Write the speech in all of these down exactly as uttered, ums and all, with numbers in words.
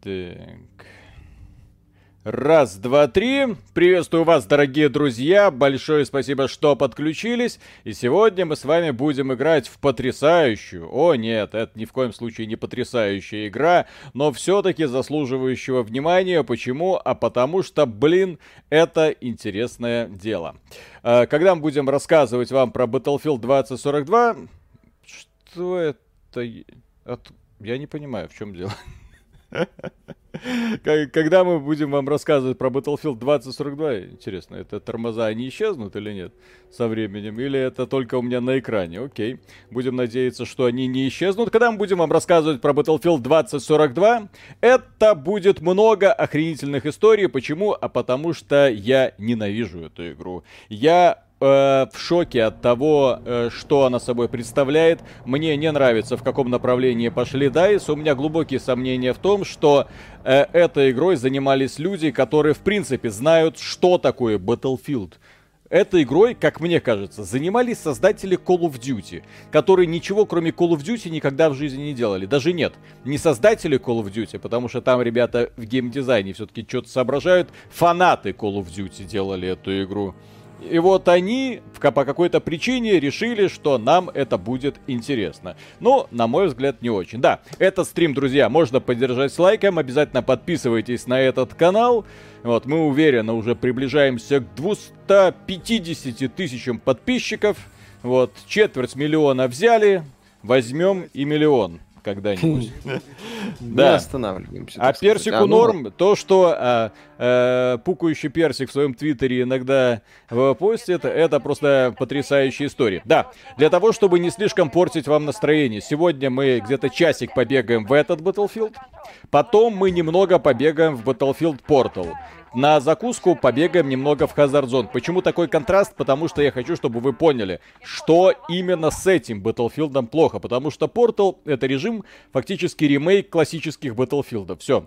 Так. Раз, два, три. Приветствую вас, дорогие друзья. Большое спасибо, что подключились. И сегодня мы с вами будем играть в потрясающую... О, нет, это ни в коем случае не потрясающая игра, но все-таки заслуживающего внимания. Почему? А потому что, блин, это интересное дело. Когда мы будем рассказывать вам про Battlefield двадцать сорок два... Что это? Я не понимаю, в чем дело. Когда мы будем вам рассказывать про Battlefield двадцать сорок два, интересно, это тормоза, они исчезнут или нет со временем? Или это только у меня на экране? Окей. Будем надеяться, что они не исчезнут. Когда мы будем вам рассказывать про Battlefield двадцать сорок два, это будет много охренительных историй. Почему? А потому что я ненавижу эту игру. Я... в шоке от того, что она собой представляет. Мне не нравится, в каком направлении пошли дайс. У меня глубокие сомнения в том, что э, этой игрой занимались люди, которые, в принципе, знают, что такое Battlefield. Этой игрой, как мне кажется, занимались создатели Call of Duty, которые ничего, кроме Call of Duty, никогда в жизни не делали. Даже нет, не создатели Call of Duty, потому что там ребята в геймдизайне все-таки что-то соображают. Фанаты Call of Duty делали эту игру. И вот они по какой-то причине решили, что нам это будет интересно. Но, на мой взгляд, не очень. Да, этот стрим, друзья, можно поддержать лайком. Обязательно подписывайтесь на этот канал. Вот, мы уверенно уже приближаемся к двумстам пятидесяти тысячам подписчиков. Вот, четверть миллиона взяли. Возьмем и миллион когда-нибудь. Не останавливаемся. А персику норм, то, что а, а, пукающий персик в своем твиттере иногда постит, это просто потрясающая история. Да, для того, чтобы не слишком портить вам настроение, сегодня мы где-то часик побегаем в этот Battlefield, потом мы немного побегаем в Battlefield Portal. На закуску побегаем немного в Hazard Zone. Почему такой контраст? Потому что я хочу, чтобы вы поняли, что именно с этим Battlefield'ом плохо. Потому что Portal — это режим, фактически ремейк классических Battlefield'ов. Все.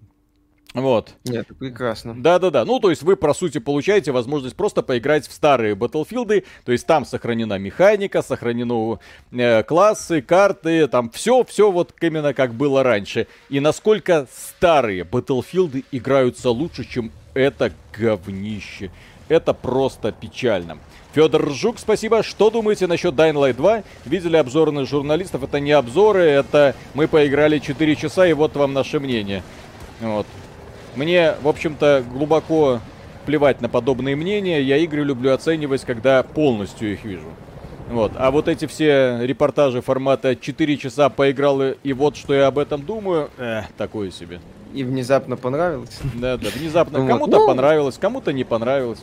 Вот. Нет, это прекрасно. Да-да-да. Ну, то есть вы, по сути, получаете возможность просто поиграть в старые Battlefield'ы. То есть там сохранена механика, сохранены э, классы, карты. Там все-все вот именно как было раньше. И насколько старые Battlefield'ы играются лучше, чем это говнище. Это просто печально. Федор Жук, спасибо. Что думаете насчет Dying Light два? Видели обзоры на журналистов? Это не обзоры, это мы поиграли четыре часа, и вот вам наше мнение. Вот. Мне, в общем-то, глубоко плевать на подобные мнения. Я игры люблю оценивать, когда полностью их вижу. Вот. А вот эти все репортажи формата четыре часа поиграл, и вот что я об этом думаю, эх, такое себе. И внезапно понравилось? Да, да, внезапно. Кому-то понравилось, кому-то не понравилось.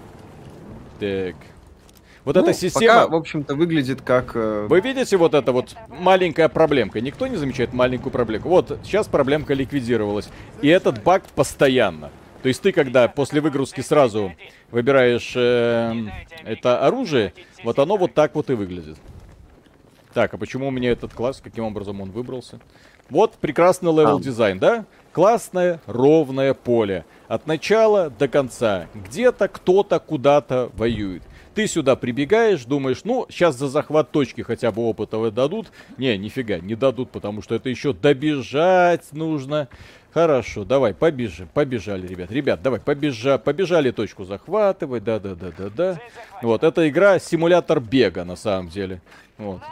Так. Вот ну, эта система... Пока, в общем-то, выглядит как... Э... Вы видите вот это вот маленькая проблемка? Никто не замечает маленькую проблемку. Вот, сейчас проблемка ликвидировалась. И этот баг постоянно. То есть ты, когда после выгрузки сразу выбираешь э, это оружие, вот оно вот так вот и выглядит. Так, а почему у меня этот класс? Каким образом он выбрался? Вот прекрасный левел-дизайн, да? Классное, ровное поле. От начала до конца. Где-то кто-то куда-то воюет. Ты сюда прибегаешь, думаешь, ну, сейчас за захват точки хотя бы опыта дадут. Не, нифига, не дадут, потому что это еще добежать нужно. Хорошо, давай, побежим, побежали, ребят. Ребят, давай, побежа, побежали точку захватывать, да-да-да-да-да. Вот, эта игра симулятор бега, на самом деле. Вот.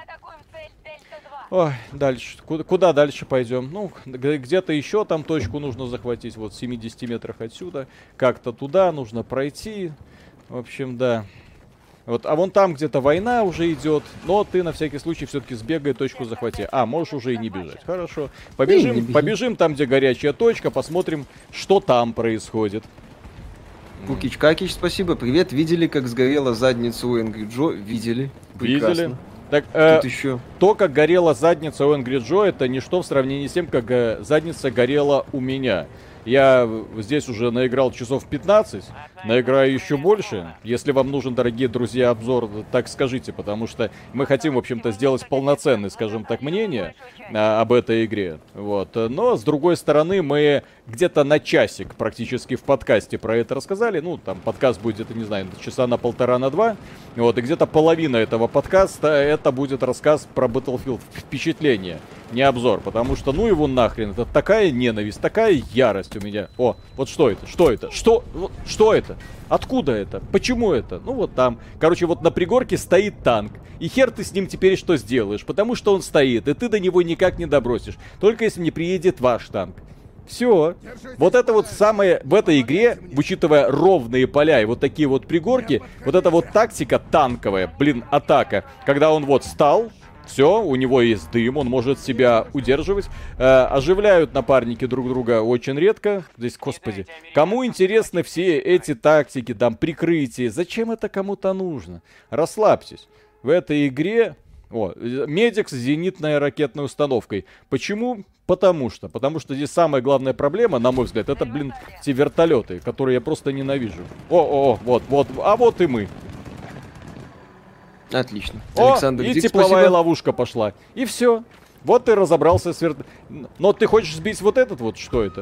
Ой, дальше. Куда, куда дальше пойдем? Ну, где-то еще там точку нужно захватить. Вот в семидесяти метрах отсюда. Как-то туда нужно пройти. В общем, да. Вот, а вон там где-то война уже идет. Но ты на всякий случай все-таки сбегай, точку захвати. А, можешь уже и не бежать. Хорошо. Побежим, побежим там, где горячая точка. Посмотрим, что там происходит. Кукич Какич, спасибо. Привет. Видели, как сгорела задница у Angry Joe? Видели. Прекрасно. Видели. Так, э, еще... то, как горела задница у Angry Joe, это ничто в сравнении с тем, как э, задница горела у меня. Я здесь уже наиграл часов пятнадцать, наиграю еще больше. Если вам нужен, дорогие друзья, обзор, так скажите, потому что мы хотим, в общем-то, сделать полноценное, скажем так, мнение а, об этой игре. Вот. Но, с другой стороны, мы где-то на часик практически в подкасте про это рассказали. Ну, там подкаст будет, это не знаю, часа на полтора, на два. Вот, и где-то половина этого подкаста это будет рассказ про Battlefield. Впечатление, не обзор. Потому что, ну его нахрен, это такая ненависть, такая ярость у меня. О, вот что это? Что это? Что? Вот, что это? Откуда это? Почему это? Ну вот там. Короче, вот на пригорке стоит танк. И хер ты с ним теперь что сделаешь? Потому что он стоит, и ты до него никак не добросишь. Только если не приедет ваш танк. Все. Вот это вот самое в этой игре, учитывая ровные поля и вот такие вот пригорки, вот эта вот тактика танковая, блин, атака. Когда он вот стал, все, у него есть дым, он может себя удерживать. Э, оживляют напарники друг друга очень редко. Здесь, господи, кому интересны все эти тактики, там, прикрытия? Зачем это кому-то нужно? Расслабьтесь. В этой игре... О, медик с зенитной ракетной установкой. Почему? Потому что. Потому что здесь самая главная проблема, на мой взгляд, это, блин, те вертолеты, которые я просто ненавижу. О, о, о, вот, вот, а вот и мы. Отлично. О, Александр и Дик, тепловая спасибо. ловушка пошла. И все. Вот ты разобрался с вертолетом. Но ты хочешь сбить вот этот вот? Что это?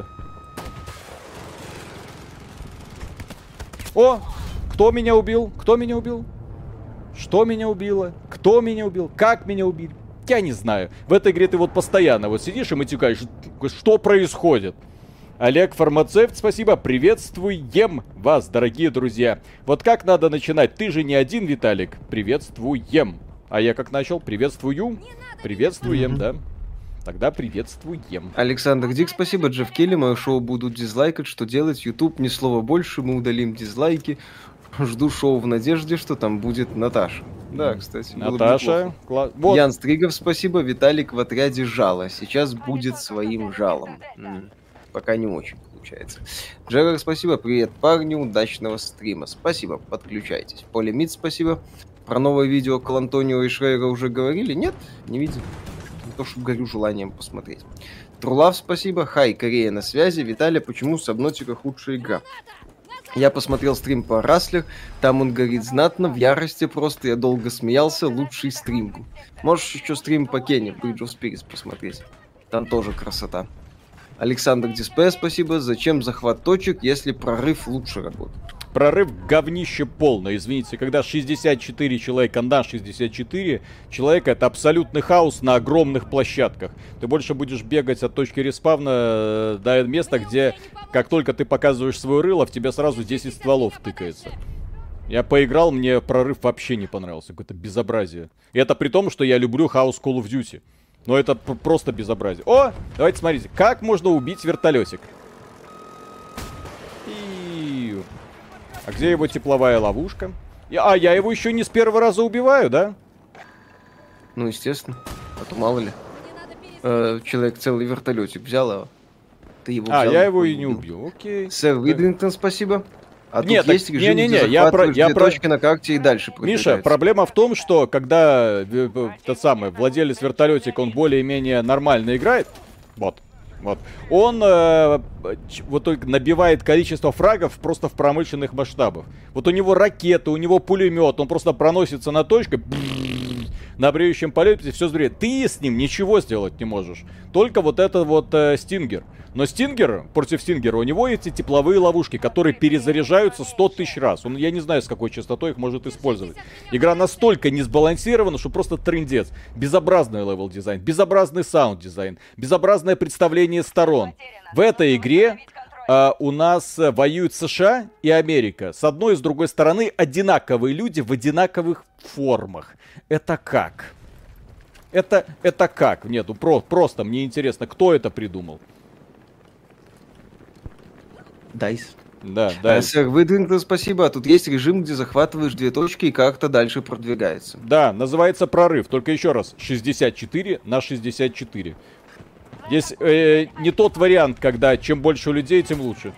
О, кто меня убил? Кто меня убил? Что меня убило? Кто меня убил? Как меня убили? Я не знаю. В этой игре ты вот постоянно вот сидишь и матюкаешь. Что происходит? Олег Фармацевт, спасибо. Приветствуем вас, дорогие друзья. Вот как надо начинать? Ты же не один, Виталик. Приветствуем. А я как начал? Приветствую. Приветствуем, mm-hmm. да. Тогда приветствуем. Александр Дик, спасибо. Джефф Келли, мое шоу будут дизлайкать. Что делать? YouTube, ни слова больше, мы удалим дизлайки. Жду шоу в надежде, что там будет Наташа. Да, кстати. Наташа. Кла... Вот. Ян Стригов, спасибо. Виталик в отряде жало. Сейчас будет своим жалом. М-м. Пока не очень получается. Джерар, спасибо. Привет, парни. Удачного стрима. Спасибо. Подключайтесь. Полимит, спасибо. Про новое видео к Антонио и Шрейера уже говорили? Нет, не видел. Не то, что горю желанием посмотреть. Трулав, спасибо. Хай, Корея на связи. Виталий, почему Сабнотика худшая игра? Я посмотрел стрим по Раслер, там он горит знатно, в ярости просто, я долго смеялся, лучший стрим. Можешь еще стрим по Кене, Bridge of Spirits посмотреть, там тоже красота. Александр Диспе, спасибо. Зачем захват точек, если прорыв лучше работает? Прорыв говнище полное, извините, когда шестьдесят четыре человека на шестьдесят четыре человека, это абсолютный хаос на огромных площадках. Ты больше будешь бегать от точки респавна до места, где как только ты показываешь свое рыло, в тебя сразу десять стволов тыкается. Я поиграл, мне прорыв вообще не понравился, какое-то безобразие. И это при том, что я люблю хаос Call of Duty. Но это просто безобразие. О, давайте смотрите, как можно убить вертолетик. И... А где его тепловая ловушка? И, а, я его еще не с первого раза убиваю, да? Ну, естественно. А то мало ли. Э, человек целый вертолетик взял, а ты его А, взял, я его и не убил, окей. Сэр Видрингтон, спасибо. А Нет, тут есть так, режим, не, не, не, где я про, я две про... точки на карте и дальше Миша, проблема в том, что когда э, э, тот самый владелец вертолетика, он более-менее нормально играет, вот, вот, он э, вот только набивает количество фрагов просто в промышленных масштабах. Вот у него ракеты, у него пулемет, он просто проносится на точку, на бреющем полете, все звереет. Ты с ним ничего сделать не можешь. Только вот этот вот э, Стингер. Но Стингер, против Стингера, у него эти тепловые ловушки, которые перезаряжаются сто тысяч раз. Он, я не знаю, с какой частотой их может использовать. Игра настолько не сбалансирована, что просто трындец. Безобразный левел дизайн, безобразный саунд дизайн, безобразное представление сторон. В этой игре Uh, у нас uh, воюют США и Америка. С одной и с другой стороны одинаковые люди в одинаковых формах. Это как? Это, это как? Нет, ну про, просто мне интересно, кто это придумал? Дайс. Да, да. А, сэр Видрингтон, спасибо. А тут есть режим, где захватываешь две точки и как-то дальше продвигается. Да, называется прорыв. Только еще раз, шестьдесят четыре на шестьдесят четыре. Здесь э, не тот вариант, когда чем больше людей, тем лучше.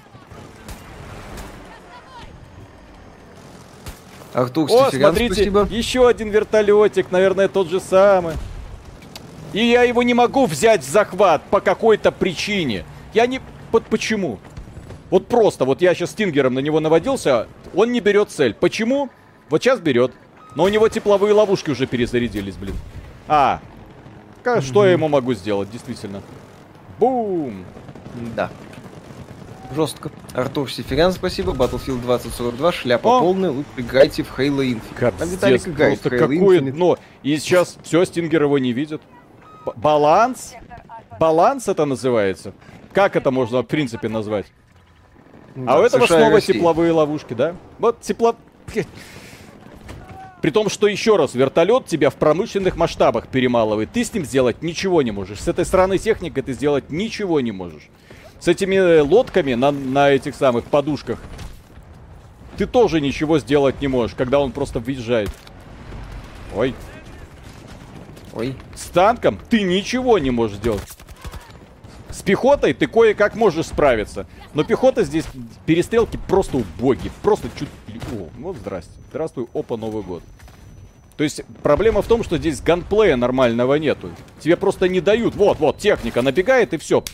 Артур О, Стефирян, смотрите, спасибо. еще один вертолетик, наверное, тот же самый. И я его не могу взять в захват по какой-то причине. Я не... Вот почему? Вот просто, вот я сейчас стингером на него наводился, он не берет цель. Почему? Вот сейчас берет. Но у него тепловые ловушки уже перезарядились, блин. А, как, mm-hmm. что я ему могу сделать, действительно? Бум! Да. Жестко. Артур Сиферян, спасибо. Battlefield двадцать сорок два, шляпа О! полная, лучше играйте в Halo Infinite. А Виталик играет в Halo какое Infinite. Дно. И сейчас все, стингер его не видит. Б- баланс? Баланс это называется? Как это можно в принципе назвать? Да, а у этого США снова тепловые ловушки, да? Вот тепло... При том, что еще раз, вертолет тебя в промышленных масштабах перемалывает. Ты с ним сделать ничего не можешь. С этой странной техникой ты сделать ничего не можешь. С этими лодками на, на этих самых подушках ты тоже ничего сделать не можешь, когда он просто въезжает. Ой. Ой. С танком ты ничего не можешь сделать. С пехотой ты кое-как можешь справиться. Но пехота здесь, перестрелки просто убогие. Просто чуть... О, вот здрасте. Здравствуй, опа, Новый год. То есть проблема в том, что здесь ганплея нормального нету. Тебе просто не дают. Вот, вот, техника набегает и все.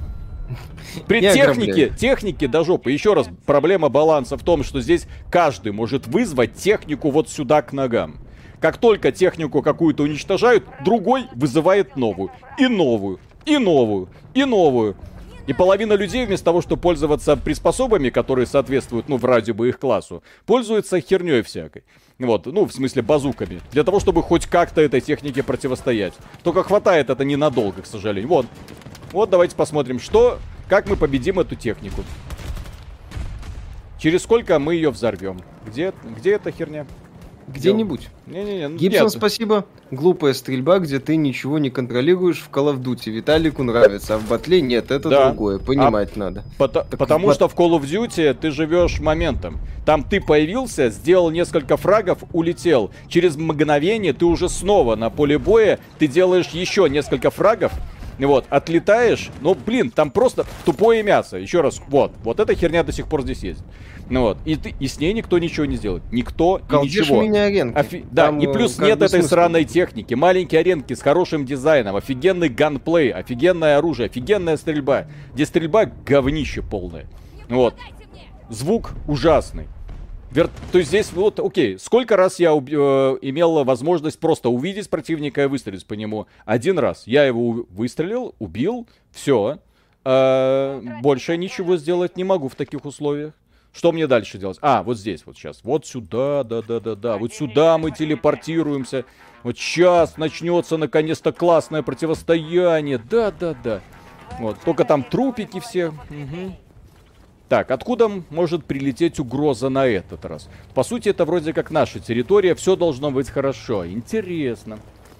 При Я технике, грабляю. технике до жопы. Еще раз, проблема баланса в том, что здесь каждый может вызвать технику вот сюда к ногам. Как только технику какую-то уничтожают, другой вызывает новую. И новую. И новую. И новую. И половина людей, вместо того, чтобы пользоваться приспособами, которые соответствуют, ну, вроде бы их классу, пользуются херней всякой. Вот, ну, в смысле, базуками. Для того, чтобы хоть как-то этой технике противостоять. Только хватает это ненадолго, к сожалению. Вот. Вот, давайте посмотрим, что... Как мы победим эту технику. Через сколько мы ее взорвем. Где, где эта херня? Где-нибудь. Не-не-не. Гибсон, нет. Спасибо. Глупая стрельба, где ты ничего не контролируешь в Call of Duty. Виталику нравится, а в батле нет, это да. другое. Понимать а надо. Пото- потому бат... что в Call of Duty ты живешь моментом. Там ты появился, сделал несколько фрагов, улетел. Через мгновение ты уже снова на поле боя. Ты делаешь еще несколько фрагов. Вот, отлетаешь, ну, блин, там просто тупое мясо. Еще раз, вот, вот эта херня до сих пор здесь есть. Ну вот, и, ты, и с ней никто ничего не сделает. Никто и ничего. Офи... Да, и плюс нет этой смысл. Сраной техники. Маленькие аренки с хорошим дизайном, офигенный ганплей, офигенное оружие, офигенная стрельба. Где стрельба говнище полное. Вот. Звук ужасный. Вер... То есть здесь вот, окей, сколько раз я уб... э, имел возможность просто увидеть противника и выстрелить по нему? Один раз. Я его выстрелил, убил, все. Э, больше ничего сделать не могу в таких условиях. Что мне дальше делать? А, вот здесь вот сейчас. Вот сюда, да-да-да-да. Вот сюда мы телепортируемся. Вот сейчас начнется наконец-то классное противостояние. Да-да-да. Вот, только там трупики все. Угу. Так, откуда может прилететь угроза на этот раз? По сути, это вроде как наша территория, все должно быть хорошо. Интересно.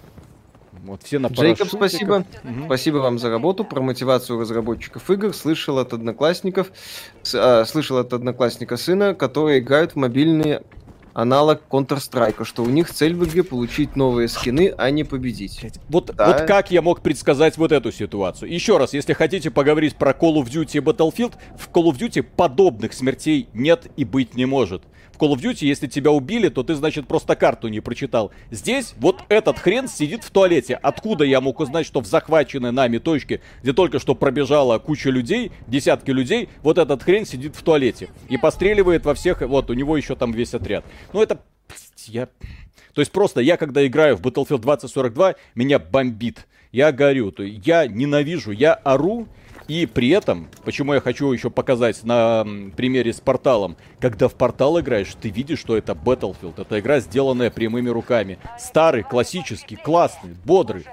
Вот все на Джейкоб, спасибо. Угу. Спасибо вам за работу. Про мотивацию разработчиков игр слышал от одноклассников, с, а, слышал от одноклассника сына, которые играют в мобильные аналог Counter-Strike, что у них цель в игре получить новые скины, а не победить. Вот, да. Вот как я мог предсказать вот эту ситуацию? Еще раз, если хотите поговорить про Call of Duty и Battlefield, в Call of Duty подобных смертей нет и быть не может. В Call of Duty, если тебя убили, то ты, значит, просто карту не прочитал. Здесь вот этот хрен сидит в туалете. Откуда я мог узнать, что в захваченной нами точке, где только что пробежала куча людей, десятки людей, вот этот хрен сидит в туалете и постреливает во всех, вот, у него еще там весь отряд. Ну это... Я... То есть просто я, когда играю в Battlefield двадцать сорок два, меня бомбит. Я горю, то я ненавижу, я ору. И при этом, почему я хочу еще показать на м, примере с Порталом, когда в Портал играешь, ты видишь, что это Battlefield. Это игра, сделанная прямыми руками. Старый, классический, классный, бодрый.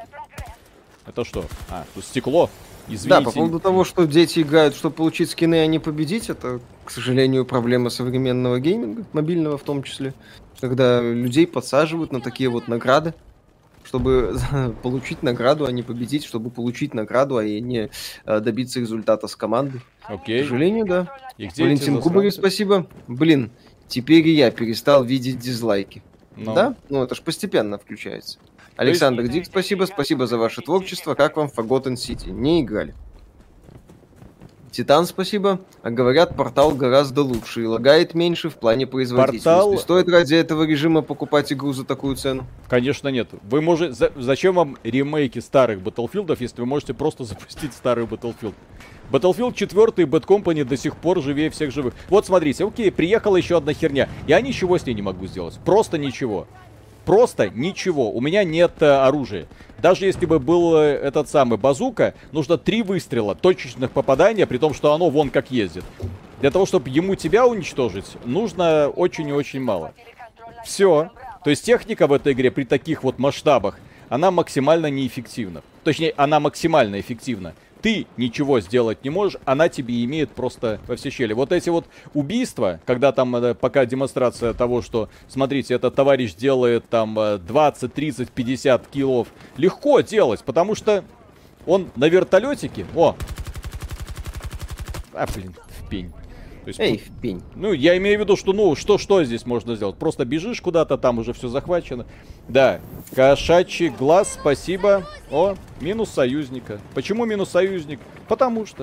Это что? А, тут стекло. Извините. Да, по поводу того, что дети играют, чтобы получить скины, а не победить, это, к сожалению, проблема современного гейминга, мобильного в том числе. Когда людей подсаживают на такие вот награды, чтобы получить награду, а не победить, чтобы получить награду, а не добиться результата с командой. Окей. К сожалению, да. И где Валентин Кубарев, спасибо. Блин, теперь и я перестал видеть дизлайки. Но. Да? Ну, это ж постепенно включается. Александр есть... Дик, спасибо. Спасибо за ваше творчество. Как вам Forgotten City? Не играли. Титан, спасибо. А говорят, Портал гораздо лучше и лагает меньше в плане производительности. Портал... Стоит ради этого режима покупать игру за такую цену? Конечно, нет. Вы можете... За... Зачем вам ремейки старых Battlefield'ов, если вы можете просто запустить старый Battlefield? Battlefield четыре и Bad Company до сих пор живее всех живых. Вот смотрите, окей, приехала еще одна херня. Я ничего с ней не могу сделать. Просто ничего. Просто ничего. У меня нет э, оружия. Даже если бы был э, этот самый базука, нужно три выстрела точечных попадания, при том, что оно вон как ездит. Для того, чтобы ему тебя уничтожить, нужно очень и очень мало. Все. То есть техника в этой игре при таких вот масштабах, она максимально неэффективна. Точнее, она максимально эффективна. Ты ничего сделать не можешь, она тебе имеет просто во все щели. Вот эти вот убийства, когда там э, пока демонстрация того, что, смотрите, этот товарищ делает там двадцать, тридцать, пятьдесят киллов, легко делать, потому что он на вертолетике, о, а блин, в пень. То есть, Эй, в пень. Ну, я имею в виду, что, ну, что, что здесь можно сделать? Просто бежишь куда-то, там уже все захвачено. Да, кошачий глаз, спасибо. О, минус союзника. Почему минус союзник? Потому что.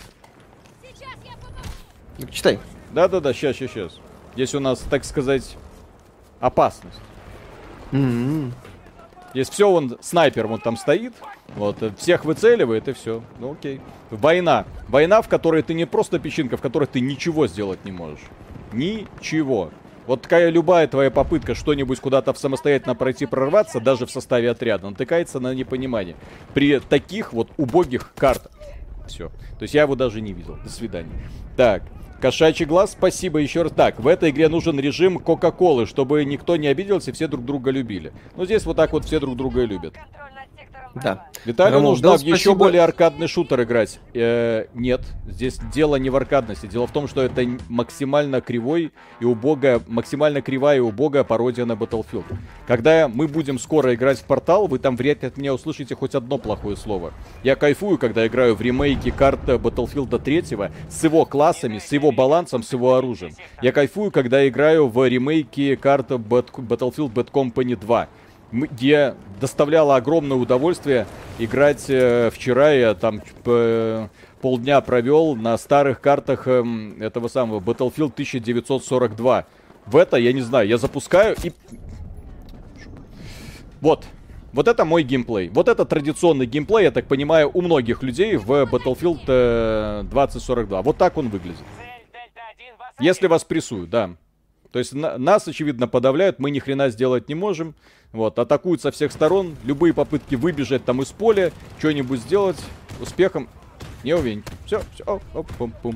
Ну, читай. Да-да-да, сейчас, сейчас, сейчас. Здесь у нас, так сказать, опасность. Mm-hmm. Здесь все, он, снайпер вон там стоит, вот, всех выцеливает и все. Ну окей. Война. Война, в которой ты не просто песчинка, в которой ты ничего сделать не можешь. Ничего. Вот такая любая твоя попытка что-нибудь куда-то самостоятельно пройти, прорваться, даже в составе отряда, натыкается на непонимание. При таких вот убогих картах. Все. То есть я его даже не видел. До свидания. Так. Кошачий глаз, спасибо еще раз. Так, в этой игре нужен режим Кока-Колы, чтобы никто не обиделся, все друг друга любили. Ну, здесь вот так вот все друг друга и любят. Да. Виталию Ромул, нужно да, в еще спасибо. более аркадный шутер играть. Э, нет, здесь дело не в аркадности. Дело в том, что это максимально кривой и убогая, максимально кривая и убогая пародия на Battlefield. Когда мы будем скоро играть в Портал, вы там вряд ли от меня услышите хоть одно плохое слово. Я кайфую, когда играю в ремейки карт Battlefield три с его классами, с его балансом, с его оружием. Я кайфую, когда играю в ремейки карт Battlefield Bad Company два. Где доставляло огромное удовольствие играть э, вчера. Я там э, полдня провел на старых картах э, этого самого Battlefield тысяча девятьсот сорок два. В это, я не знаю, я запускаю и... Вот. Вот это мой геймплей. Вот это традиционный геймплей, я так понимаю, у многих людей в Battlefield э, двадцать сорок два. Вот так он выглядит. Если вас прессуют, да. То есть на, нас, очевидно, подавляют, мы ни хрена сделать не можем. Вот, атакуют со всех сторон. Любые попытки выбежать там из поля, что-нибудь сделать, успехом не увидеть. Все, все, оп, оп, пум, пум.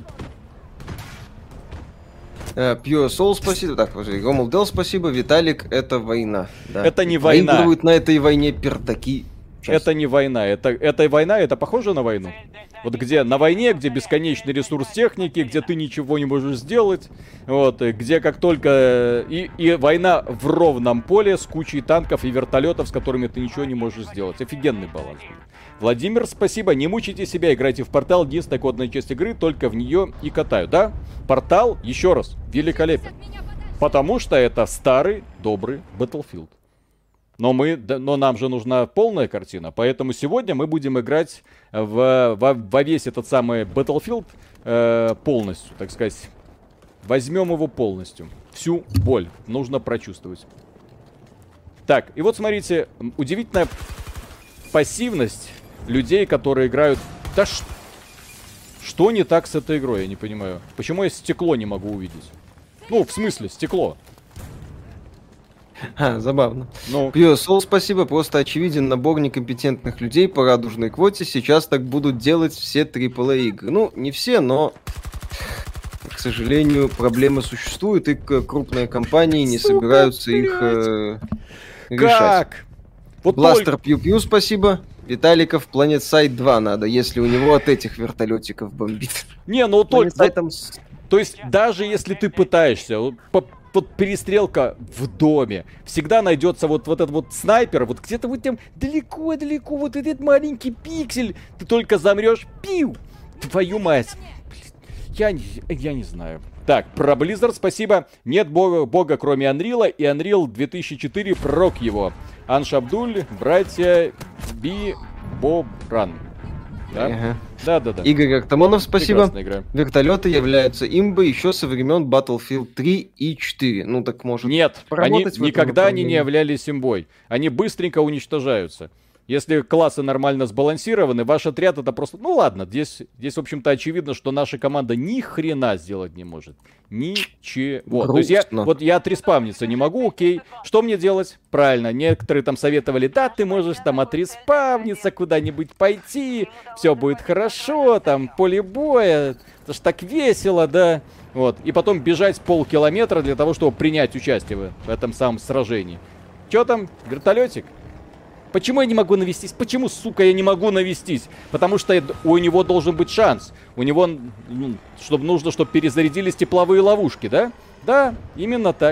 Uh, Pure Soul, спасибо. Так, Ромул Дел, спасибо. Виталик, это война. Да. Это не война. Выигрывают на этой войне пердаки. Часть. Это не война. Это, это война, это похоже на войну. Вот где на войне, где бесконечный ресурс техники, где ты ничего не можешь сделать, вот, где как только... И, и война в ровном поле с кучей танков и вертолетов, с которыми ты ничего не можешь сделать. Офигенный баланс. Владимир, спасибо. Не мучайте себя, играйте в Портал. Единственная кодная часть игры, только в нее и катаю. Да, Портал, еще раз, великолепен. Потому что это старый, добрый Battlefield. Но, мы, но нам же нужна полная картина, поэтому сегодня мы будем играть в, во, во весь этот самый Battlefield э, полностью, так сказать. Возьмем его полностью. Всю боль нужно прочувствовать. Так, и вот смотрите, удивительная пассивность людей, которые играют... Да ш... что не так с этой игрой, я не понимаю. Почему я стекло не могу увидеть? Ну, в смысле, стекло. А, забавно. Ну. Pure Soul, спасибо. Просто очевиден набор некомпетентных людей по радужной квоте. Сейчас так будут делать все трипл эй игры. Ну, не все, но, к сожалению, проблемы существуют, и крупные компании не Сука, собираются блядь. их э, решать. Как? Вот Бластер Пью Пью, спасибо. Виталиков Planet Side два надо, если у него от этих вертолетиков бомбит. Не, ну только... Вот, там... То есть, даже если ты пытаешься... По Вот перестрелка в доме. Всегда найдется вот, вот этот вот снайпер. Вот где-то вот там далеко-далеко. Вот этот маленький пиксель. Ты только замрешь. Пиу! Твою мать. Я, я не знаю. Так, про Blizzard спасибо. Нет бога, бога кроме Unreal. И Unreal две тысячи четыре пророк его. Анш Абдуль, братья Би Бобран. Да? Ага. Да, да, да. Игорь Актамонов, спасибо. Вертолеты являются имбой еще со времен Battlefield три и четыре. Ну так может. Нет, они никогда они не являлись имбой. Они быстренько уничтожаются. Если классы нормально сбалансированы, ваш отряд это просто... Ну ладно, здесь, здесь в общем-то, очевидно, что наша команда ни хрена сделать не может. Ничего. То есть я, вот я отреспавниться не могу, окей. Что мне делать? Правильно, некоторые там советовали, да, ты можешь там отреспавниться, куда-нибудь пойти, все будет хорошо, там, поле боя, это ж так весело, да. Вот, и потом бежать полкилометра для того, чтобы принять участие в, в этом самом сражении. Че там, вертолетик? Почему я не могу навестись? Почему, сука, я не могу навестись? Потому что у него должен быть шанс. У него, ну, чтобы нужно, чтобы перезарядились тепловые ловушки, да? Да, именно так.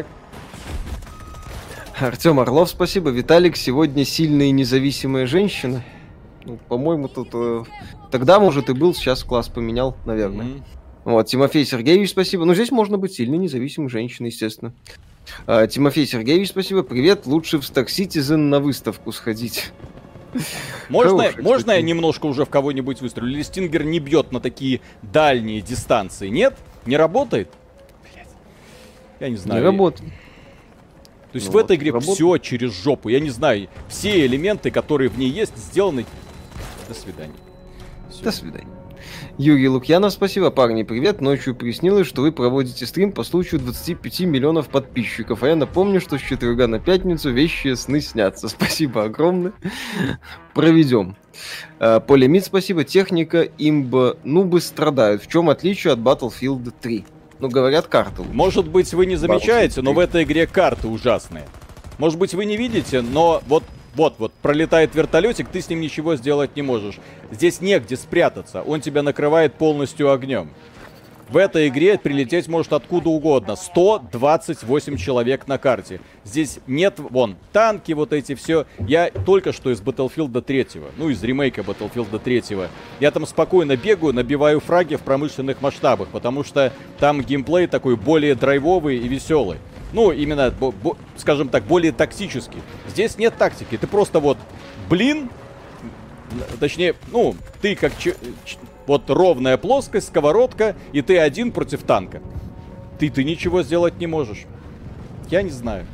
Артем Орлов, спасибо. Виталик, сегодня сильная и независимая женщина. Ну, по-моему, тут... Э, тогда, может, и был, сейчас класс поменял, наверное. Mm-hmm. Вот, Тимофей Сергеевич, спасибо. Ну, здесь можно быть сильной, независимой женщиной, естественно. А, Тимофей Сергеевич, спасибо. Привет, лучше в Star Citizen на выставку сходить. Можно, Хороший, можно я немножко уже в кого-нибудь выстрелю? Или Стингер не бьет на такие дальние дистанции? Нет? Не работает? Блять. Я не знаю. Не работает. То есть ну в вот, этой игре работает. Все через жопу. Я не знаю. Все элементы, которые в ней есть, сделаны... До свидания. Все. До свидания. Юрий Лукьянов, спасибо. Парни, привет. Ночью приснилось, что вы проводите стрим по случаю двадцати пяти миллионов подписчиков. А я напомню, что с четверга на пятницу вещи сны снятся. Спасибо огромное. Проведем. Полемит, спасибо. Техника, имба, нубы страдают. В чем отличие от Battlefield три? Ну, говорят, карты лучше. Может быть, вы не замечаете, но в этой игре карты ужасные. Может быть, вы не видите, но вот Вот, вот, пролетает вертолетик, ты с ним ничего сделать не можешь. Здесь негде спрятаться, он тебя накрывает полностью огнем. В этой игре прилететь может откуда угодно. сто двадцать восемь человек на карте. Здесь нет, вон, танки вот эти, все. Я только что из Battlefield три, ну, из ремейка Battlefield три. Я там спокойно бегаю, набиваю фраги в промышленных масштабах, потому что там геймплей такой более драйвовый и веселый. Ну, именно, бо- бо- скажем так, более тактический. Здесь нет тактики. Ты просто вот, блин, точнее, ну, ты как ч- ч- вот ровная плоскость, сковородка, и ты один против танка. Ты, ты ничего сделать не можешь. Я не знаю.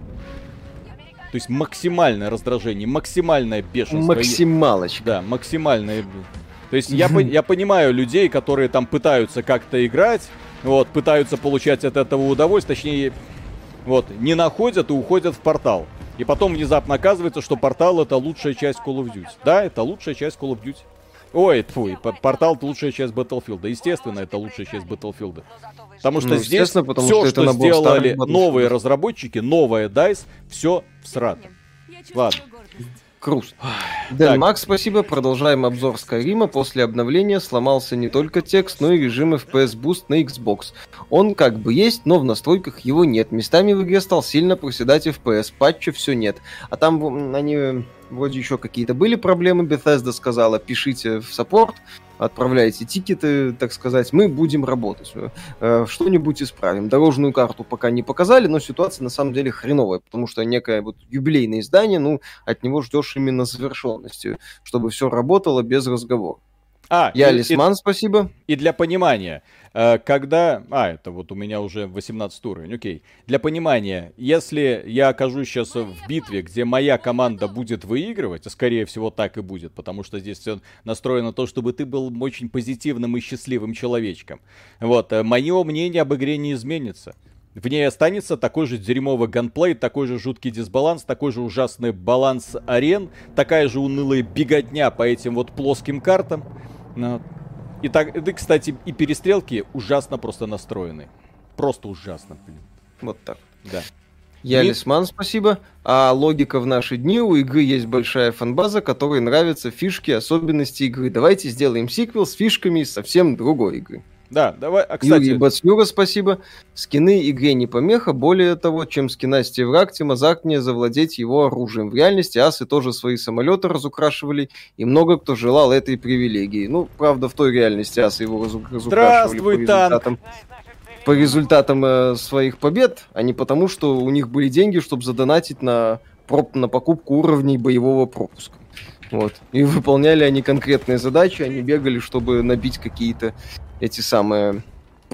То есть максимальное раздражение, максимальное бешенство. Максималочка. Да, максимальное. То есть я, я понимаю людей, которые там пытаются как-то играть, вот, пытаются получать от этого удовольствие, точнее, вот, не находят и уходят в портал. И потом внезапно оказывается, что портал — это лучшая часть Call of Duty. Да, это лучшая часть Call of Duty. Ой, фу, портал — это лучшая часть Battlefield. Естественно, это лучшая часть Battlefield. Потому что ну, здесь все, что, что сделали новые разработчики, новая дайс, все всрато. Ладно. Круз. Дэн Макс, спасибо. Продолжаем обзор Скайрима. После обновления сломался не только текст, но и режим эф пи эс Boost на Xbox. Он как бы есть, но в настройках его нет. Местами в игре стал сильно проседать эф пи эс. Патча все нет. А там они... Вроде еще какие-то были проблемы, Bethesda сказала, пишите в саппорт, отправляйте тикеты, так сказать, мы будем работать. Что-нибудь исправим. Дорожную карту пока не показали, но ситуация на самом деле хреновая, потому что некое вот юбилейное издание, ну, от него ждешь именно завершенности, чтобы все работало без разговора. А, Я и, Лисман, и, спасибо. И для понимания, когда... А, это вот у меня уже восемнадцатый уровень, окей. Для понимания, если я окажусь сейчас в битве, где моя команда будет выигрывать, а скорее всего так и будет, потому что здесь все настроено на то, чтобы ты был очень позитивным и счастливым человечком. Вот, мое мнение об игре не изменится. В ней останется такой же дерьмовый ганплей, такой же жуткий дисбаланс, такой же ужасный баланс арен, такая же унылая беготня по этим вот плоским картам. Ну, и так, и, кстати, и перестрелки ужасно просто настроены. Просто ужасно, блин. Вот так. Да. Я и... Лисман, спасибо. А логика в наши дни. У игры есть большая фанбаза, которой нравятся фишки, особенности игры. Давайте сделаем сиквел с фишками из совсем другой игры. Да, давай, а кстати... Юрий Бацнюра, спасибо. Скины игре не помеха, более того, чем скина Стива Рактима, азартнее завладеть его оружием. В реальности асы тоже свои самолеты разукрашивали, и много кто желал этой привилегии. Ну, правда, в той реальности асы его разукрашивали Здравствуй, по результатам, по результатам э, своих побед, а не потому, что у них были деньги, чтобы задонатить на, проп, на покупку уровней боевого пропуска. Вот. И выполняли они конкретные задачи, они бегали, чтобы набить какие-то эти самые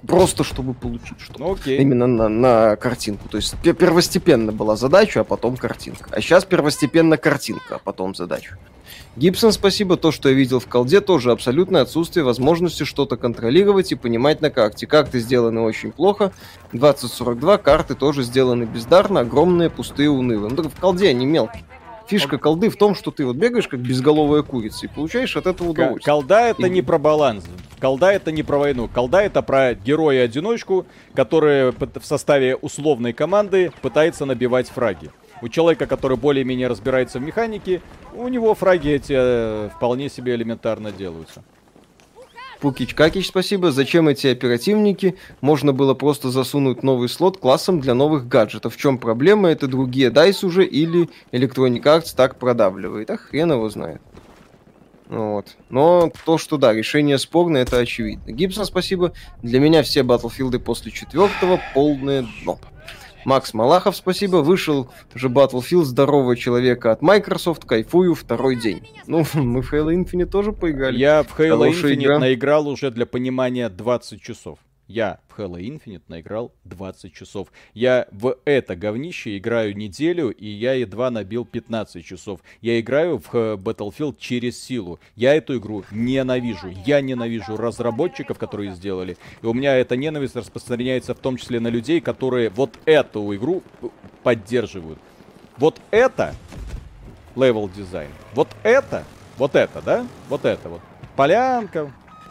Просто чтобы получить что-то. Ну, окей. Именно на, на картинку. То есть первостепенно была задача, а потом картинка. А сейчас первостепенно картинка, а потом задача. Гибсон, спасибо. То, что я видел в колде, тоже абсолютное отсутствие возможности что-то контролировать и понимать на карте. Карты сделаны очень плохо. двадцать сорок два карты тоже сделаны бездарно, огромные, пустые, унылые. Ну, в колде они мелкие. Фишка колды в том, что ты вот бегаешь как безголовая курица и получаешь от этого удовольствие. Колда это и... не про баланс. Колда это не про войну. Колда это про героя-одиночку, который в составе условной команды пытается набивать фраги. У человека, который более-менее разбирается в механике, у него фраги эти вполне себе элементарно делаются. Пукич Какич, спасибо. Зачем эти оперативники? Можно было просто засунуть новый слот классом для новых гаджетов. В чем проблема? Это другие дайс уже или Electronic Arts так продавливает? А хрен его знает. Вот. Но то, что да, решение спорное, это очевидно. Гибсон, спасибо. Для меня все Battlefield после четвертого полное дно. Макс Малахов, спасибо. Вышел же Battlefield здорового человека от Microsoft. Кайфую второй день. Ну, мы в Halo Infinite тоже поиграли. Я в Halo Хорошая Infinite игра. наиграл уже для понимания двадцать часов. Я в Halo Infinite наиграл двадцать часов. Я в это говнище играю неделю, и я едва набил пятнадцать часов. Я играю в Battlefield через силу. Я эту игру ненавижу. Я ненавижу разработчиков, которые сделали. И у меня эта ненависть распространяется в том числе на людей, которые вот эту игру поддерживают. Вот это левел дизайн. Вот это, вот это, да? Вот это вот. Полянка.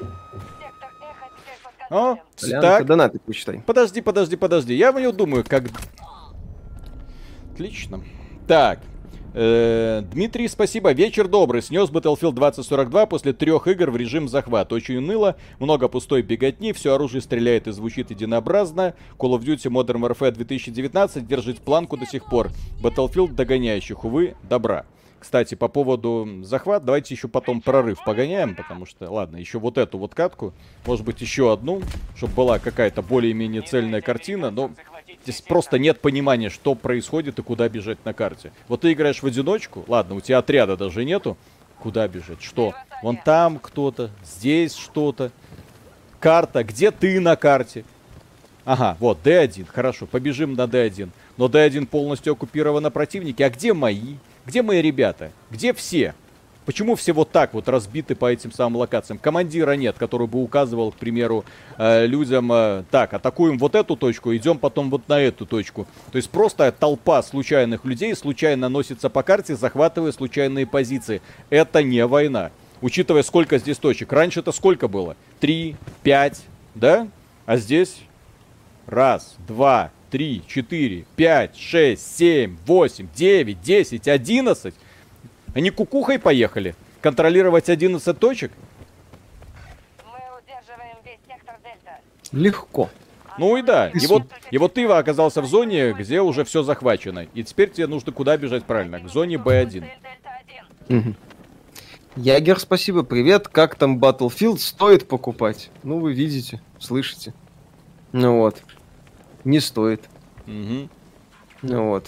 О, Полянка, так. донаты почитай. Подожди, подожди, подожди. Я в нее думаю, как... Отлично. Так. Э, Дмитрий, спасибо. Вечер добрый. Снес Battlefield двадцать сорок два после трех игр в режим захват. Очень уныло. Много пустой беготни. Все оружие стреляет и звучит единообразно. Call of Duty Modern Warfare две тысячи девятнадцать держит планку до сих пор. Battlefield догоняющих, увы, добра. Кстати, по поводу захват, давайте еще потом прорыв погоняем, потому что, ладно, еще вот эту вот катку, может быть, еще одну, чтобы была какая-то более-менее цельная картина, но здесь просто нет понимания, что происходит и куда бежать на карте. Вот ты играешь в одиночку, ладно, у тебя отряда даже нету, куда бежать, что? Вон там кто-то, здесь что-то, карта, где ты на карте? Ага, вот, дэ один, хорошо, побежим на дэ один, но дэ один полностью оккупировано противники, а где мои? Где мои ребята? Где все? Почему все вот так вот разбиты по этим самым локациям? Командира нет, который бы указывал, к примеру, э, людям, э, так, атакуем вот эту точку, идем потом вот на эту точку. То есть просто толпа случайных людей случайно носится по карте, захватывая случайные позиции. Это не война. Учитывая, сколько здесь точек. Раньше-то сколько было? Три, пять, да? А здесь раз, два, три, четыре, пять, шесть, семь, восемь, девять, десять, одиннадцать. Они кукухой поехали контролировать одиннадцать точек? Мы удерживаем весь сектор Дельта. Легко. Ну и да. И вот, и вот ты оказался в зоне, где уже все захвачено. И теперь тебе нужно куда бежать правильно? К зоне бэ один. Угу. Ягер, спасибо, привет. Как там Battlefield? Стоит покупать? Ну, вы видите, слышите. Ну вот. Не стоит. Угу. Ну вот.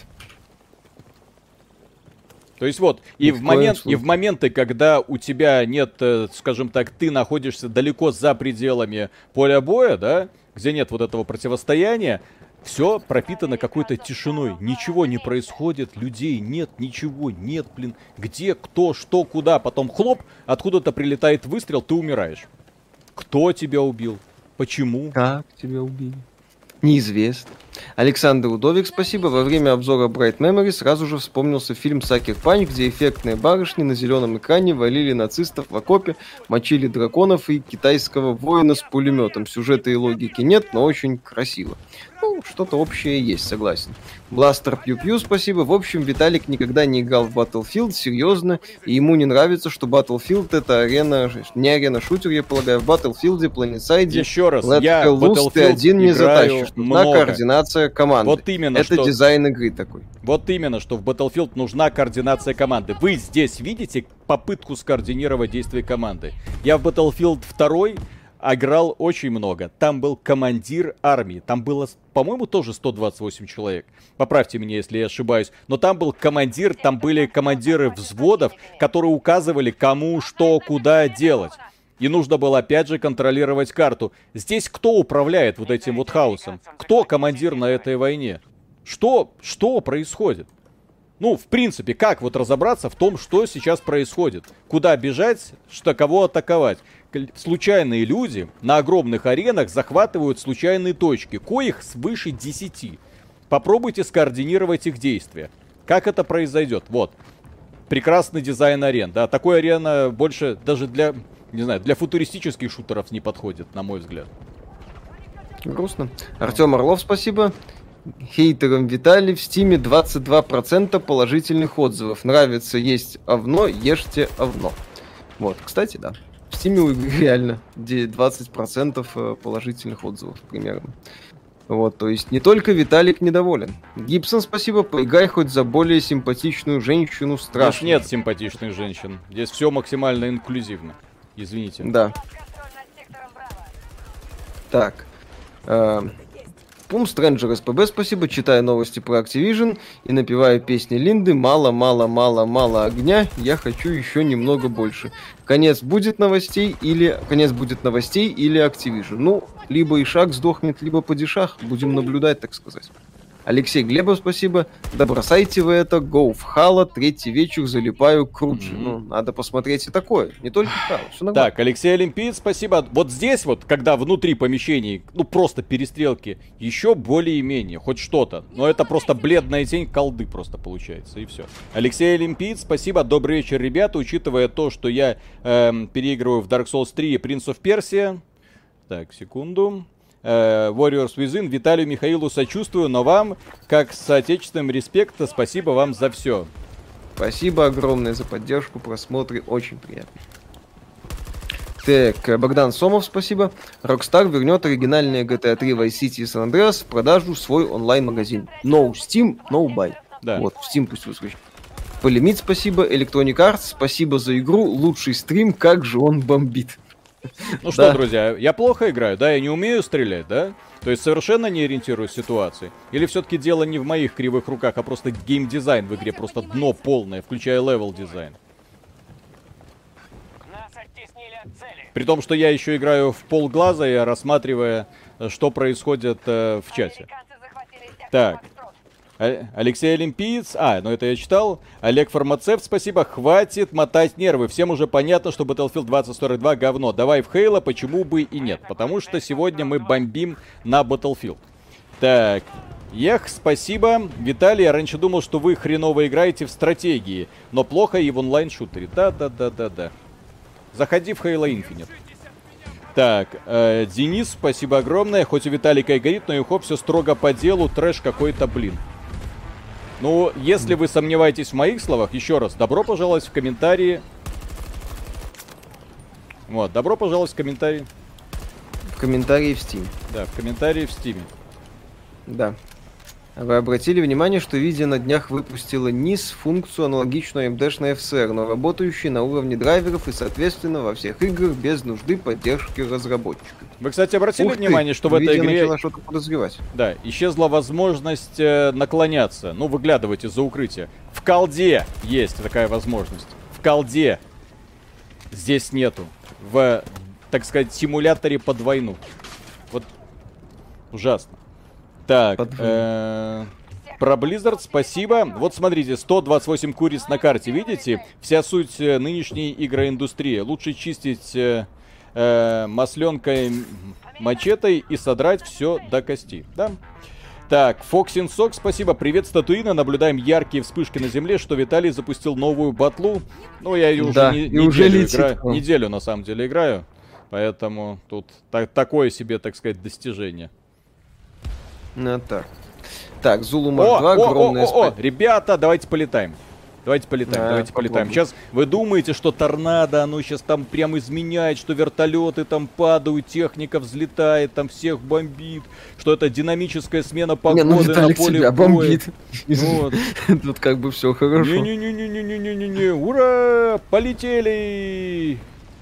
То есть вот, и в, момент, и в моменты, когда у тебя нет, скажем так, ты находишься далеко за пределами поля боя, да, где нет вот этого противостояния, все пропитано какой-то тишиной. Ничего не происходит, людей нет, ничего нет, блин. Где, кто, что, куда. Потом хлоп, откуда-то прилетает выстрел, ты умираешь. Кто тебя убил? Почему? Как тебя убили? Неизвестно. Александр Удовик, спасибо. Во время обзора Bright Memory сразу же вспомнился фильм Sucker Punch, где эффектные барышни на зеленом экране валили нацистов в окопе, мочили драконов и китайского воина с пулеметом. Сюжета и логики нет, но очень красиво. Ну, что-то общее есть, согласен. Бластер Пью-Пью, спасибо. В общем, Виталик никогда не играл в Battlefield, серьезно, и ему не нравится, что Battlefield это арена, не арена-шутер, я полагаю, в Battlefield, Planetside. Еще раз, Let's я в Loose, ты один не затащишь. Нужна много. координация команды. Вот именно, это что... дизайн игры такой. Вот именно, что в Battlefield нужна координация команды. Вы здесь видите попытку скоординировать действия команды. Я в Battlefield два играл очень много. Там был командир армии. Там было, по-моему, тоже сто двадцать восемь человек. Поправьте меня, если я ошибаюсь. Но там был командир, там были командиры взводов, которые указывали, кому, что, куда делать. И нужно было опять же контролировать карту. Здесь кто управляет вот этим вот хаосом? Кто командир на этой войне? Что, что происходит? Ну, в принципе, как вот разобраться в том, что сейчас происходит? Куда бежать, что кого атаковать? Случайные люди на огромных аренах захватывают случайные точки, коих свыше десяти. Попробуйте скоординировать их действия. Как это произойдет? Вот. Прекрасный дизайн арен. Да, такой арена больше даже для, не знаю, для футуристических шутеров не подходит, на мой взгляд. Грустно. Артем Орлов, спасибо. Хейтерам Виталий в Стиме двадцать два процента положительных отзывов. Нравится есть овно, ешьте овно. Вот, кстати, да. В Стиме у игры реально двадцать процентов положительных отзывов примерно. Вот, то есть не только Виталик недоволен. Гибсон, спасибо, поиграй хоть за более симпатичную женщину страшно. Здесь нет симпатичных женщин. Здесь все максимально инклюзивно. Извините. Да. Так. Э, Пум Стрэнджер СПБ, спасибо. Читаю новости про Activision и напеваю песни Линды. Мало-мало-мало-мало огня. Я хочу еще немного больше. Конец будет новостей или... Конец будет новостей или Activision. Ну, либо Ишак сдохнет, либо Падишах. Будем наблюдать, так сказать. Алексей Глебов, спасибо. Да бросайте вы это. Go в Хала. Третий вечер залипаю к Руджи. Mm-hmm. Ну, надо посмотреть и такое. Не только Хала. Все нормально. Так, Алексей Олимпиец, спасибо. Вот здесь вот, когда внутри помещений, ну, просто перестрелки, еще более-менее, хоть что-то. Но это просто бледная тень колды просто получается, и все. Алексей Олимпиец, спасибо. Добрый вечер, ребята. Учитывая то, что я эм, переигрываю в Dark Souls три и Prince of Persia. Так, секунду. Warriors Within, Виталию Михаилу сочувствую, но вам, как с отечественным респекта, спасибо вам за все. Спасибо огромное за поддержку, просмотры, очень приятно. Так, Богдан Сомов, спасибо. Rockstar вернет оригинальные джи ти эй три Vice City и San Andreas в продажу в свой онлайн-магазин. No Steam, no buy. Да. Вот, в Steam пусть выскочит. Полимит, спасибо. Electronic Arts, спасибо за игру. Лучший стрим, как же он бомбит. Ну что, да. Друзья, я плохо играю, да, я не умею стрелять, да? То есть совершенно не ориентируюсь в ситуации. Или все-таки дело не в моих кривых руках, а просто геймдизайн в игре, просто дно полное, включая левел-дизайн. При том, что я еще играю в полглаза, я рассматривая, что происходит э, в чате. Так. Алексей Олимпиец, а, ну это я читал. Олег Фармацевт, спасибо. Хватит мотать нервы. Всем уже понятно, что Battlefield двадцать сорок два говно. Давай в Хейла, почему бы и нет? Потому что сегодня мы бомбим на Battlefield. Так, Ех, спасибо. Виталий, я раньше думал, что вы хреново играете в стратегии, но плохо и в онлайн-шутере. Да-да-да-да-да. Заходи в Halo Infinite. Так, э, Денис, спасибо огромное. Хоть у Виталика и горит, но и хоп, все строго по делу. Трэш какой-то, блин. Ну, если вы сомневаетесь в моих словах, еще раз, добро пожаловать в комментарии. Вот, добро пожаловать в комментарии. В комментарии в Steam. Да, в комментарии в Steam. Да. Вы обратили внимание, что Видео на днях выпустила низ функцию, аналогичную эм дэ-шной эф эс эр, но работающую на уровне драйверов и, соответственно, во всех играх без нужды поддержки разработчиков. Вы, кстати, обратили Ух внимание, ты, что в этой игре... начала что-то подозревать. Да, исчезла возможность э, наклоняться, ну, выглядывать из-за укрытия. В колде есть такая возможность. В колде. Здесь нету. В, так сказать, симуляторе под войну. Вот ужасно. Так, э, про Blizzard спасибо. Вот смотрите, сто двадцать восемь куриц на карте, видите? Вся суть нынешней игроиндустрии. Лучше чистить э, э, масленкой, мачетой и содрать все до кости, да? Так, Foxin Sock, спасибо. Привет, Статуина. Наблюдаем яркие вспышки на земле, что Виталий запустил новую батлу. Ну, я ее да, уже не, неделю, уже летит, играю, неделю, на самом деле, играю. Поэтому тут так, такое себе, так сказать, достижение. Ну так. Так, Зулумар два, огромное спасибо. О, о, о, ребята, давайте полетаем. Давайте полетаем, а, давайте попробуем. полетаем. Сейчас вы думаете, что торнадо, оно сейчас там прям изменяет, что вертолеты там падают, техника взлетает, там всех бомбит, что это динамическая смена погоды Не, ну, на поле себя бомбит. Вот. Тут как бы все хорошо. Не-не-не-не-не-не-не-не, ура, полетели!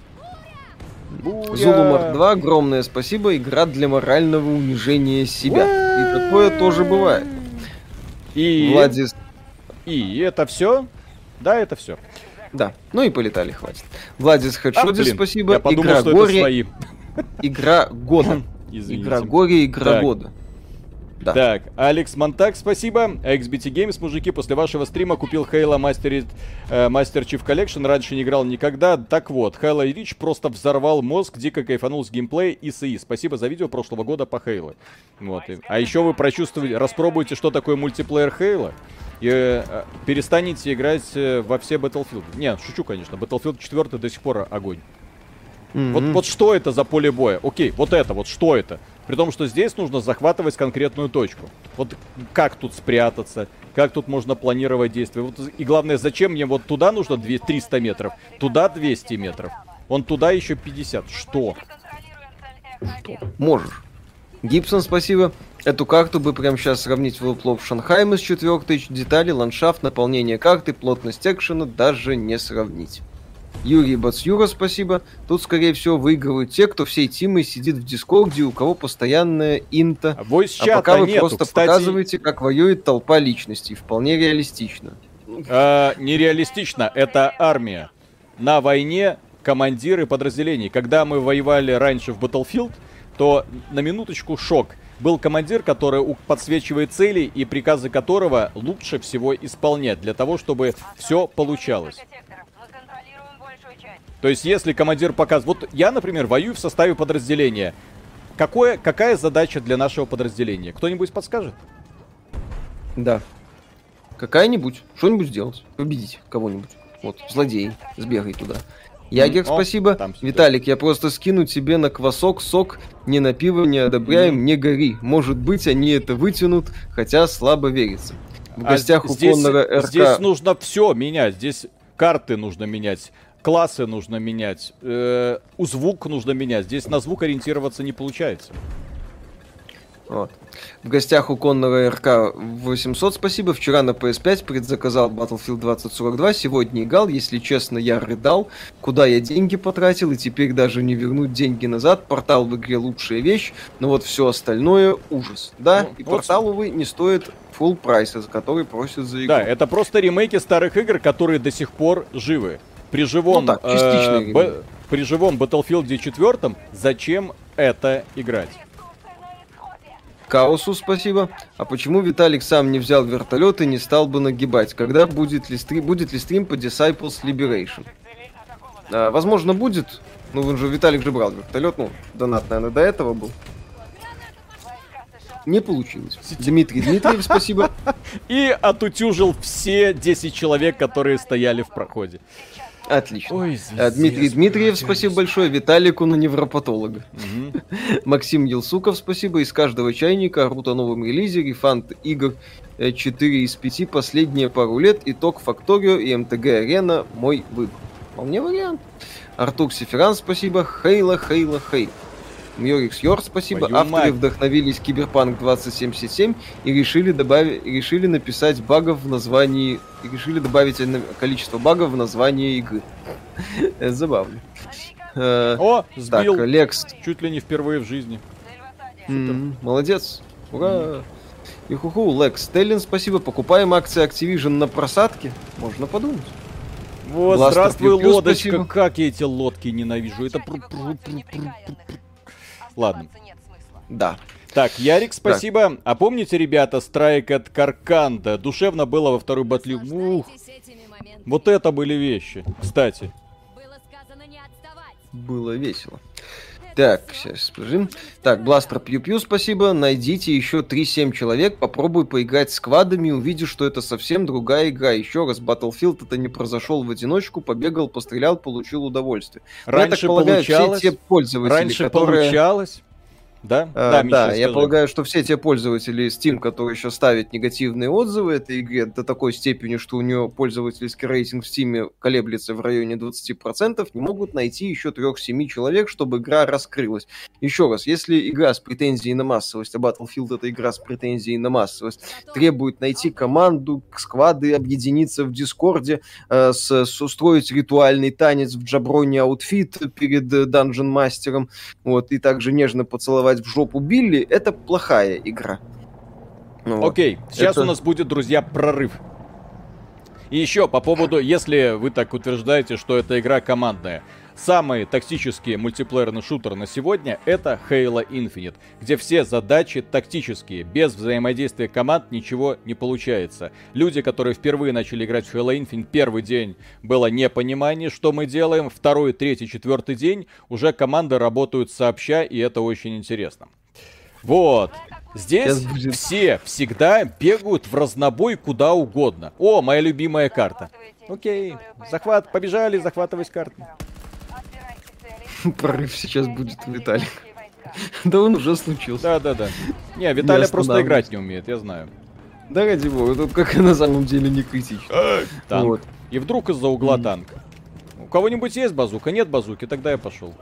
Зулумар два, огромное спасибо. Игра для морального унижения себя. И такое тоже бывает. И... Владис... И это все? Да, это все. Да, ну и полетали, хватит. Владис Хедшоди, блин, спасибо. Я подумал, Игра что это горе, свои. игра года. Извините. Игра горе, игра Так. года. Да. Так, Алекс Монтак, спасибо. икс би ти Games, мужики, после вашего стрима купил Halo Master, э, Master Chief Collection. Раньше не играл никогда. Так вот, Halo Reach просто взорвал мозг, дико кайфанул с геймплея и СИ. Спасибо за видео прошлого года по Halo. Вот. И- А еще вы прочувствуете, распробуйте, что такое мультиплеер Halo. И э, перестанете играть э, во все Battlefield. Не, шучу, конечно. Battlefield четыре до сих пор огонь. Мгм. Вот, вот что это за поле боя? Окей, вот это, вот что это? При том, что здесь нужно захватывать конкретную точку. Вот как тут спрятаться, как тут можно планировать действия. Вот, и главное, зачем мне вот туда нужно двести триста метров, туда двести метров, вон туда еще пятьдесят. Что? Контролируем цель Эх один. Можешь. Гибсон, спасибо. Эту карту бы прямо сейчас сравнить в Лоп Шанхайм из четвертой. Детали, ландшафт, наполнение карты, плотность экшена даже не сравнить. Юрий Бацюра, спасибо. Тут, скорее всего, выигрывают те, кто всей тимой сидит в Дискорде, у кого постоянная инта. А voice А чата пока вы нету, просто кстати. показываете, как воюет толпа личностей. Вполне реалистично. А, нереалистично, это армия. На войне командиры подразделений. Когда мы воевали раньше в Battlefield, то на минуточку шок. Был командир, который у- подсвечивает цели и приказы которого лучше всего исполнять для того, чтобы все получалось. Несколько секторов. Мы контролируем большую часть. То есть, если командир показывает... Вот я, например, воюю в составе подразделения. Какое, какая задача для нашего подразделения? Кто-нибудь подскажет? Да. Какая-нибудь. Что-нибудь сделать. Победить кого-нибудь. Вот, злодей. Сбегай туда. Ягер, О, спасибо. там сидит. Виталик, я просто скину тебе на квасок сок. Не на пиво не одобряем, не гори. Может быть, они это вытянут, хотя слабо верится. В А гостях у здесь, Коннора эр ка... здесь нужно все менять. Здесь карты нужно менять. Классы нужно менять. Э, у звук нужно менять. Здесь на звук ориентироваться не получается. Вот. В гостях у Коннора эр ка восемьсот, спасибо. Вчера на пи эс пять предзаказал Battlefield двадцать сорок два. Сегодня играл. Если честно, я рыдал. Куда я деньги потратил, и теперь даже не вернуть деньги назад. Портал в игре лучшая вещь, но вот все остальное ужас. Да, Ну, и вот. портал, увы, не стоит full прайса, за который просят за игру. Да, это просто ремейки старых игр, которые до сих пор живы. При живом, Ну так, частичные э, ремейки. б- при живом Battlefield четыре зачем это играть? Хаосу спасибо. А почему Виталик сам не взял вертолет и не стал бы нагибать? Когда будет ли стрим, будет ли стрим по Disciples Liberation? А, возможно, будет. Ну, он же, Виталик же брал вертолет. Ну, донат, наверное, до этого был. Не получилось. Дмитрий Дмитриев, спасибо. И отутюжил все десять человек, которые стояли в проходе. Отлично. Ой, А, Дмитрий Дмитриев, спасибо большое. Виталику на невропатолога. Мгм. Максим Елсуков, спасибо. Из каждого чайника орут о новом релизе. Рефанд игр э, четыре из пяти последние пару лет. Итог Факторио и эм тэ гэ Арена. Мой выбор. Вполне вариант. Артур Сеферан, спасибо. Хейла, Хейла, Хейла. Мьорикс Йор, спасибо. Твою Авторы мать. вдохновились Киберпанк двадцать семьдесят семь и решили добавить, решили написать багов в названии, и решили добавить на- количество багов в название игры. Это забавно. Э, О, Так, сбил. Лекс, Чуть ли не впервые в жизни. М, молодец. Ура. И хуху, Лекс Теллин, спасибо. Покупаем акции Activision на просадке. Можно подумать. Вот, Бластер здравствуй, Пью-Пью, лодочка. спасибо. Как я эти лодки ненавижу. Это... пру- пру- пру- пру- Ладно. Нет смысла. Да. Так, Ярик, спасибо. А помните, ребята, страйк от Карканда? Душевно было во второй батле. Ух, Наслаждайтесь этими моментами. вот это были вещи. Кстати. Было сказано не отставать. Было весело. Так, сейчас скажем. Так, Бластер Пью-Пью, спасибо. Найдите еще три-семь человек, попробуй поиграть с квадами, увидишь, что это совсем другая игра. Еще раз, Battlefield это не произошел в одиночку, побегал, пострелял, получил удовольствие. Но я так Раньше полагаю, получалось. все те пользователи, Минуточку. Раньше которые... получалось. Да? А, Миша, да, я скажи. полагаю, что все те пользователи Steam, которые еще ставят негативные отзывы этой игре до такой степени, что у нее пользовательский рейтинг в Steam колеблется в районе двадцать процентов, не могут найти еще трех-семи человек, чтобы игра раскрылась. Еще раз, если игра с претензией на массовость, а Battlefield это игра с претензией на массовость, требует найти команду, сквады, объединиться в Дискорде, э, с, с- устроить ритуальный танец в Джаброне аутфит перед э, Dungeon Мастером, вот, и также нежно поцеловать в жопу Билли, это плохая игра. Ну вот. Окей, сейчас Это- у нас будет, друзья, прорыв. И еще по поводу, если вы так утверждаете, что эта игра командная. Самый тактический мультиплеерный шутер на сегодня — это Halo Infinite, где все задачи тактические, без взаимодействия команд ничего не получается. Люди, которые впервые начали играть в Halo Infinite, первый день было непонимание, что мы делаем, второй, третий, четвертый день уже команды работают сообща, и это очень интересно. Вот. Здесь будет... все всегда бегают в разнобой куда угодно. О, моя любимая карта. Окей, захват, побежали захватывать карту. Прорыв сейчас будет у Виталика. Да он уже случился. Да-да-да. Не, Виталий Не просто играть не умеет, я знаю. Да ради бога, тут как и на самом деле не критично. Танк. Вот. И вдруг из-за угла танк. У кого-нибудь есть базука? Нет базуки, тогда я пошел.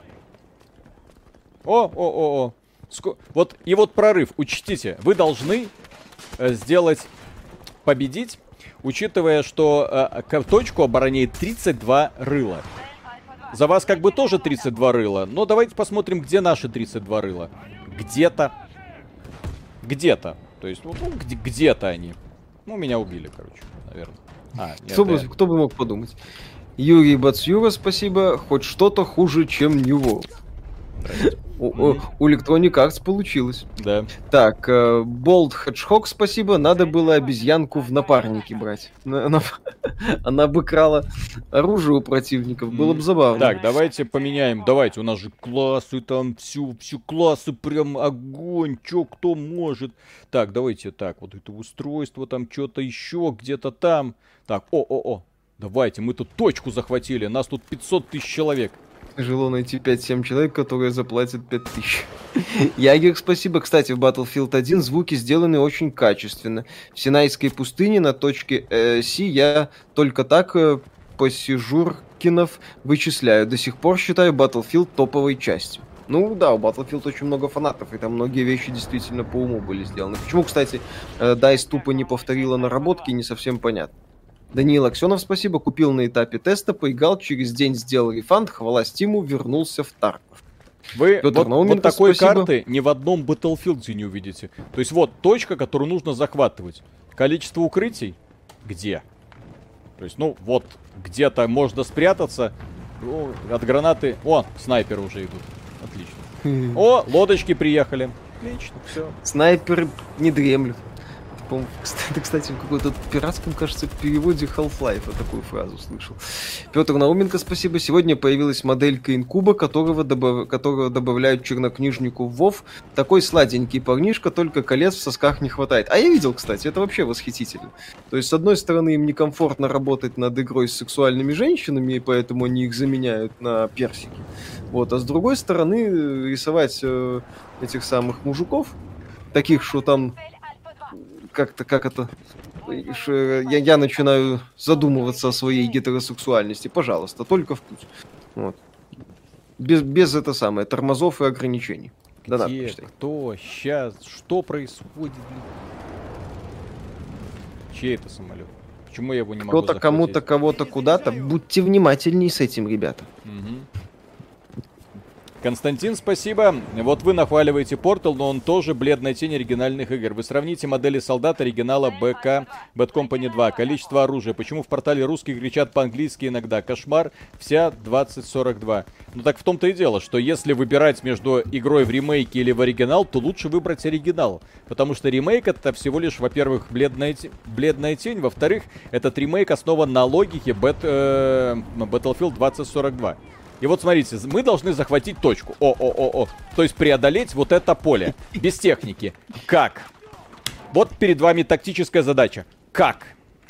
О, о, о, о. Ско... Вот, и вот прорыв. Учтите, вы должны э, сделать, победить, учитывая, что э, точку обороняет тридцать два рыла. За вас как бы тоже тридцать два рыла, но давайте посмотрим, где наши тридцать два рыла. Где-то. Где-то. То есть, ну, где- где-то они. Ну, меня убили, короче, наверное. А, нет, Кто бы, да. кто бы мог подумать. Юрий Бацюра, спасибо. Хоть что-то хуже, чем него. У, у, у Electronic Arts получилось. Да. Так, э, Bold Hedgehog, спасибо. Надо было обезьянку в напарники брать. На- Она, она бы крала оружие у противников. Было бы забавно. Так, давайте поменяем. Давайте, у нас же классы там, всю, всю классы, прям огонь, чё кто может. Так, давайте так, вот это устройство там, что-то еще где-то там. Так, о-о-о. Давайте, мы тут точку захватили, нас тут пятьсот тысяч человек. Тяжело найти пять-семь человек, которые заплатят пять тысяч. Ягер, спасибо. Кстати, в Battlefield один звуки сделаны очень качественно. В Синайской пустыне на точке э, Си я только так э, посижуркинов вычисляю. До сих пор считаю Battlefield топовой частью. Ну да, у Battlefield очень много фанатов, и там многие вещи действительно по уму были сделаны. Почему, кстати, э, дайс тупо не повторила наработки, не совсем понятно. Даниил Аксенов, спасибо, купил на этапе теста, поиграл, через день сделал рефанд, хвала Стиму, вернулся в Тарков. Вы Пётр вот, Науменко, вот такой спасибо. карты ни в одном Battlefield не увидите. То есть вот точка, которую нужно захватывать. Количество укрытий где? То есть, ну, вот где-то можно спрятаться. О, от гранаты... О, снайперы уже идут. Отлично. О, лодочки приехали. Отлично, все. Снайперы не дремлют. По-моему, кстати, кстати, в какой-то пиратском, кажется, переводе Half-Life такую фразу слышал. Петр Науменко, спасибо. Сегодня появилась моделька инкуба, которого, добав... которого добавляют чернокнижнику в WoW. Такой сладенький парнишка, только колец в сосках не хватает. А я видел, кстати, это вообще восхитительно. То есть, с одной стороны, им некомфортно работать над игрой с сексуальными женщинами, и поэтому они их заменяют на персики. Вот. А с другой стороны, рисовать э, этих самых мужиков, таких, что там... Как-то, как это... Я, я начинаю задумываться о своей гетеросексуальности. Пожалуйста, только в путь. Вот. Без, без это самое, тормозов и ограничений. Да, надо Где, почитать. кто, сейчас, что происходит? Чей это самолет? Почему я его не могу Кто-то захватить? кому-то, кого-то куда-то. Будьте внимательней с этим, ребята. Мгм. Константин, спасибо. Вот вы нахваливаете Portal, но он тоже бледная тень оригинальных игр. Вы сравните модели солдат оригинала БК Bad Company два. Количество оружия. Почему в портале русские кричат по-английски иногда? Кошмар. Вся двадцать сорок два. Ну так в том-то и дело, что если выбирать между игрой в ремейке или в оригинал, то лучше выбрать оригинал. Потому что ремейк это всего лишь, во-первых, бледная, те... бледная тень. Во-вторых, этот ремейк основан на логике Bat... э... Battlefield двадцать сорок два. И вот смотрите, мы должны захватить точку. О-о-о-о. То есть преодолеть вот это поле. Без техники. Как? Вот перед вами тактическая задача. Как?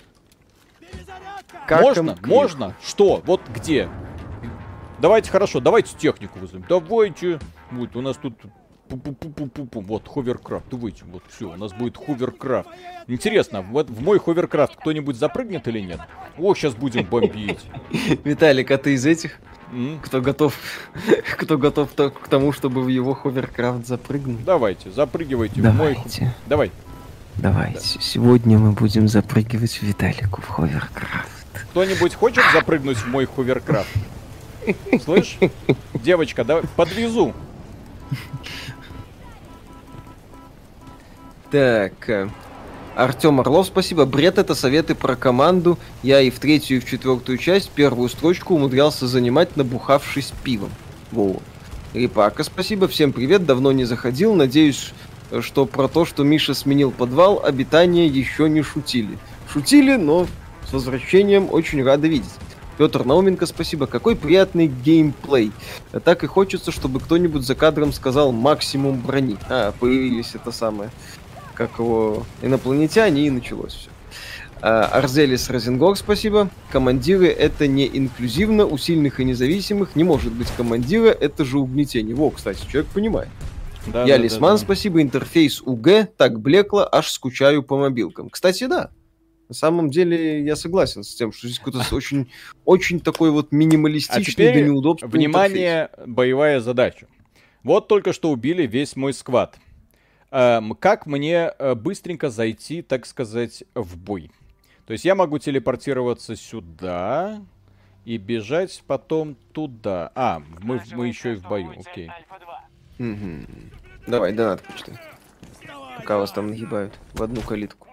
Как Можно? им к Можно? Что? Вот где? Давайте, хорошо, давайте технику вызовем. Давайте. Вот, у нас тут... Пу-пу-пу-пу-пу. Вот, ховеркрафт. Давайте, вот, все, у нас будет ховеркрафт. Интересно, вот в мой ховеркрафт кто-нибудь запрыгнет или нет? О, сейчас будем бомбить. Виталик, а ты из этих? М? Кто готов, кто готов то- к тому, чтобы в его ховеркрафт запрыгнуть? Давайте, запрыгивайте в мой... Давайте, Давай. давайте. Сегодня мы будем запрыгивать Виталику в ховеркрафт. Кто-нибудь хочет запрыгнуть в мой ховеркрафт? Слышь? Девочка, давай, подвезу. Так, э, Артем Орлов, спасибо. Бред — это советы про команду. Я и в третью, и в четвертую часть первую строчку умудрялся занимать, набухавшись пивом. Во. Рипака, спасибо. Всем привет. Давно не заходил. Надеюсь, что про то, что Миша сменил подвал, обитание еще не шутили. Шутили, но с возвращением очень рады видеть. Петр Науменко, спасибо. Какой приятный геймплей. Так и хочется, чтобы кто-нибудь за кадром сказал максимум брони. А, появились это самое, как его, инопланетяне, и началось все. А, Арзелис Розенгор, спасибо. Командиры — это не инклюзивно, у сильных и независимых не может быть командира, это же угнетение. Во, кстати, человек понимает. Да, Я да, Лисман, да, да. спасибо. Интерфейс УГ так блекло, аж скучаю по мобилкам. Кстати, да. На самом деле я согласен с тем, что здесь какой-то очень, очень такой вот минималистичный, А теперь, до неудобства внимание, боевая задача. Вот только что убили весь мой сквад. Эм, как мне э, быстренько зайти, так сказать, в бой? То есть я могу телепортироваться сюда и бежать потом туда. А, мы, мы еще и в бою, окей. Угу. Давай, донат почти. Пока вас там нагибают в одну калитку.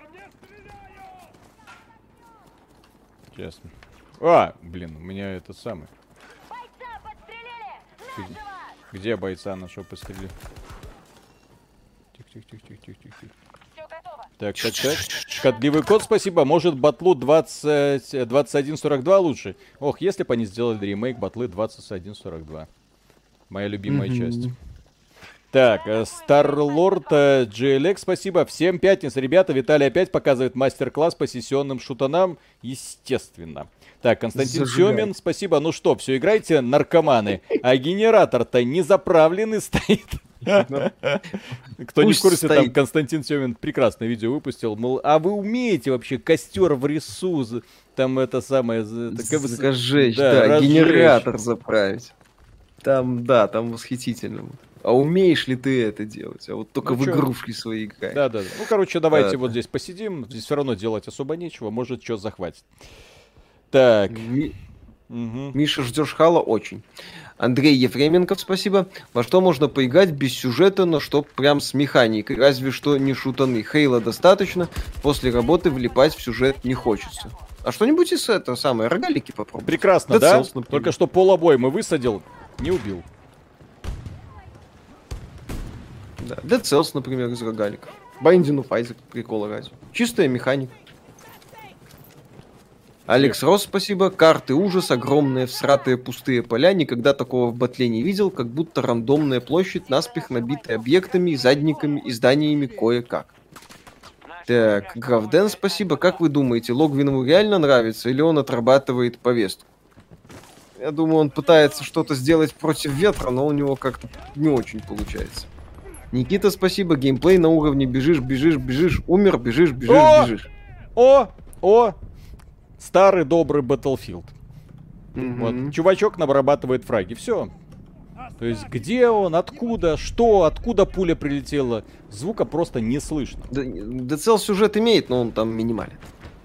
Честно. А, блин, у меня это самое. Бойца подстрелили! Где, где бойца нашего пострелили? Тихо-тихо-тихо-тихо-тихо-тихо. Все готово. Так, так, так. Шкодливый код, спасибо. Может, батлу двадцать, двадцать один сорок два лучше? Ох, если бы они сделали ремейк батлы двадцать один сорок два. Моя любимая Мгм. часть. Так, Старлорд джи эл экс, спасибо. Всем пятница, ребята. Виталий опять показывает мастер-класс по сессионным шутанам. Естественно. Так, Константин Зажигай. Семин, спасибо. Ну что, все, играйте, наркоманы. А генератор-то не заправленный стоит. Кто не в Пусть курсе, там стоит. Константин Семин прекрасное видео выпустил. Мол, а вы умеете вообще костер в лесу? з- Там это самое... з- так, э, Зажечь, да, да, разжечь. генератор заправить. Там, да, там восхитительно. А умеешь ли ты это делать? А вот только Ну в чё? игрушки свои играешь. Да, да, да. Ну, короче, давайте Да. вот здесь посидим. Здесь все равно делать особо нечего. Может, что захватит. Так. Ми- Мгм. Миша, ждешь Хала? Очень. Андрей Ефременков, спасибо. Во что можно поиграть без сюжета, но чтоб прям с механикой? Разве что не шутаны. Хейла достаточно. После работы влипать в сюжет не хочется. А что-нибудь из этого самое, рогалики попробуй. Прекрасно, Dead да? Cells, например. Только что полобоймы высадил, не убил. Да. Dead Cells, например, из рогаликов. Binding of Isaac, прикола ради. Чистая механика. Алекс Росс, спасибо. Карты ужас, огромные всратые пустые поля. Никогда такого в батле не видел, как будто рандомная площадь, наспех набитая объектами, задниками и зданиями кое-как. Так, Гравден, спасибо. Как вы думаете, Логвинову реально нравится или он отрабатывает повестку? Я думаю, он пытается что-то сделать против ветра, но у него как-то не очень получается. Никита, спасибо. Геймплей на уровне бежишь, бежишь, бежишь, умер, бежишь, бежишь, О! бежишь. О, о, старый добрый Battlefield. Мгм. Вот, чувачок обрабатывает фраги, все. То есть, где он, откуда, что, откуда пуля прилетела, звука просто не слышно. Да, Dead Cells сюжет имеет, но он там минимален.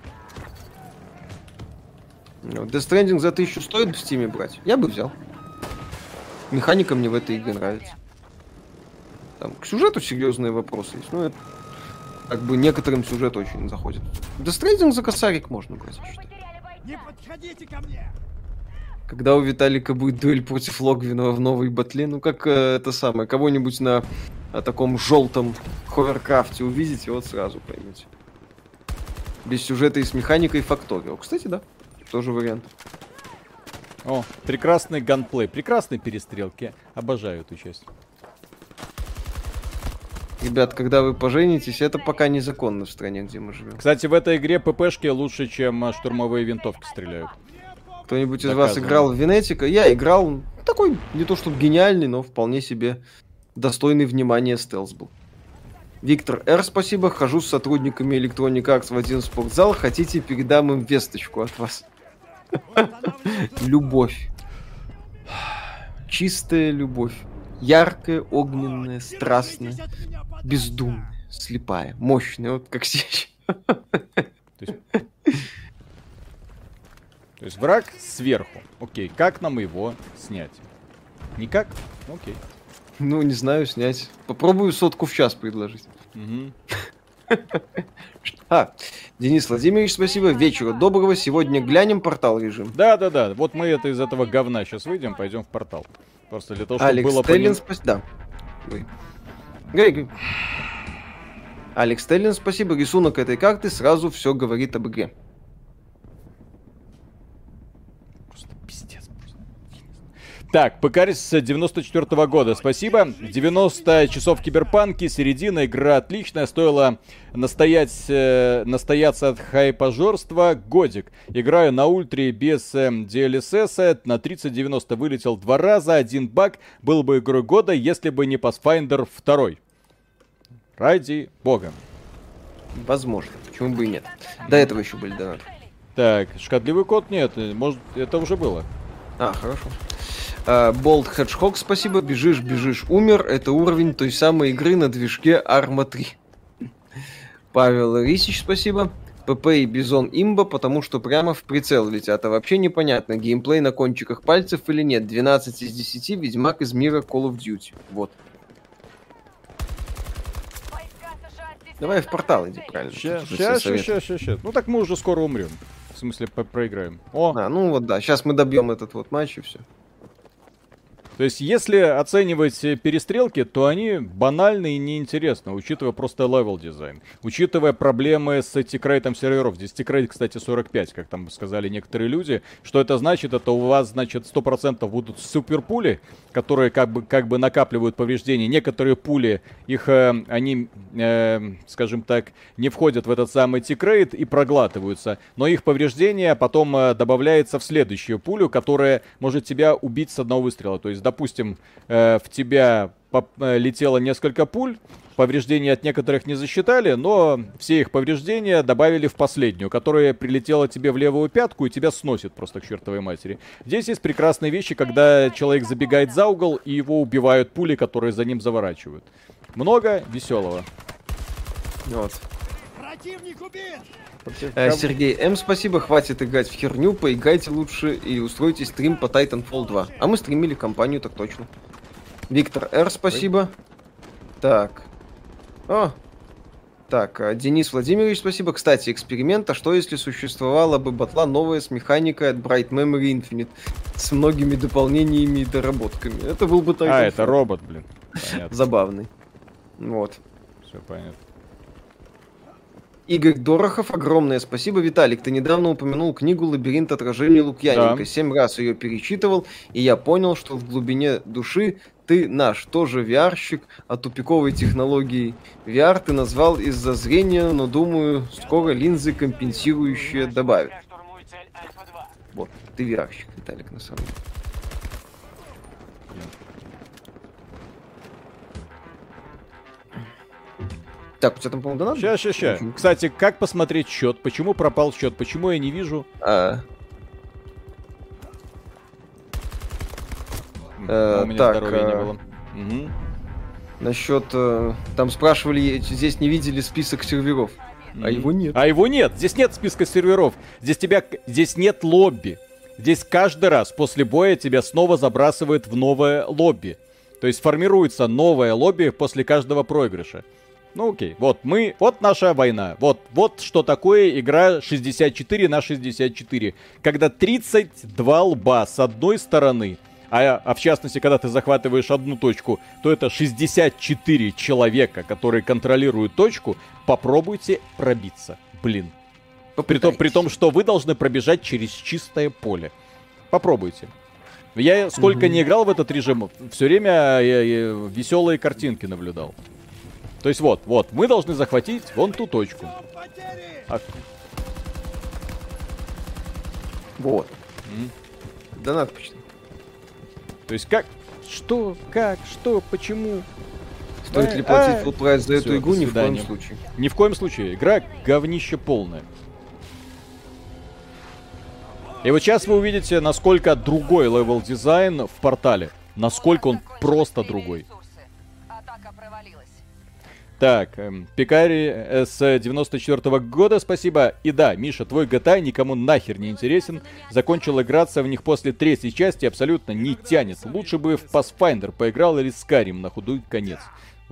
Ну, Death Stranding за тысячу стоит в Стиме брать? Я бы взял. Механика мне в этой игре нравится. Там к сюжету серьезные вопросы есть, но это, как бы некоторым сюжет очень заходит. Death Stranding за косарик можно брать, я считаю. Потеряли бойца. Не подходите ко мне! Когда у Виталика будет дуэль против Логвинова в новой батле, ну как э, это самое, кого-нибудь на э, таком желтом ховеркрафте увидите, вот сразу поймете. Без сюжета и с механикой Факторио. Кстати, да, тоже вариант. О, прекрасный ганплей, прекрасные перестрелки. Обожаю эту часть. Ребят, когда вы поженитесь, это пока незаконно в стране, где мы живем. Кстати, в этой игре ППшки лучше, чем а, штурмовые винтовки стреляют. Кто-нибудь из вас Доказано. играл в Венетика? Я играл. Такой, не то чтобы гениальный, но вполне себе достойный внимания стелс был. Виктор Р, спасибо. Хожу с сотрудниками Electronic Arts в один спортзал. Хотите, передам им весточку от вас. Любовь. Чистая любовь. Яркая, огненная, страстная, бездумная, слепая, мощная, вот как сейчас. То есть, то есть враг сверху. Окей, как нам его снять? Никак? Окей. Ну, не знаю, снять. Попробую сотку в час предложить. Мгм. А, Денис Владимирович, спасибо. Вечера доброго. Сегодня глянем портал режим. Да-да-да, вот мы это из этого говна сейчас выйдем, пойдем в портал. Просто для того, чтобы Алекс было Теллин, понятно. спасибо. Да. Ой. Говори, говори. Алекс Теллин, спасибо. Рисунок этой карты сразу все говорит об игре. Просто пиздец. Так, Пыкарь с девяносто четвёртого года, спасибо. девяносто часов киберпанки, середина, игра отличная, стоило настоять, э, настояться от хайпажорства. Годик. Играю на ультре без э, ди эл эс эс, на тридцать девяносто вылетел два раза, один баг, был бы игрой года, если бы не Pathfinder два. Ради бога. Возможно. Почему бы и нет. До этого еще были донаты. Так, шкодливый код нет, может, это уже было. А, хорошо. Болт uh, Hedgehog, спасибо. Бежишь, бежишь, умер. Это уровень той самой игры на движке Арма три. Павел Рисич, спасибо. ПП и Бизон имба, потому что прямо в прицел летят. А вообще непонятно, геймплей на кончиках пальцев или нет. двенадцать из десяти, Ведьмак из мира Call of Duty. Вот. Давай в портал иди, правильно. Сейчас, сейчас, сейчас, сейчас. Ну так мы уже скоро умрем. В смысле, по- проиграем. О, А, ну вот да, сейчас мы добьем этот вот матч и все. то есть, если оценивать э, перестрелки, то они банальны и неинтересны, учитывая просто левел дизайн. Учитывая проблемы с тикрейтом серверов. Здесь тикрейт, кстати, сорок пять, как там сказали некоторые люди. Что это значит? Это у вас, значит, сто процентов будут суперпули, которые как бы, как бы накапливают повреждения. Некоторые пули, их, э, они, э, скажем так, не входят в этот самый тикрейт и проглатываются. Но их повреждения потом э, добавляется в следующую пулю, которая может тебя убить с одного выстрела. То есть, допустим, э, в тебя поп- э, летело несколько пуль, повреждения от некоторых не засчитали, но все их повреждения добавили в последнюю, которая прилетела тебе в левую пятку и тебя сносит просто к чертовой матери. Здесь есть прекрасные вещи, когда человек забегает за угол и его убивают пули, которые за ним заворачивают. Много веселого. Вот. Э, Сергей М, спасибо, хватит играть в херню, поиграйте лучше и устройте стрим по Titanfall два. А мы стримили компанию, так точно. Виктор Р, спасибо. Так. О. Так, а, Денис Владимирович, спасибо. Кстати, эксперимент, а что если существовала бы батла новая с механикой от Bright Memory Infinite? С многими дополнениями и доработками. Это был бы Titanfall. А, это робот, блин. Понятно. Забавный. Вот. Все понятно. Игорь Дорохов, огромное спасибо. Виталик, ты недавно упомянул книгу «Лабиринт отражений» Лукьяненко. Да. Семь раз ее перечитывал, и я понял, что в глубине души ты наш, тоже ви ар-щик, а тупиковой технологией ви ар ты назвал из-за зрения, но думаю, скоро линзы компенсирующие добавят. Вот, ты ви ар-щик, Виталик, на самом деле. Так, у тебя там, по-моему, донат? Ща, ща, ща. Кстати, как посмотреть счет? Почему пропал счет? Почему я не вижу? А, М, Э, У меня так, здоровья не э, было. Мгм. насчет... э, там спрашивали, здесь не видели список серверов. А Мгм. его нет. А его нет. Здесь нет списка серверов. Здесь тебя, здесь нет лобби. Здесь каждый раз после боя тебя снова забрасывает в новое лобби. То есть формируется новое лобби после каждого проигрыша. Ну окей, вот мы, вот наша война. Вот, вот что такое игра шестьдесят четыре на шестьдесят четыре. Когда тридцать два лба с одной стороны, а, а в частности, когда ты захватываешь одну точку, то это шестьдесят четыре человека, которые контролируют точку. Попробуйте пробиться. Блин. При том, при том, что вы должны пробежать через чистое поле. Попробуйте. Я сколько не играл в этот режим, все время веселые картинки наблюдал. То есть вот, вот, мы должны захватить вон ту точку. А- Вот. М. Донат почти. То есть как, что, как, что, почему? Стоит Э, ли платить а. full прайс за эту Всё, игру? до Ни в коем свидания. случае. Ни в коем случае. Игра говнище полное. И вот сейчас вы увидите, насколько другой левел дизайн в портале. Насколько он просто другой. Атака провалилась. Так, эм, Пикари э, с девяносто четвёртого года, спасибо. И да, Миша, твой джи ти эй никому нахер не интересен. Закончил играться в них после третьей части, абсолютно не тянет. Лучше бы в Pathfinder поиграл или Skyrim на худой конец.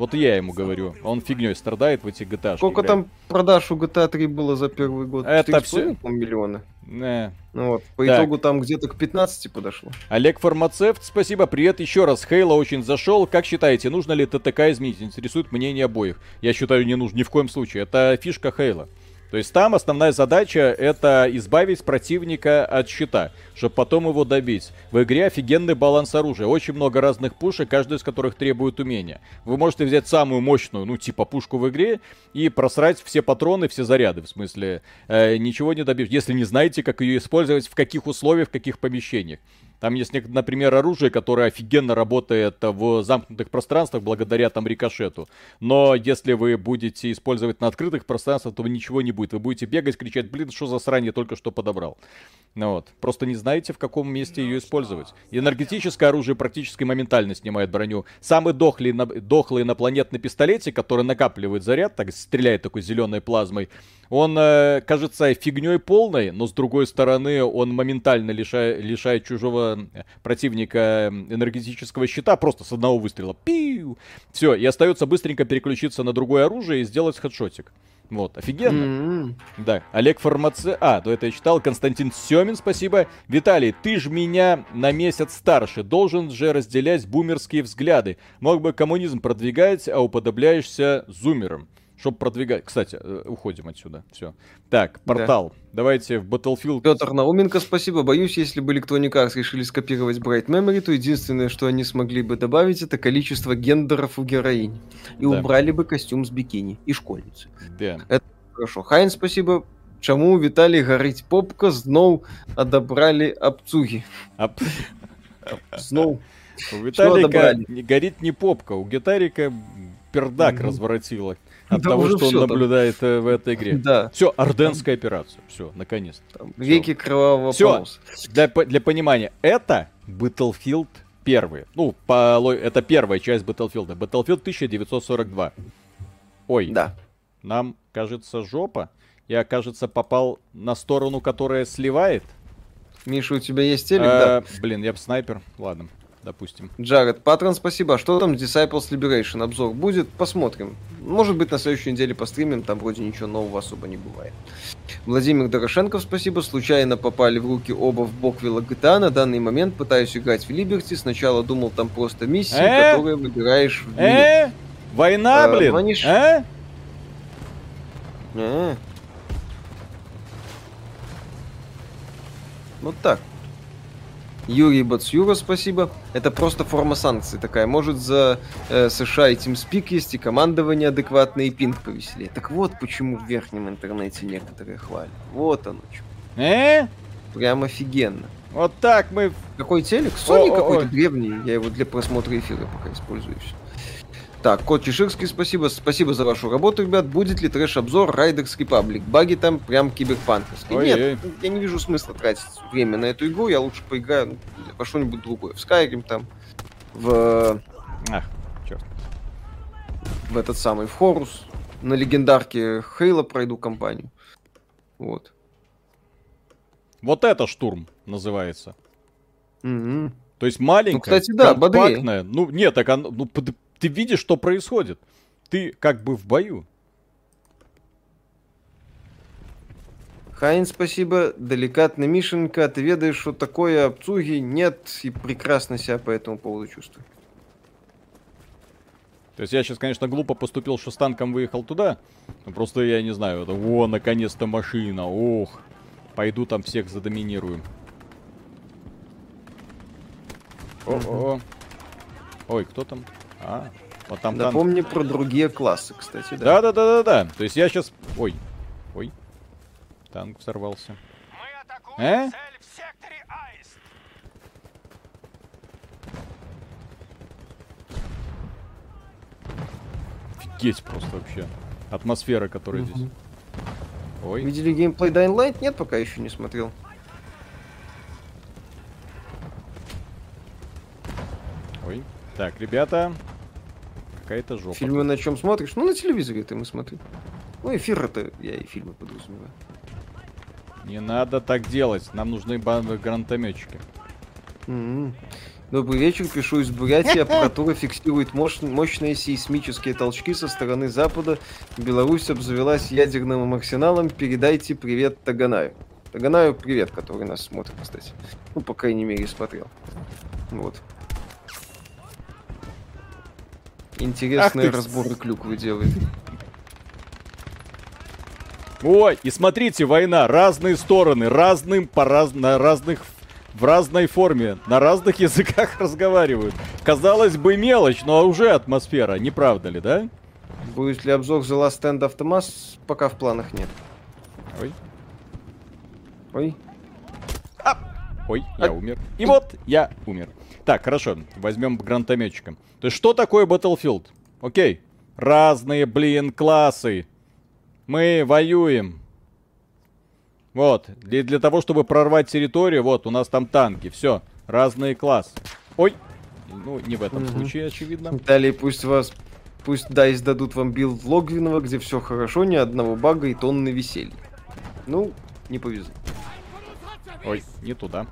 Вот я ему говорю, он фигней страдает в эти джи ти эй-шки. Сколько там продаж у джи ти эй три было за первый год? Это все миллиона. Не. Ну вот, по Так. итогу там где-то к пятнадцати подошло. Олег Фармацевт, спасибо, привет еще раз. Хейла очень зашел. Как считаете, нужно ли ТТК изменить? Интересует мнение обоих. Я считаю, не нужно ни в коем случае. Это фишка Хейла. То есть там основная задача это избавить противника от щита, чтобы потом его добить. В игре офигенный баланс оружия. Очень много разных пушек, каждый из которых требует умения. Вы можете взять самую мощную, ну типа пушку в игре, и просрать все патроны, все заряды. В смысле, э, ничего не добьешь, если не знаете, как ее использовать, в каких условиях, в каких помещениях. Там есть, например, оружие, которое офигенно работает в замкнутых пространствах благодаря там рикошету. Но если вы будете использовать на открытых пространствах, то ничего не будет. Вы будете бегать, кричать, блин, что за срань я только что подобрал. Ну вот. Просто не знаете, в каком месте ее использовать. Энергетическое оружие практически моментально снимает броню. Самый дохлый, дохлый инопланетный пистолетик, который накапливает заряд, так стреляет такой зеленой плазмой, он э, кажется фигней полной, но с другой стороны он моментально лишает, лишает чужого противника энергетического щита просто с одного выстрела. Пиу! Все, и остается быстренько переключиться на другое оружие и сделать хедшотик. Вот, офигенно. М-м. Да, Олег Фармаце... А, то это я читал. Константин Семин, спасибо. Виталий, ты ж меня на месяц старше. Должен же разделять бумерские взгляды. Мог бы коммунизм продвигать, а уподобляешься зумерам. Чтоб продвигать... Кстати, уходим отсюда. Все. Так, портал. Да. Давайте в Battlefield... Петр Науменко, спасибо. Боюсь, если бы Electronic Arts решили скопировать Bright Memory, то единственное, что они смогли бы добавить, это количество гендеров у героинь. И да. убрали бы костюм с бикини. И школьницы. Да. Это хорошо. Хайн, спасибо. Чему Виталий горить попка, знов одобрали обцуги. Об... Знов. У Виталика горит не попка, у гитарика пердак mm-hmm. разворотила. От да того, что он наблюдает там. В этой игре. Да. Все, орденская операция. Все, наконец-то. Веки кровавого полоса. Для, для понимания, это Battlefield первый. Ну, по, это первая часть Battlefield. Battlefield тысяча девятьсот сорок два. Ой, да. Нам, кажется, жопа. Я, кажется, попал на сторону, которая сливает. Миша, у тебя есть телек, а, да? Блин, я б снайпер. Ладно. Допустим. Джаред, Патрон, спасибо. А что там Disciples Liberation? Обзор будет? Посмотрим. Может быть, на следующей неделе постримим, там вроде ничего нового особо не бывает. Владимир Дорошенков, спасибо. Случайно попали в руки оба в Боквилла джи ти эй. На данный момент пытаюсь играть в Liberty. Сначала думал, там просто миссии, э? которые выбираешь в э? Война, а, блин! Маниш... А? А? Вот так. Юрий Бацюра, спасибо. Это просто форма санкций такая. Может, за э, США и TeamSpeak есть, и командование адекватное, и пинг повеселее. Так вот, почему в верхнем интернете некоторые хвалят. Вот оно что. Э? Прям офигенно. Вот так мы... Какой телек? Sony какой-то древний. Я его для просмотра эфира пока использую. Все. Так, Кот Чеширский, спасибо. Спасибо за вашу работу, ребят. Будет ли трэш-обзор Riders Republic? Баги там прям киберпанковские. Нет, ой. Я не вижу смысла тратить время на эту игру. Я лучше поиграю ну, во что-нибудь другое. В Skyrim там, в... Ах, черт. В этот самый, в Хорус. На легендарке Хейла пройду кампанию. Вот. Вот это штурм называется. Mm-hmm. То есть маленькая, ну, кстати, да, компактная. Ну, нет, так оно... Ну, под... Ты видишь, что происходит. Ты как бы в бою. Хайн, спасибо. Деликатный Мишенька. Ты ведаешь, что такое обцуги? Нет. И прекрасно себя по этому поводу чувствую. То есть я сейчас, конечно, глупо поступил, что с танком выехал туда. Но просто я не знаю. Это, о, наконец-то машина. Ох. Пойду там всех задоминирую. О-о-о. Ой, кто там? А, вот там Напомни танк. Про другие классы, кстати, да. Да-да-да-да-да. То есть я сейчас... Ой. Ой. Танк взорвался. Мы атакуем э? цель в секторе Аист. Офигеть просто вообще. Атмосфера, которая mm-hmm. здесь. Ой. Видели геймплей Dying Light? Нет, пока еще не смотрел. Ой. Так, ребята. Какая-то жопа. Фильмы на чем смотришь? Ну, на телевизоре ты мы смотри. Ну, эфир это я и фильмы подразумеваю. Не надо так делать. Нам нужны гранатометчики. Mm-hmm. Добрый вечер, пишу из Бурятии. Аппаратура фиксирует мощ- мощные сейсмические толчки со стороны Запада. Беларусь обзавелась ядерным арсеналом. Передайте привет Таганаю. Таганаю привет, который нас смотрит, кстати. Ну, по крайней мере, смотрел. Вот. Интересные Ах ты... разборы клюквы делает. Ой, и смотрите, война, разные стороны, разным по раз... на разных, в разной форме, на разных языках разговаривают. Казалось бы, мелочь, но уже атмосфера, не правда ли, да? Будет ли обзор The Last Stand of Thomas? Пока в планах нет. Ой. Ой. А! Ой, я а... умер. И вот я умер. Так, хорошо, возьмем гранатометчика. То есть, что такое Battlefield? Окей. Разные, блин, классы. Мы воюем. Вот. Для, для того, чтобы прорвать территорию, вот, у нас там танки. Все. Разные классы. Ой. Ну, не в этом mm-hmm. случае, очевидно. Далее пусть вас... Пусть дайс дадут вам билд Логвинова, где все хорошо, ни одного бага и тонны веселья. Ну, не повезло. Ой, не туда.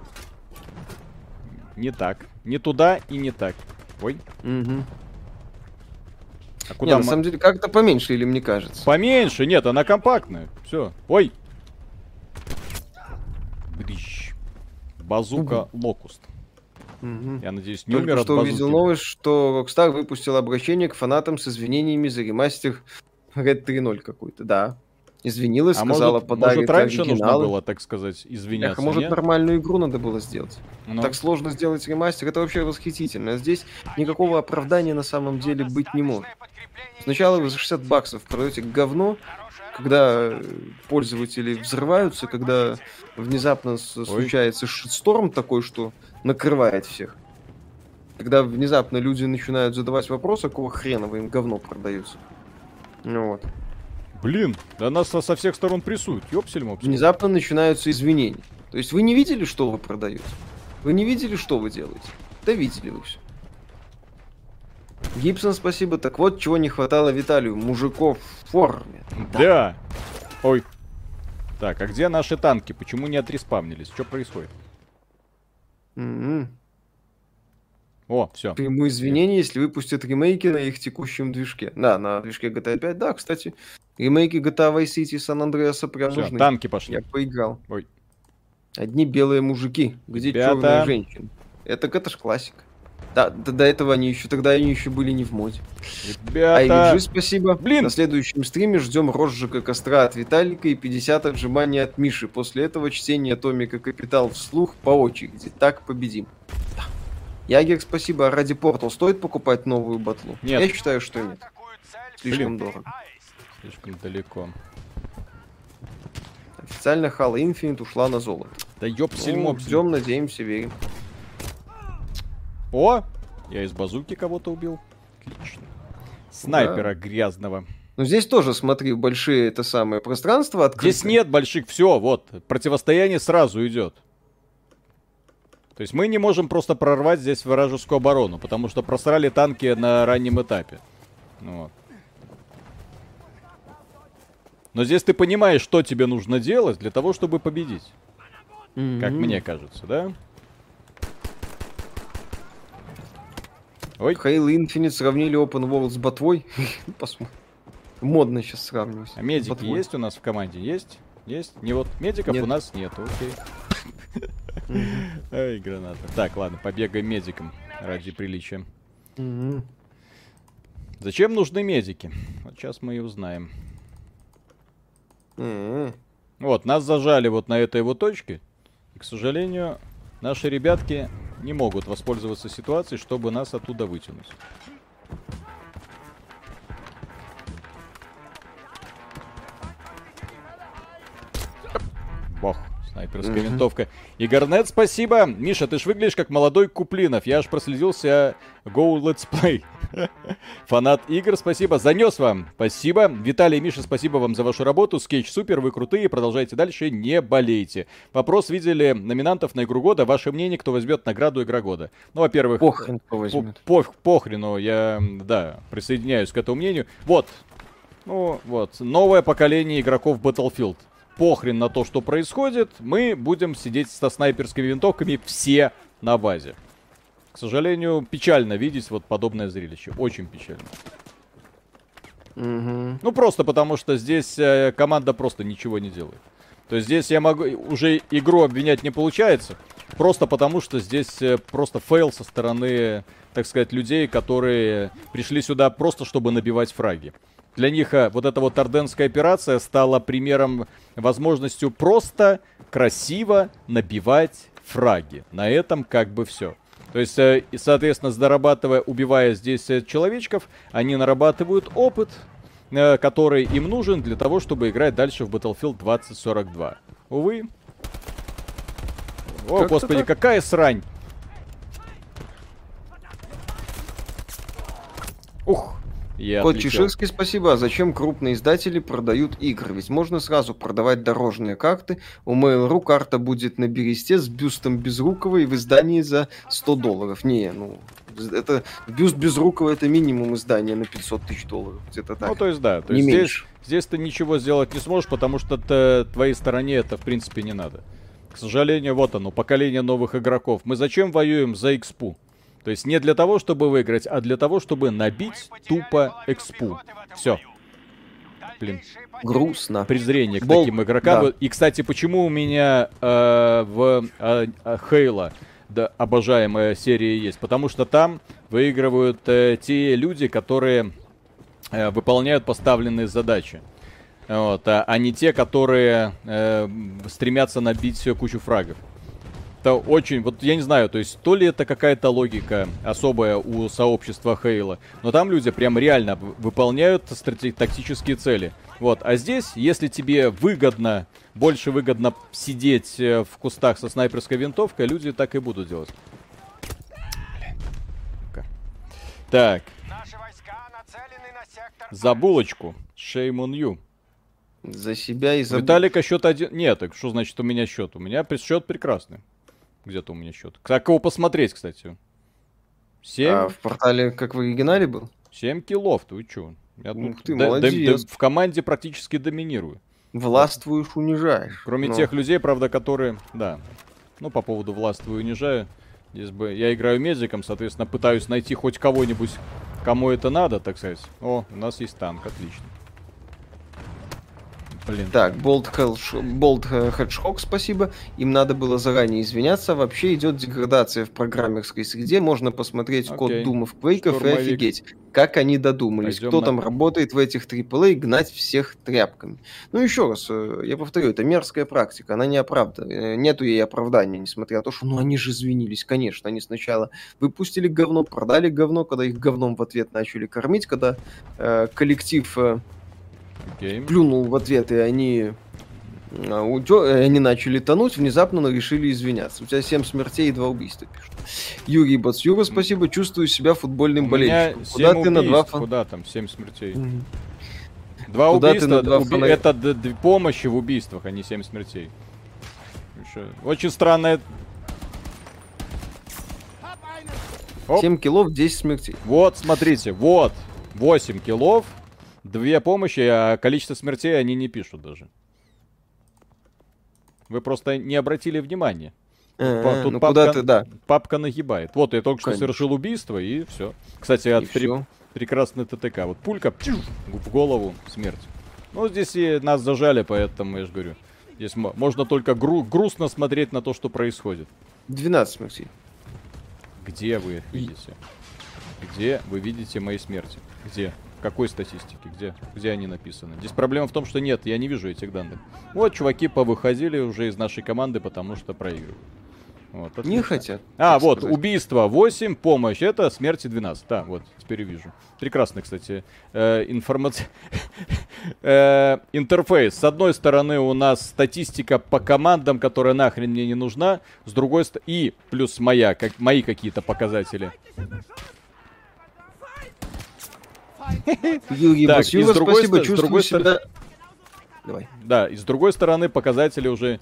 Не так. Не туда и не так. Ой. Угу. А куда не, мы... на самом деле, как-то поменьше, или мне кажется? Поменьше, нет, она компактная. Все. Ой. Брищ. Базука угу. Локуст. Угу. Я надеюсь, не Только умер от что базуки. увидел новость, что Rockstar выпустил обращение к фанатам с извинениями за ремастер Ред три ноль какой-то. Да. Извинилась, а сказала, может, подарит может раньше оригиналы. нужно было, так сказать, извиняться, Эх, а может, нет? нормальную игру надо было сделать? Ну. Так сложно сделать ремастер, это вообще восхитительно. Здесь никакого оправдания на самом деле быть не может. Сначала вы за шестьдесят баксов продаете говно, когда пользователи взрываются, когда внезапно случается шитсторм такой, что накрывает всех. Когда внезапно люди начинают задавать вопросы, какого хрена вы им говно продаете. Ну вот. Блин, да нас со всех сторон прессуют, ёпсель-мопсель. Внезапно начинаются изменения. То есть вы не видели, что вы продаете? Вы не видели, что вы делаете? Да видели вы все. Гибсон, спасибо. Так вот, чего не хватало Виталию. Мужиков в форме. Да. да. Ой. Так, а где наши танки? Почему не отреспавнились? Что происходит? Mm-hmm. О, все. Приму извинения, если выпустят ремейки на их текущем движке. Да, на движке джи ти эй пять. Да, кстати, ремейки джи ти эй Vice City и San Andreas прям Всё, нужны. танки пошли. Я поиграл. Ой. Одни белые мужики. Где Ребята... черные женщины? Это, это ж классика. Да, до, до этого они еще, тогда они еще были не в моде. Ребята... Ай, спасибо. Блин. На следующем стриме ждем розжига костра от Виталика и пятьдесят отжиманий от Миши. После этого чтение Томика Капитал вслух по очереди. Так победим. Да. Ягер, спасибо. А ради Портал стоит покупать новую батлу? Нет. Я считаю, что нет. Слишком Блин. дорого. Слишком далеко. Официально Halo Infinite ушла на золото. Да ёпсель Ну, мопсель. ждем, надеемся, верим. О! Я из базуки кого-то убил. Отлично. Снайпера да. грязного. Ну здесь тоже, смотри, большие это самое пространство открыто. Здесь нет больших, все, вот. Противостояние сразу идет. То есть мы не можем просто прорвать здесь вражескую оборону, потому что просрали танки на раннем этапе. Ну, вот. Но здесь ты понимаешь, что тебе нужно делать для того, чтобы победить. Mm-hmm. Как мне кажется, да? Ой. Halo Infinite сравнили Open World с ботвой. Посмотрим. Модно сейчас сравнивать. А медики есть у нас в команде? Есть? Есть? Не вот медиков нет. У нас нет, окей. Ай, граната. Так, ладно, побегаем медиком ради приличия. Зачем нужны медики? Вот сейчас мы и узнаем. Вот, нас зажали вот на этой вот точке. И, к сожалению, наши ребятки не могут воспользоваться ситуацией, чтобы нас оттуда вытянуть. Бог, снайперская mm-hmm. винтовка. Игорнет, спасибо. Миша, ты ж выглядишь как молодой Куплинов. Я аж проследился. Go Let's Play. Фанат игр, спасибо. Занес вам. Спасибо. Виталий и Миша, спасибо вам за вашу работу. Скетч супер, вы крутые. Продолжайте дальше, не болейте. Вопрос, видели номинантов на игру года. Ваше мнение, кто возьмет награду игра года? Ну, во-первых, похрен кто возьмет. По, по, похрену, я, да, присоединяюсь к этому мнению. Вот. Ну, вот. Новое поколение игроков Battlefield. Похрен на то, что происходит. Мы будем сидеть со снайперскими винтовками все на базе. К сожалению, печально видеть вот подобное зрелище. Очень печально. Мгм. Ну, просто потому что здесь э, команда просто ничего не делает. То есть здесь я могу... Уже игру обвинять не получается. Просто потому что здесь э, просто фейл со стороны, так сказать, людей, которые пришли сюда просто, чтобы набивать фраги. Для них э, вот эта вот Арденская операция стала примером, возможностью просто красиво набивать фраги. На этом как бы все. То есть, э, и, соответственно, зарабатывая, убивая здесь э, человечков, они нарабатывают опыт, э, который им нужен для того, чтобы играть дальше в Battlefield двадцать сорок два. Увы. О, Как-то господи, так. какая срань. Ух. Я Кот отлетел. Чеширский, спасибо. А зачем крупные издатели продают игры? Ведь можно сразу продавать дорожные карты. У Mail.ru карта будет на бересте с бюстом Безрукова и в издании за сто долларов. Не, ну, это бюст Безрукова это минимум издания на пятьсот тысяч долларов. Где-то так. Ну, то есть, да. То Не есть здесь, меньше. здесь ты ничего сделать не сможешь, потому что т- твоей стороне это, в принципе, не надо. К сожалению, вот оно, поколение новых игроков. Мы зачем воюем за экспу? То есть не для того, чтобы выиграть, а для того, чтобы набить тупо экспу. Все. Блин, Грустно. презрение к Бол- таким игрокам. да. И, кстати, почему у меня э, в э, э, Halo, да, обожаемая серия есть? Потому что там выигрывают э, те люди, которые э, выполняют поставленные задачи. Вот, а, а не те, которые э, стремятся набить кучу фрагов. Это очень, вот я не знаю, то есть то ли это какая-то логика особая у сообщества Halo, но там люди прям реально в- выполняют стратег- тактические цели. Вот, а здесь, если тебе выгодно, больше выгодно сидеть э, в кустах со снайперской винтовкой, люди так и будут делать. Блин. Так, Наши войска нацелены на сектор. за булочку. Shame on you. За себя и У за... Виталика счет один... Нет, так что значит у меня счет? У меня счет прекрасный. Где-то у меня счет. Как его посмотреть, кстати? Семь, А в портале, как в оригинале был? семь киллов, ты чё? Я Ух тут ты, да- да- молодец. да в команде практически доминирую. Властвуешь, унижаешь. Кроме Ну, тех людей, правда, которые... Да. Ну, по поводу властвую и унижаю. Здесь бы... Я играю медиком, соответственно, пытаюсь найти хоть кого-нибудь, кому это надо, так сказать. О, у нас есть танк, отлично. Блин. Так, Болт Хеджхок, спасибо. Им надо было заранее извиняться. Вообще идет деградация в программерской среде. Можно посмотреть код Окей. думов Квейков и Штурмовик. офигеть, как они додумались. Пойдем Кто на- там работает в этих трипл эй, гнать всех тряпками. Ну, еще раз, э, я повторю, это мерзкая практика, она не оправдана. Нету ей оправдания, несмотря на то, что, ну, они же извинились, конечно. Они сначала выпустили говно, продали говно, когда их говном в ответ начали кормить, когда э, коллектив... э, Окей. плюнул в ответ, и они, а, утё- и они начали тонуть, внезапно решили извиняться. У тебя семь смертей и два убийства пишут. Юрий Бацюра, спасибо, чувствую себя футбольным У меня болельщиком. семь Куда ты на два убийств. фон- Куда там? Семь смертей. Мгм. Два Куда ты убийства, на два уби- фонаря? это д- д- помощи в убийствах, а не семь смертей. Ещё- Очень странное... Оп. семь киллов, десять смертей. Вот, смотрите, вот, восемь киллов, две помощи, а количество смертей они не пишут даже. Вы просто не обратили внимания. Э, Па- тут ну папка- куда ты, да. Папка нагибает. Вот, я только что Конечно. совершил убийство, и все. Кстати, И от пре- всё. прекрасный ТТК. Вот пулька пчух, в голову, смерть. Ну, здесь и нас зажали, поэтому я же говорю. Здесь мо- можно только гру- грустно смотреть на то, что происходит. двенадцать смертей. Где вы видите? Где вы видите мои смерти? Где? В какой статистике? Где? Где они написаны? Здесь проблема в том, что нет, я не вижу этих данных. Вот, чуваки повыходили уже из нашей команды, потому что проигрывают. Вот, Не отлично. хотят. А, так вот, сказать. убийство восемь, помощь, это смерти двенадцать. Да, вот, теперь вижу. Прекрасный, кстати, э, информация. Э, интерфейс. С одной стороны у нас статистика по командам, которая нахрен мне не нужна. С другой стороны, и плюс моя, как, мои какие-то показатели. Юрий Так, Бацюра, и с другой спасибо, ст- с чувствую другой себя... Давай. Да, и с другой стороны показатели уже...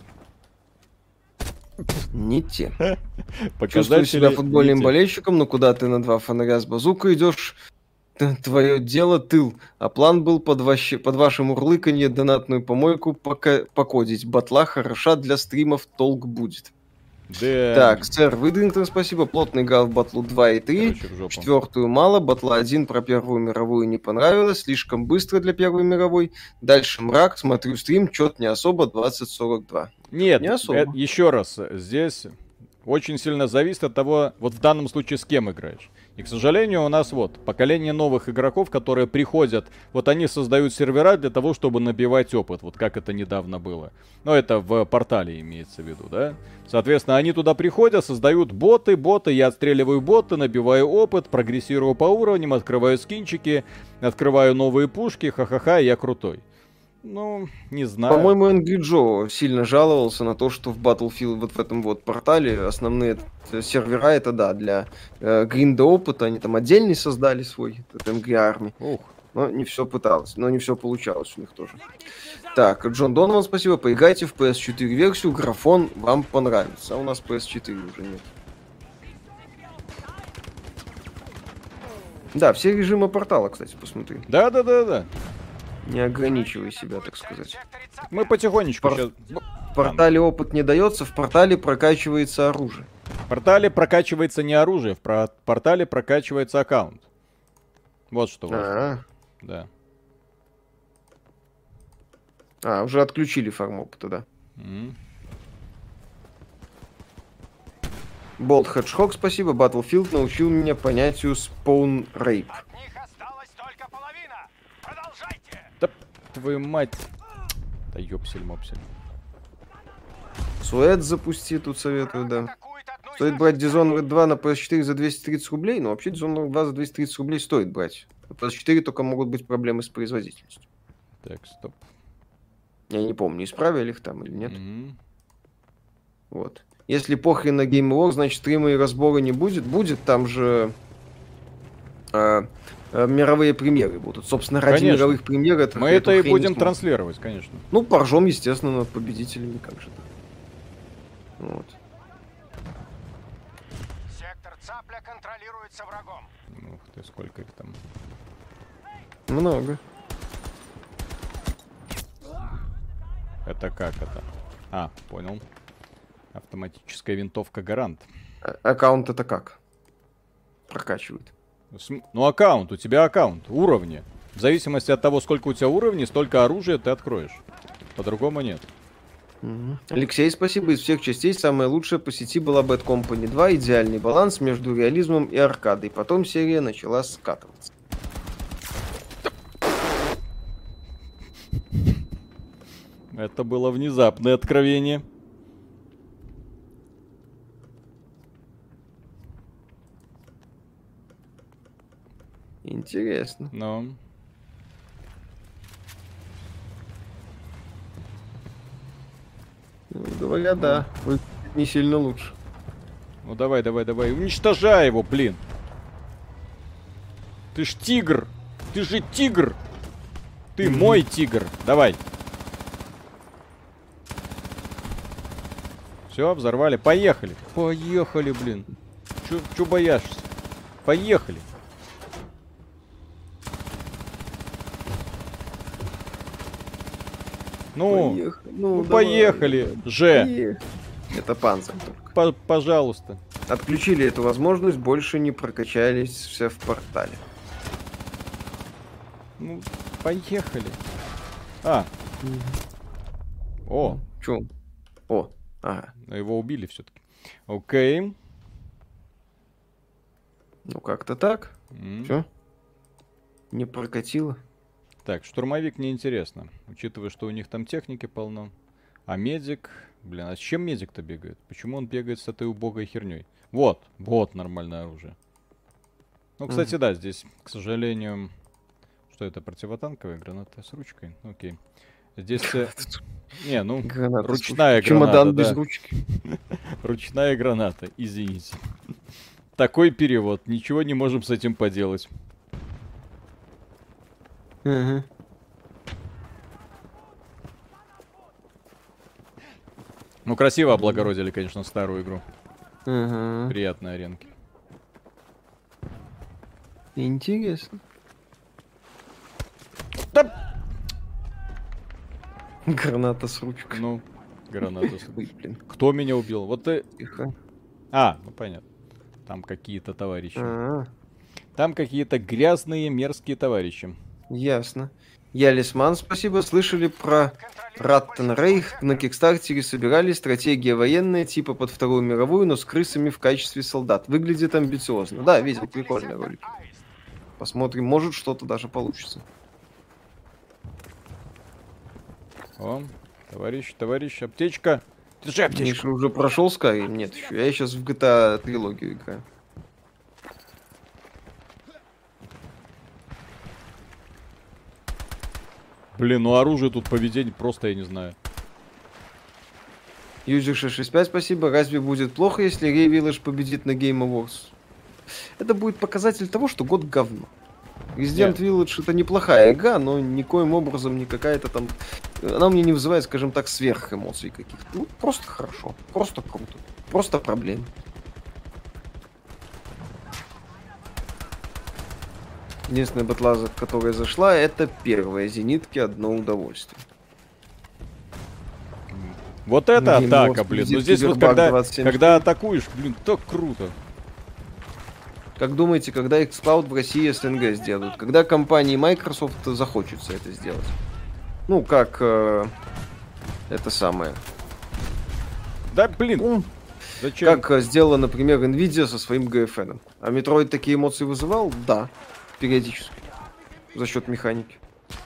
Не те. Показатели Чувствую себя футбольным не те. болельщиком, но куда ты на два фонаря с базукой идешь? Т- Твое дело тыл. А план был под, ваще- под ваше мурлыканье донатную помойку пока- покодить. Батла хороша для стримов, толк будет. Да. Так, сэр Выдрингтон, спасибо. Плотно играл в батлу два и три. Короче, в жопу. Четвертую мало. Батла один про Первую мировую не понравилось. Слишком быстро для Первой мировой. Дальше мрак. Смотрю стрим. Чет не особо. двадцать сорок два. Нет, Не особо. э, еще раз, здесь очень сильно зависит от того, вот в данном случае с кем играешь. И, к сожалению, у нас вот поколение новых игроков, которые приходят, вот они создают сервера для того, чтобы набивать опыт, вот как это недавно было. Но это в портале имеется в виду, да? Соответственно, они туда приходят, создают боты, боты, я отстреливаю боты, набиваю опыт, прогрессирую по уровням, открываю скинчики, открываю новые пушки, ха-ха-ха, я крутой. Ну, не знаю. По-моему, Angry Joe сильно жаловался на то, что в Battlefield вот в этом вот портале основные сервера это, да, для э, гринда опыта. Они там отдельный создали свой, этот Angry Army. Ух. Но не все пыталось, но не все получалось у них тоже. Так, Джон Донован, спасибо. Поиграйте в пи эс четыре версию, графон вам понравится. А у нас пи эс четыре уже нет. Да, все режимы портала, кстати, посмотри. Да-да-да-да. Не ограничивай себя, так сказать. Мы потихонечку Пор- сейчас... В портале опыт не дается, в портале прокачивается оружие. В портале прокачивается не оружие, в про- портале прокачивается аккаунт. Вот что важно. А, Да. а, уже отключили фарм опыта, да. М. Болт Хеджхог, спасибо. Battlefield научил меня понятию spawn rape. От них осталась только половина. Продолжайте. Да твою мать. Да ёпсель-мопсель. Суэт запусти, тут советую, да. Атакует одну из Стоит брать наших Dishonored два на пи эс четыре за двести тридцать рублей, но вообще Dishonored два за двести тридцать рублей стоит брать. На пи эс четыре только могут быть проблемы с производительностью. Так, стоп. Я не помню, исправили их там или нет. Мгм. Вот. Если похрен на Game Awards, значит стрима и разбора не будет. Будет, там же а, а, мировые премьеры будут. Собственно, ради Конечно. мировых премьер это Мы эту это и хрень будем смотрим. транслировать, конечно. Ну, поржем, естественно, над победителями, как же так. Вот. Сектор Цапля контролируется врагом. Ух ты, сколько их там. Много. Это как это? А, понял. Автоматическая винтовка Гарант. А- аккаунт это как? Прокачивают. См- Ну, аккаунт, у тебя аккаунт, уровни. В зависимости от того, сколько у тебя уровней, столько оружия ты откроешь. По-другому нет. Мгм. Алексей, спасибо. Из всех частей самая лучшая по сети была Bad Company два. Идеальный баланс между реализмом и аркадой. Потом серия начала скатываться. Это было внезапное откровение. Интересно. Но... Ну, говорят, да. Вы не сильно лучше. Ну давай, давай, давай. Уничтожай его, блин. Ты ж тигр. Ты же тигр. Ты мой тигр. Давай. Все, взорвали. Поехали. Поехали, блин. Чё, чё боишься? Поехали. Ну, Поехали. ну, Ну, давай. поехали же. Поехали. Это панцирь только. По- пожалуйста. Отключили эту возможность, больше не прокачались все в портале. Ну, поехали. А. О, Чё? О, ага. но его убили все-таки. Окей. Ну как-то так. М. Чё? Не прокатило. Так, штурмовик неинтересно, учитывая, что у них там техники полно. А медик... Блин, а с чем медик-то бегает? Почему он бегает с этой убогой херней? Вот, вот нормальное оружие. Ну, кстати, Мгм. да, здесь, к сожалению... Что это, противотанковая граната с ручкой? Окей. Здесь... э, Не, ну, Граната. ручная слушай. Чемодан граната, без да. ручки. ручная граната, извините. Такой перевод, ничего не можем с этим поделать. Ага. Ну, красиво облагородили, конечно, старую игру. Ага. Приятные аренки. Интересно. Да, Граната с ручкой. ну, Гранату. с- Ой, блин, Кто меня убил? Вот ты... тихо. А, ну понятно. Там какие-то товарищи. А, Там какие-то грязные, мерзкие товарищи. ясно. Ялисман, спасибо. Слышали про Раттенрейх? На Кикстартере собирали стратегия военная, типа под Вторую мировую, но с крысами в качестве солдат. Выглядит амбициозно. Да, видел, прикольный ролик. Посмотрим, может что-то даже получится. О, товарищ, товарищ, аптечка. Держи аптечку. Миша уже прошел Skyrim? Нет еще. Я сейчас в джи ти эй трилогию играю. Блин, ну оружие тут поведение просто я не знаю. Юзер шесть шесть пять, спасибо. Разве будет плохо, если Рей Village победит на Game Awards? Это будет показатель того, что год говно. Resident Нет. Village это неплохая игра, но никоим образом не какая-то там... Она мне не вызывает, скажем так, сверх эмоций каких-то. Ну, просто хорошо, просто круто, просто проблем. Единственная батла, которая зашла, это первая. Зенитки, одно удовольствие. Вот это Game атака, Awards блин. Ну победит здесь вот Cyberpunk когда, двадцать семь. когда атакуешь, блин, так круто. Как думаете, когда xCloud в России СНГ сделают? Когда компании Microsoft захочется это сделать? Ну, как э, это самое. Да, блин, Ну, зачем? как э, сделала, например, Nvidia со своим джи эф эн. А Metroid такие эмоции вызывал? Да, периодически. За счет механики.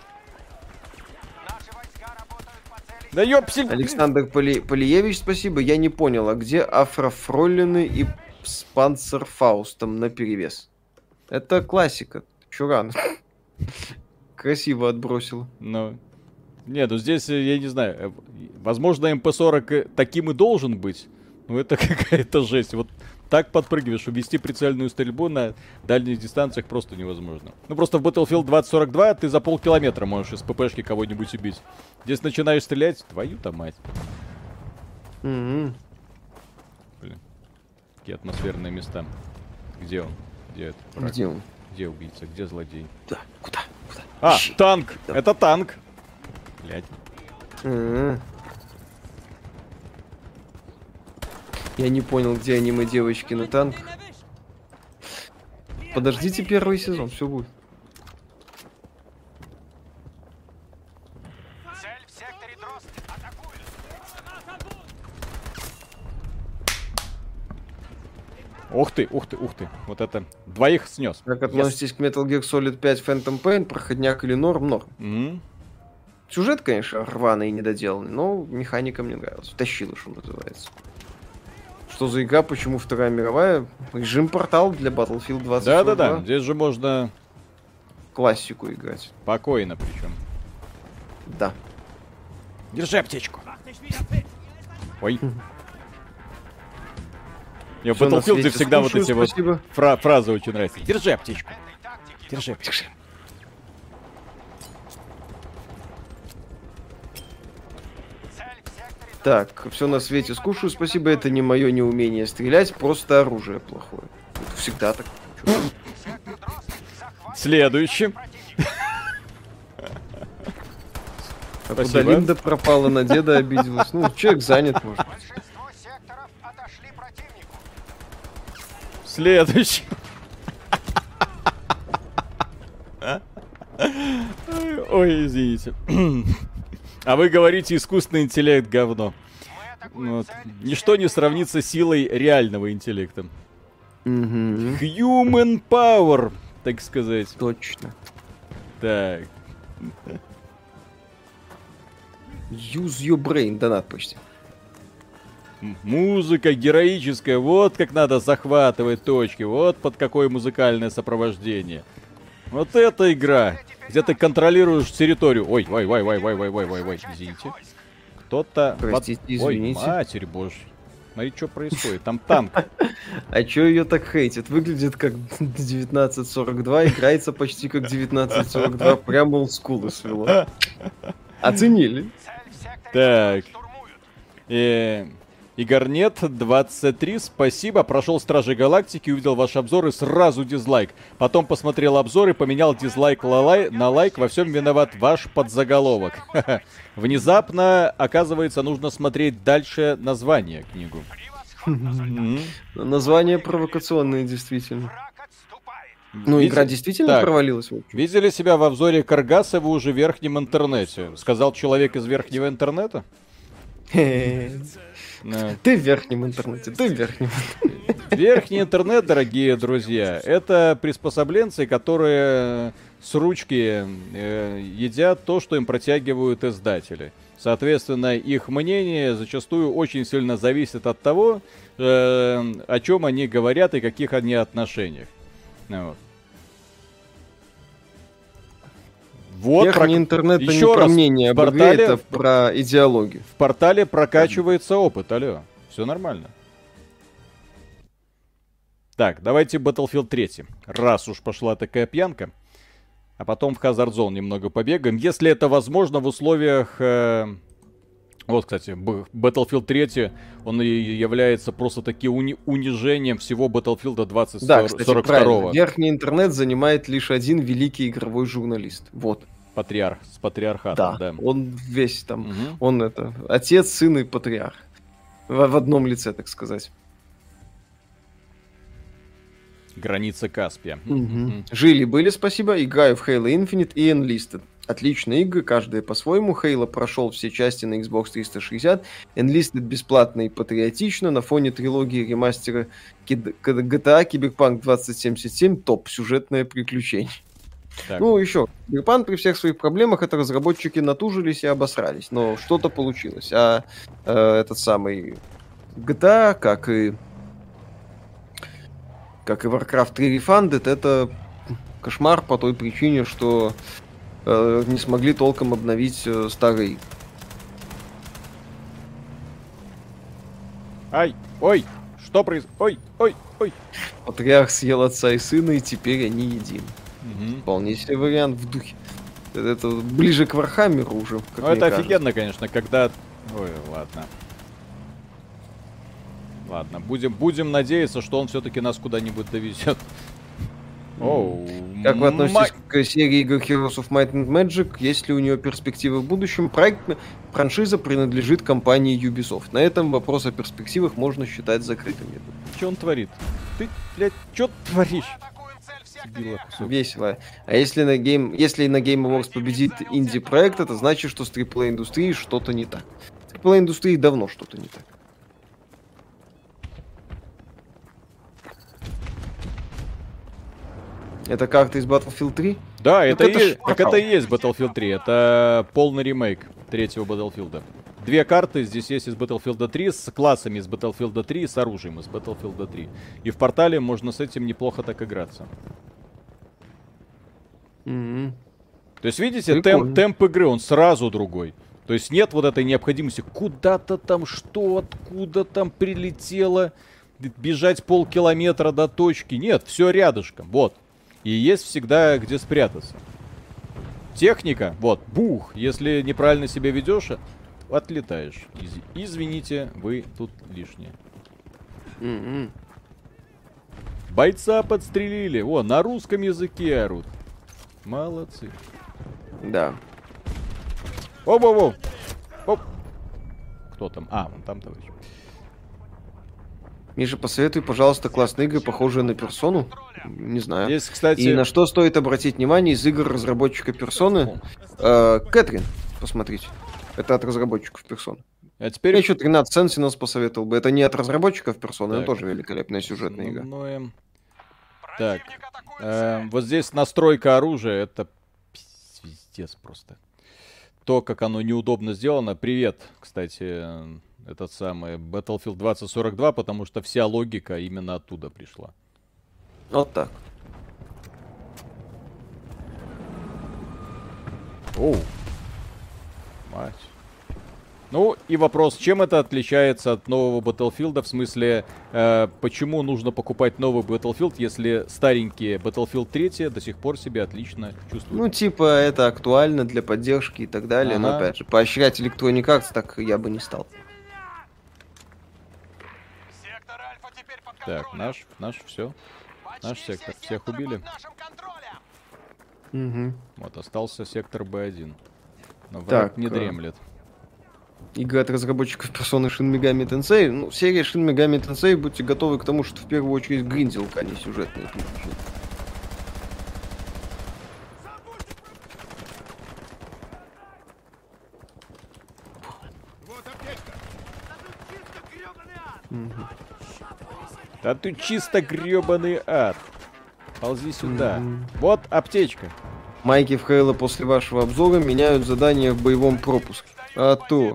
Наши войска работают по цели. Да ёпсель. Александр Поли... Полиевич, спасибо. Я не понял, а где Афрофроллины и с Панцерфаустом наперевес? Это классика. Чё рано? Красиво отбросил. Ну, не, ну здесь, э, я не знаю, э, возможно, эм пэ сорок э, таким и должен быть, но это какая-то жесть. Вот так подпрыгиваешь, ввести прицельную стрельбу на дальних дистанциях просто невозможно. Ну, просто в Battlefield двадцать сорок два ты за полкилометра можешь из ППшки кого-нибудь убить. Здесь начинаешь стрелять, твою-то мать. Мгм. Блин, какие атмосферные места. Где он? Где это? враг? Где он? Где убийца? Где злодей? Да, куда? Куда? А, Ищи. танк! Да. Это танк! Блять. Мгм. Я не понял, где аниме девочки на танках. Подождите первый сезон, все будет. Цель в секторе Дрозд. Атакуют. Ух ты, ух ты, ух ты. Вот это. Двоих снес. Как относитесь к Metal Gear Solid пять Phantom Pain? Проходняк или норм? Норм. М. Сюжет, конечно, рваный и недоделанный, но механика мне нравилась. Тащила, что называется. Что за игра? Почему Вторая мировая? Режим портал для Battlefield двадцать сорок два. Да-да-да, здесь же можно Классику играть. спокойно причем. Да. Держи аптечку. Ой. Мне в Всё на Battlefield свете всегда вот слушаю, эти вот спасибо. фра- фразы очень нравятся. Держи аптечку. Этой тактики Держи аптечку. цель в секторе Так, все на свете скушаю, спасибо, это не мое неумение стрелять, просто оружие плохое. Это всегда так. сектор Дрозд. Захват Следующий. А куда Спасибо. Линда пропала, на деда обиделась. Ну, человек занят, может. большинство секторов отошли противнику. Следующий. Ой, извините. А вы говорите, искусственный интеллект говно. Мы атакуем Вот. цель в Ничто не секторе сравнится с силой реального интеллекта. Угу, Human power, так сказать. точно. Так. Use your brain, донат почти. М- Музыка героическая, вот как надо захватывать точки, вот под какое музыкальное сопровождение. Вот эта игра, где ты контролируешь территорию. Ой, ой, ой, ой, ой, ой, ой, ой, ой, извините. Кто-то... под- Простите, Ой, извините. матерь божья. Смотри, что происходит. Там танк. А чё ее так хейтит? Выглядит как девятнадцать сорок два, играется почти как девятнадцать сорок два, прям олдскулы свело. Оценили. цель в секторе Так. штурмуют. Э, Игорнет двадцать три, спасибо. Прошел Стражи Галактики, увидел ваш обзор и сразу дизлайк. Потом посмотрел обзор и поменял дизлайк на лайк. Во всем виноват ваш подзаголовок. Внезапно, оказывается, нужно смотреть дальше название книгу. Название провокационное, действительно. Враг отступает. Ну, Видите- игра действительно Так. провалилась. в общем. Видели себя в обзоре Каргаса, вы уже в верхнем интернете. Сказал человек из верхнего интернета? Да. Ты в верхнем интернете, ты в верхнем. Верхний интернет, дорогие друзья, это приспособленцы, которые с ручки э, едят то, что им протягивают издатели. Соответственно, их мнение зачастую очень сильно зависит от того, э, о чем они говорят и каких они отношениях. Ну вот. Вот Верхний про- интернет это не Еще про раз, мнение в об игре, портале- это про идеологию. В портале прокачивается опыт, алло. Все нормально. Так, давайте Battlefield три. Раз уж пошла такая пьянка. А потом в Hazard Zone немного побегаем. Если это возможно в условиях... э, Вот, кстати, Б- Battlefield три, он и является просто таки уни- унижением всего Battlefield двадцать Да, кстати, сорок правильно. два. Верхний интернет занимает лишь один великий игровой журналист. Вот. Патриарх, с Да. патриархатом, да. Он весь там. Мгм. Он это. Отец, сын и патриарх. В, в одном лице, так сказать. Граница Каспия. Мгм. Жили-были, спасибо. Играю в Halo Infinite и Enlisted. Отличные игры, каждая по-своему. Halo прошел все части на Xbox триста шестьдесят. Enlisted бесплатно и патриотично. На фоне трилогии ремастера Кид- К- джи ти эй Cyberpunk двадцать семьдесят семь топ. Сюжетное приключение. Так. Ну, еще. Cyberpunk при всех своих проблемах, это разработчики натужились и обосрались. Но что-то получилось. А э, этот самый джи ти эй, как и как и Warcraft три Refunded, это кошмар по той причине, что э, не смогли толком обновить э, старые. Ай, ой, что происходит? Ой, ой, ой. Патриарх съел отца и сына, и теперь они едины. Мгм. Вполне себе вариант в духе. Это, это ближе к Вархаммеру уже. как Ну, мне это кажется. офигенно, конечно, когда... Ой, ладно. Ладно, будем, будем надеяться, что он все-таки нас куда-нибудь довезет. Оу. Как вы относитесь ма- к серии игр Heroes of Might and Magic? Есть ли у нее перспективы в будущем? Проект, франшиза принадлежит компании Ubisoft. На этом вопрос о перспективах можно считать закрытым. я думаю. Что он творит? Ты, блядь, что творишь? Атакуем цель в Дебила секторе. кусок. Весело. А если на, Game... если на Game Awards победит инди-проект, это значит, что с триплей-индустрией что-то не так. С триплей-индустрией давно что-то не так. Это карта из Battlefield три? Да, это, это и, ж так прокал. это и есть Battlefield три. Это полный ремейк третьего Battlefield. Две карты здесь есть из Battlefield три, с классами из Battlefield три и с оружием из Battlefield три. И в портале можно с этим неплохо так играться. М-м. То есть, видите, Прикольно. темп, темп игры, он сразу другой. То есть нет вот этой необходимости куда-то там, что, откуда там прилетело, бежать полкилометра до точки. Нет, все рядышком, вот. И есть всегда где спрятаться. Техника, вот, бух, если неправильно себя ведешь, отлетаешь. Из- извините, вы тут лишние. М-м. Бойца подстрелили, о, на русском языке орут. Молодцы. Да. Оп-оп-оп. Оп. Кто там? А, вон там товарищ. Миша, посоветуй, пожалуйста, классные игры, похожие на персону. Не знаю. Здесь, кстати... И на что стоит обратить внимание из игр разработчика персоны? Э, Кэтрин, посмотрите. Это от разработчиков персоны. А Я теперь... еще тринадцать Sentinels посоветовал бы. Это не от разработчиков персоны, Так. это тоже великолепная сюжетная игра. Ну, эм, Так, Противник атакует э, цель. вот здесь настройка оружия, это пиздец просто. То, как оно неудобно сделано. Привет, кстати, э, этот самый Battlefield двадцать сорок два, потому что вся логика именно оттуда пришла. Вот так. Оу. Мать. Ну и вопрос, чем это отличается от нового Battlefield, в смысле, э, почему нужно покупать новый Battlefield, если старенькие Battlefield три до сих пор себя отлично чувствуют? Ну, типа, это актуально для поддержки и так далее. Но, Ага. опять же, поощрять Electronic Arts так я бы не стал. Так, наш, наш, все. Наш сектор. Всех убили. Угу. Вот, остался сектор Б один. Но враг Так, не а, дремлет. Игра от разработчиков персоны Shin Megami Tensei. Ну, серия Shin Megami Tensei, будьте готовы к тому, что в первую очередь гринделка, а не сюжетные приключения. Да ты чисто гребаный ад. Ползи сюда. Мгм. Вот аптечка. Майки в Хейла после вашего обзора меняют задания в боевом пропуске. А то.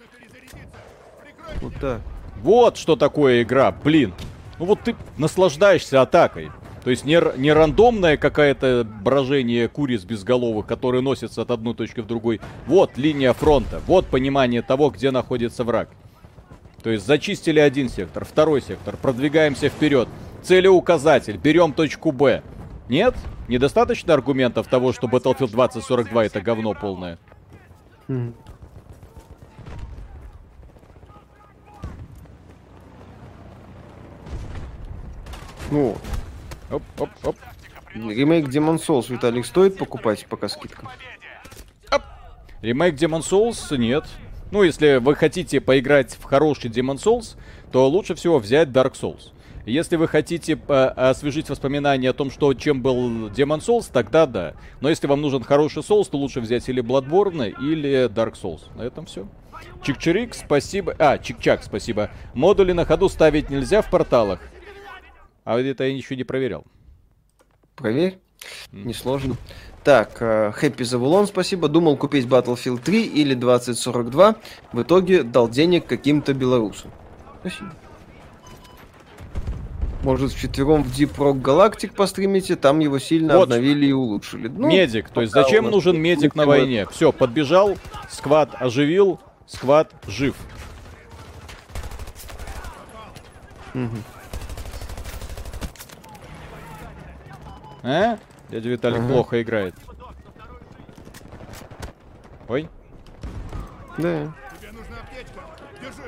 Вот так. Вот что такое игра, блин. Ну вот ты наслаждаешься атакой. То есть не, р- не рандомное какое-то брожение куриц безголовых, которые носятся от одной точки в другой. Вот линия фронта. Вот понимание того, где находится враг. То есть зачистили один сектор, второй сектор, продвигаемся вперед. Целеуказатель, берем точку Б. Нет? Недостаточно аргументов того, что Battlefield двадцать сорок два это говно полное? Мгм. Ну, Оп, оп, оп. ремейк Demon Souls, Виталик, стоит покупать, пока скидка? Ремейк Demon Souls нет. Ну, если вы хотите поиграть в хороший Demon Souls, то лучше всего взять Dark Souls. Если вы хотите э, освежить воспоминания о том, что чем был Demon Souls, тогда да. Но если вам нужен хороший Souls, то лучше взять или Bloodborne, или Dark Souls. На этом все. Чик-чирик, спасибо. А, Чик-чак, спасибо. Модули на ходу ставить нельзя в порталах. А это я ничего не проверял. Проверь. Несложно. Так, э, Happy Завулон, спасибо. Думал купить Battlefield три или двадцать сорок два. В итоге дал денег каким-то белорусам. Спасибо. Может, вчетвером в Deep Rock Galactic постримите, там его сильно Вот. обновили и улучшили. Ну, Медик. То есть пока зачем у нас нужен тут медик на ничего. войне? Все, подбежал, сквад оживил, сквад жив. Мгм. А? Дядя Виталик Ага. плохо играет. Ой. Да. Тебе нужна аптечка. Держи.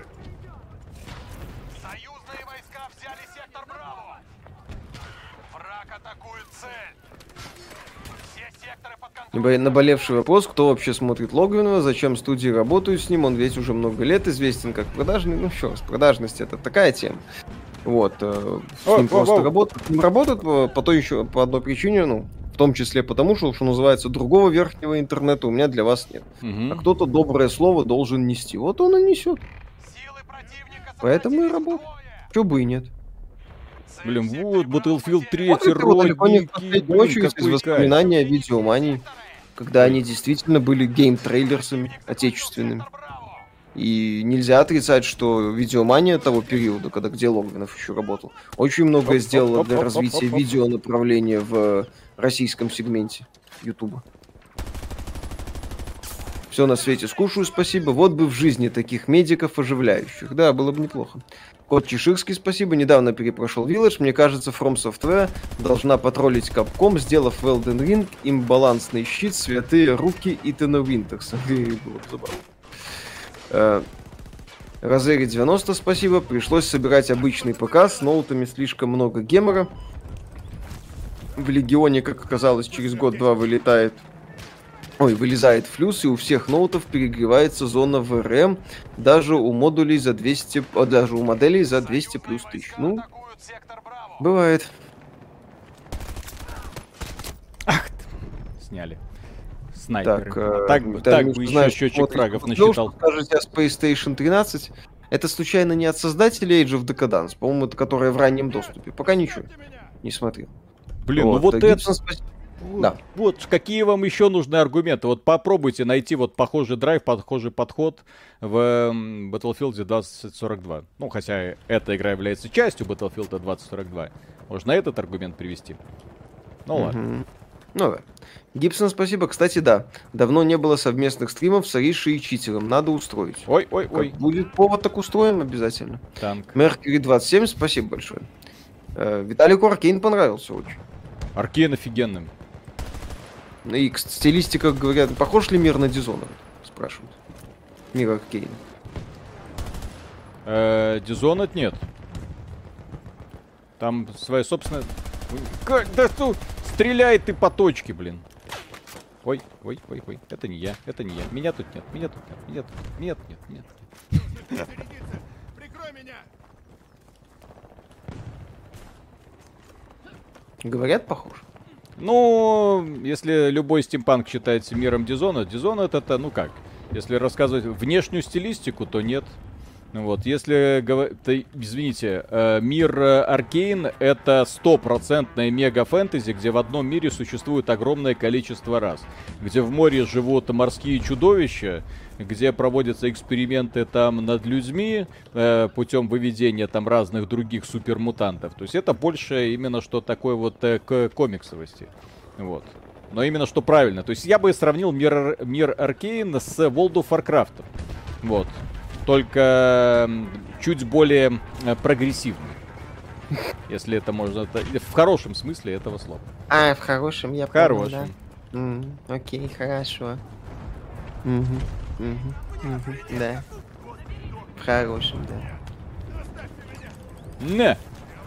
Союзные войска взяли сектор Браво. Враг атакует цель. Все секторы под контролем. Набо- Наболевший вопрос, кто вообще смотрит Логвинова, зачем студии работают с ним, он ведь уже много лет известен как продажный. Ну, еще раз, продажность это такая тема. Вот, э, с О, ним о, просто о. работают. С ним работают по, по той еще, по одной причине, ну, в том числе потому, что, что называется, другого верхнего интернета у меня для вас нет. Мгм. А кто-то доброе слово должен нести. Вот он и несет. Силы противника Поэтому и сократились работает. вдвое. Чё бы и нет. Цель Блин, сектора вот Браво Battlefield три, Вот это вот далеко не в родники, последнюю блин, очередь из какой кайф. воспоминаний о видеомании, когда они действительно были гейм-трейлерсами отечественными. И нельзя отрицать, что видеомания того периода, когда где Логвинов еще работал, очень многое Оп, сделала оп, для оп, оп, развития оп, оп. видеонаправления в российском сегменте Ютуба. Все на свете скушаю, спасибо. Вот бы в жизни таких медиков оживляющих. Да, было бы неплохо. Кот Чеширский, спасибо. Недавно перепрошел Village. Мне кажется, From Software должна потроллить Capcom, сделав в Elden Ring им балансный щит, святые руки Итана Винтерса. Было бы забавно. Э, Розери девяносто, спасибо. Пришлось собирать обычный ПК с ноутами, слишком много гемора. В Легионе, как оказалось, через год-два вылетает... Ой, вылезает флюс, и у всех ноутов перегревается зона вэ эр эм, даже у модулей за двести... а, даже у моделей за двести плюс тысяч. Ну, Атакуют сектор Браво. бывает. Сняли. Снайперы. Так, э, так, Виталий, так ну, бы еще знаешь, счетчик вот фрагов я хотел, насчитал. что скажете о PlayStation тринадцать. Это случайно не от создателей Age of Decadence, по-моему, это которая в раннем доступе. Пока ничего не смотрел. Блин, ну вот э, это... Gibson, спасибо. Вот, Да. вот какие вам еще нужны аргументы? Вот попробуйте найти вот похожий драйв, похожий подход в м, Battlefield двадцать сорок два. Ну, хотя эта игра является частью Battlefield двадцать сорок два. Можно этот аргумент привести. Ну ладно. Мгм. Ну да. Гибсон, спасибо. Кстати, да. Давно не было совместных стримов с Аришей и Читером. Надо устроить. Ой, ой, Как ой. будет повод, так устроим обязательно. Танк. Меркьюри двадцать семь, спасибо большое. Э, Виталику Аркейн понравился очень. Аркейн офигенным. И к стилистика, говорят, похож ли мир на Dishonored? Спрашивают. Мир Аркейн. Э, Dishonored нет. Там своя собственная... Как? Да тут стреляй ты по точке, блин. Ой, ой, ой, ой. Это не я, это не я. Меня тут нет, меня тут нет, меня тут нет, меня тут нет, меня тут нет. Прикрой меня! Говорят, похож. Ну, если любой стимпанк считается миром Dishonored, Dishonored это, ну как, если рассказывать внешнюю стилистику, то нет. Ну вот, если говорить, извините, э, мир Аркейн это стопроцентная мега-фэнтези, где в одном мире существует огромное количество рас, где в море живут морские чудовища, где проводятся эксперименты там над людьми э, путем выведения там разных других супермутантов. То есть это больше именно что такое вот э, к комиксовости. Вот. Но именно что правильно. То есть я бы сравнил мир, мир Аркейн с World of Warcraft. Вот. Только чуть более э, прогрессивный. Если это можно... Это, в хорошем смысле этого слова. А, в хорошем, я В понял, хорошем. да. М, окей, хорошо. Мгм, мгм, мгм, да. В хорошем, да. Не!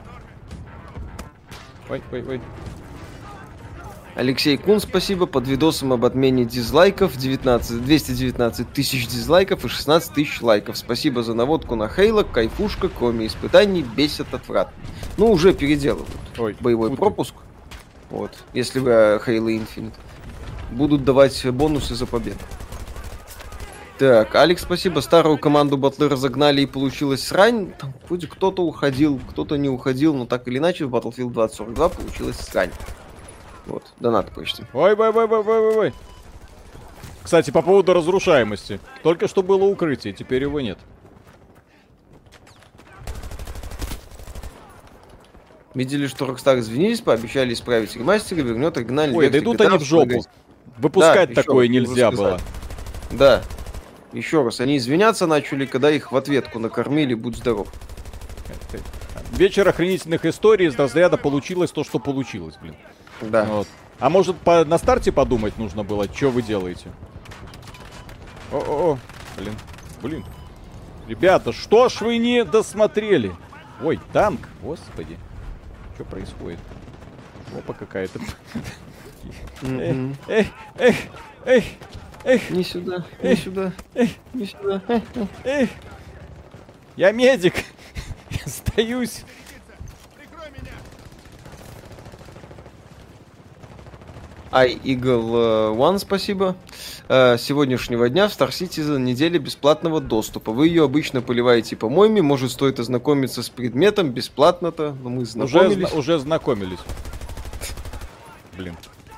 Ой, ой, ой. Алексей Кун, спасибо. Под видосом об отмене дизлайков девятнадцать, двести девятнадцать тысяч дизлайков и шестнадцать тысяч лайков. Спасибо за наводку на Хейла. Кайфушка, кроме испытаний, бесит отвратно. Ну, уже переделывают. Ой, Боевой фу ты. пропуск. Вот. Если вы э, Halo Infinite. Будут давать бонусы за победу. Так, Алекс, спасибо. Старую команду батлы разогнали и получилась срань. Там вроде кто-то уходил, кто-то не уходил, но так или иначе в Battlefield двадцать сорок два получилась срань. Вот, донат почти. Ой, ой, ой, ой, ой, ой. Кстати, по поводу разрушаемости. Только что было укрытие, теперь его нет. Видели, что Rockstar извинились, пообещали исправить ремастер и вернет оригинальный Ой, да версии идут джи ти эй они в жопу. магазин. Выпускать Да, такое еще раз нельзя нужно было. сказать. Да. Еще раз, они извиняться начали, когда их в ответку накормили, будь здоров. Вечер охренительных историй из разряда получилось то, что получилось, блин. Да. Вот. А может по, на старте подумать нужно было, что вы делаете? О-о-о, блин, блин. Ребята, что ж вы не досмотрели? Ой, танк, господи. Что происходит? Опа какая-то. Эх, Мгм. эх, эх, эх, эх, Не сюда, не сюда, не сюда. эх. Я медик. Я сдаюсь. Ай, Eagle One, спасибо. Э, С сегодняшнего дня в Star Citizen неделя бесплатного доступа. Вы ее обычно поливаете по моему, может стоит ознакомиться с предметом бесплатно-то, но мы Уже, знакомились. зна- уже знакомились. Блин.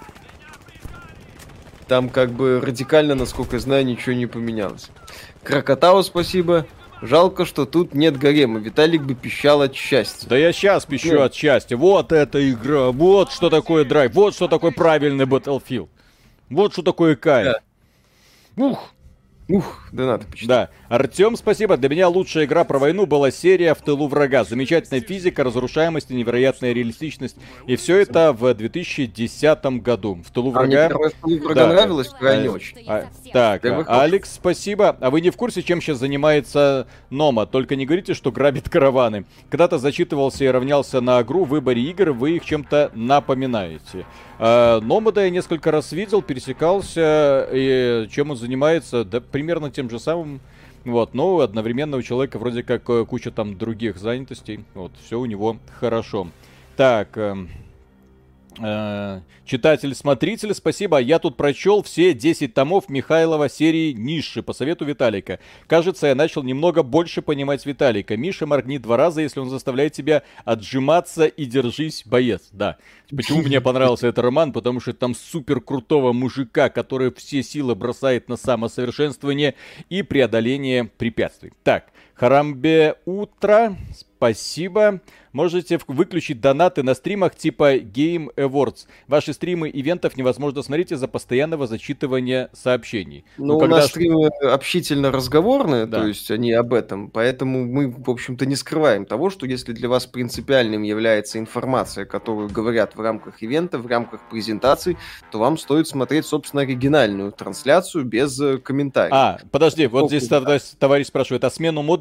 Там как бы радикально, насколько я знаю, ничего не поменялось. Крокотау, спасибо. Жалко, что тут нет гарема. Виталик бы пищал от счастья. Да я сейчас пищу Ну. от счастья. Вот эта игра. Вот что такое драйв. Вот что такое правильный Battlefield. Вот что такое кайф. Ух. Ух, да надо почитать. Да. Артем, спасибо. Для меня лучшая игра про войну была серия «В тылу врага». Замечательная физика, разрушаемость и невероятная реалистичность. И все это в две тысячи десятом году. «В тылу А мне врага». первая «В тылу врага» Да. нравилась, вторая не Э, очень. А, так, Первый а, Алекс, спасибо. А вы не в курсе, чем сейчас занимается Нома? Только не говорите, что грабит караваны. Когда-то зачитывался и равнялся на игру в выборе игр, вы их чем-то напоминаете. А, Номада я несколько раз видел, пересекался, и чем он занимается? Да примерно тем же самым. Вот, но одновременно у человека вроде как э, куча там других занятостей. Вот, все у него хорошо. Так, эм, э, читатель-смотритель, спасибо. Я тут прочел все десять томов Михайлова серии «Ниши» по совету Виталика. Кажется, я начал немного больше понимать Виталика. Миша, моргни два раза, если он заставляет тебя отжиматься и держись, боец. Да. Почему мне понравился этот роман? Потому что там супер крутого мужика, который все силы бросает на самосовершенствование и преодоление препятствий. Так, Харамбе утро, спасибо. Можете в- выключить донаты на стримах типа Game Awards. Ваши стримы ивентов невозможно смотреть из-за постоянного зачитывания сообщений. Ну, у когда нас ж- стримы общительно-разговорные, Да. то есть они об этом, поэтому мы, в общем-то, не скрываем того, что если для вас принципиальным является информация, которую говорят в рамках ивента, в рамках презентаций, то вам стоит смотреть, собственно, оригинальную трансляцию без э, комментариев. А, подожди, вот Сколько здесь да. товарищ, товарищ спрашивает, а смену мода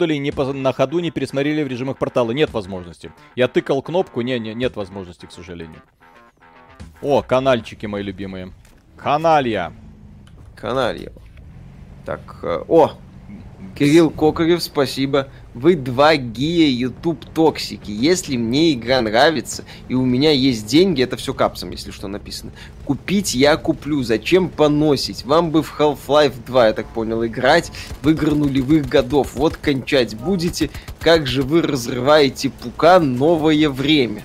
модулей не по, на ходу не пересмотрели в режимах портала. Нет возможности. Я тыкал кнопку, не, не, нет возможности, к сожалению. О, канальчики мои любимые. Каналья. Каналья. Так, э, о! Кирилл Кокарев, спасибо. Вы два гия YouTube токсики. Если мне игра нравится и у меня есть деньги, это все капсом, если что написано. Купить я куплю. Зачем поносить? Вам бы в Half-Life два, я так понял, играть в игры нулевых годов. Вот кончать будете. Как же вы разрываете пука новое время?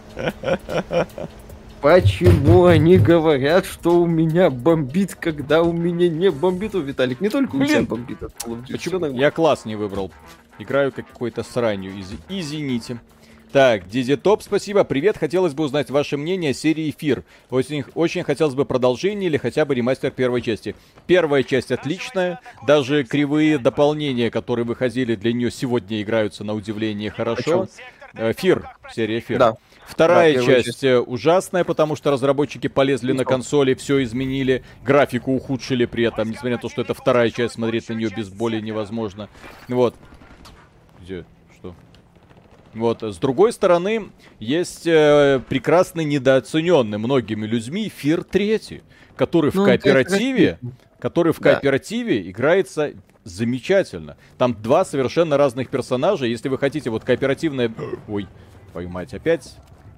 Почему они говорят, что у меня бомбит, когда у меня не бомбит? О, Виталик, не только у тебя бомбит от Call of Duty. Почему? Я класс не выбрал. Играю как какой-то сранью. Из... Извините. Так, Диди Топ, спасибо. Привет, хотелось бы узнать ваше мнение о серии Эфир. Очень, очень хотелось бы продолжение или хотя бы ремастер первой части. Первая часть отличная. Даже кривые дополнения, которые выходили для нее сегодня, играются на удивление хорошо. Эфир, серия Эфир. Да. Вторая да, часть, часть ужасная, потому что разработчики полезли ну, на консоли, все изменили, графику ухудшили при этом, несмотря на то, что это вторая часть, смотреть на нее без боли невозможно. Вот. Где? Что? Вот. С другой стороны, есть э, прекрасно недооцененный многими людьми Эфир три, который в ну, кооперативе, который в да. кооперативе играется замечательно. Там два совершенно разных персонажа. Если вы хотите вот кооперативное... Ой, поймать опять.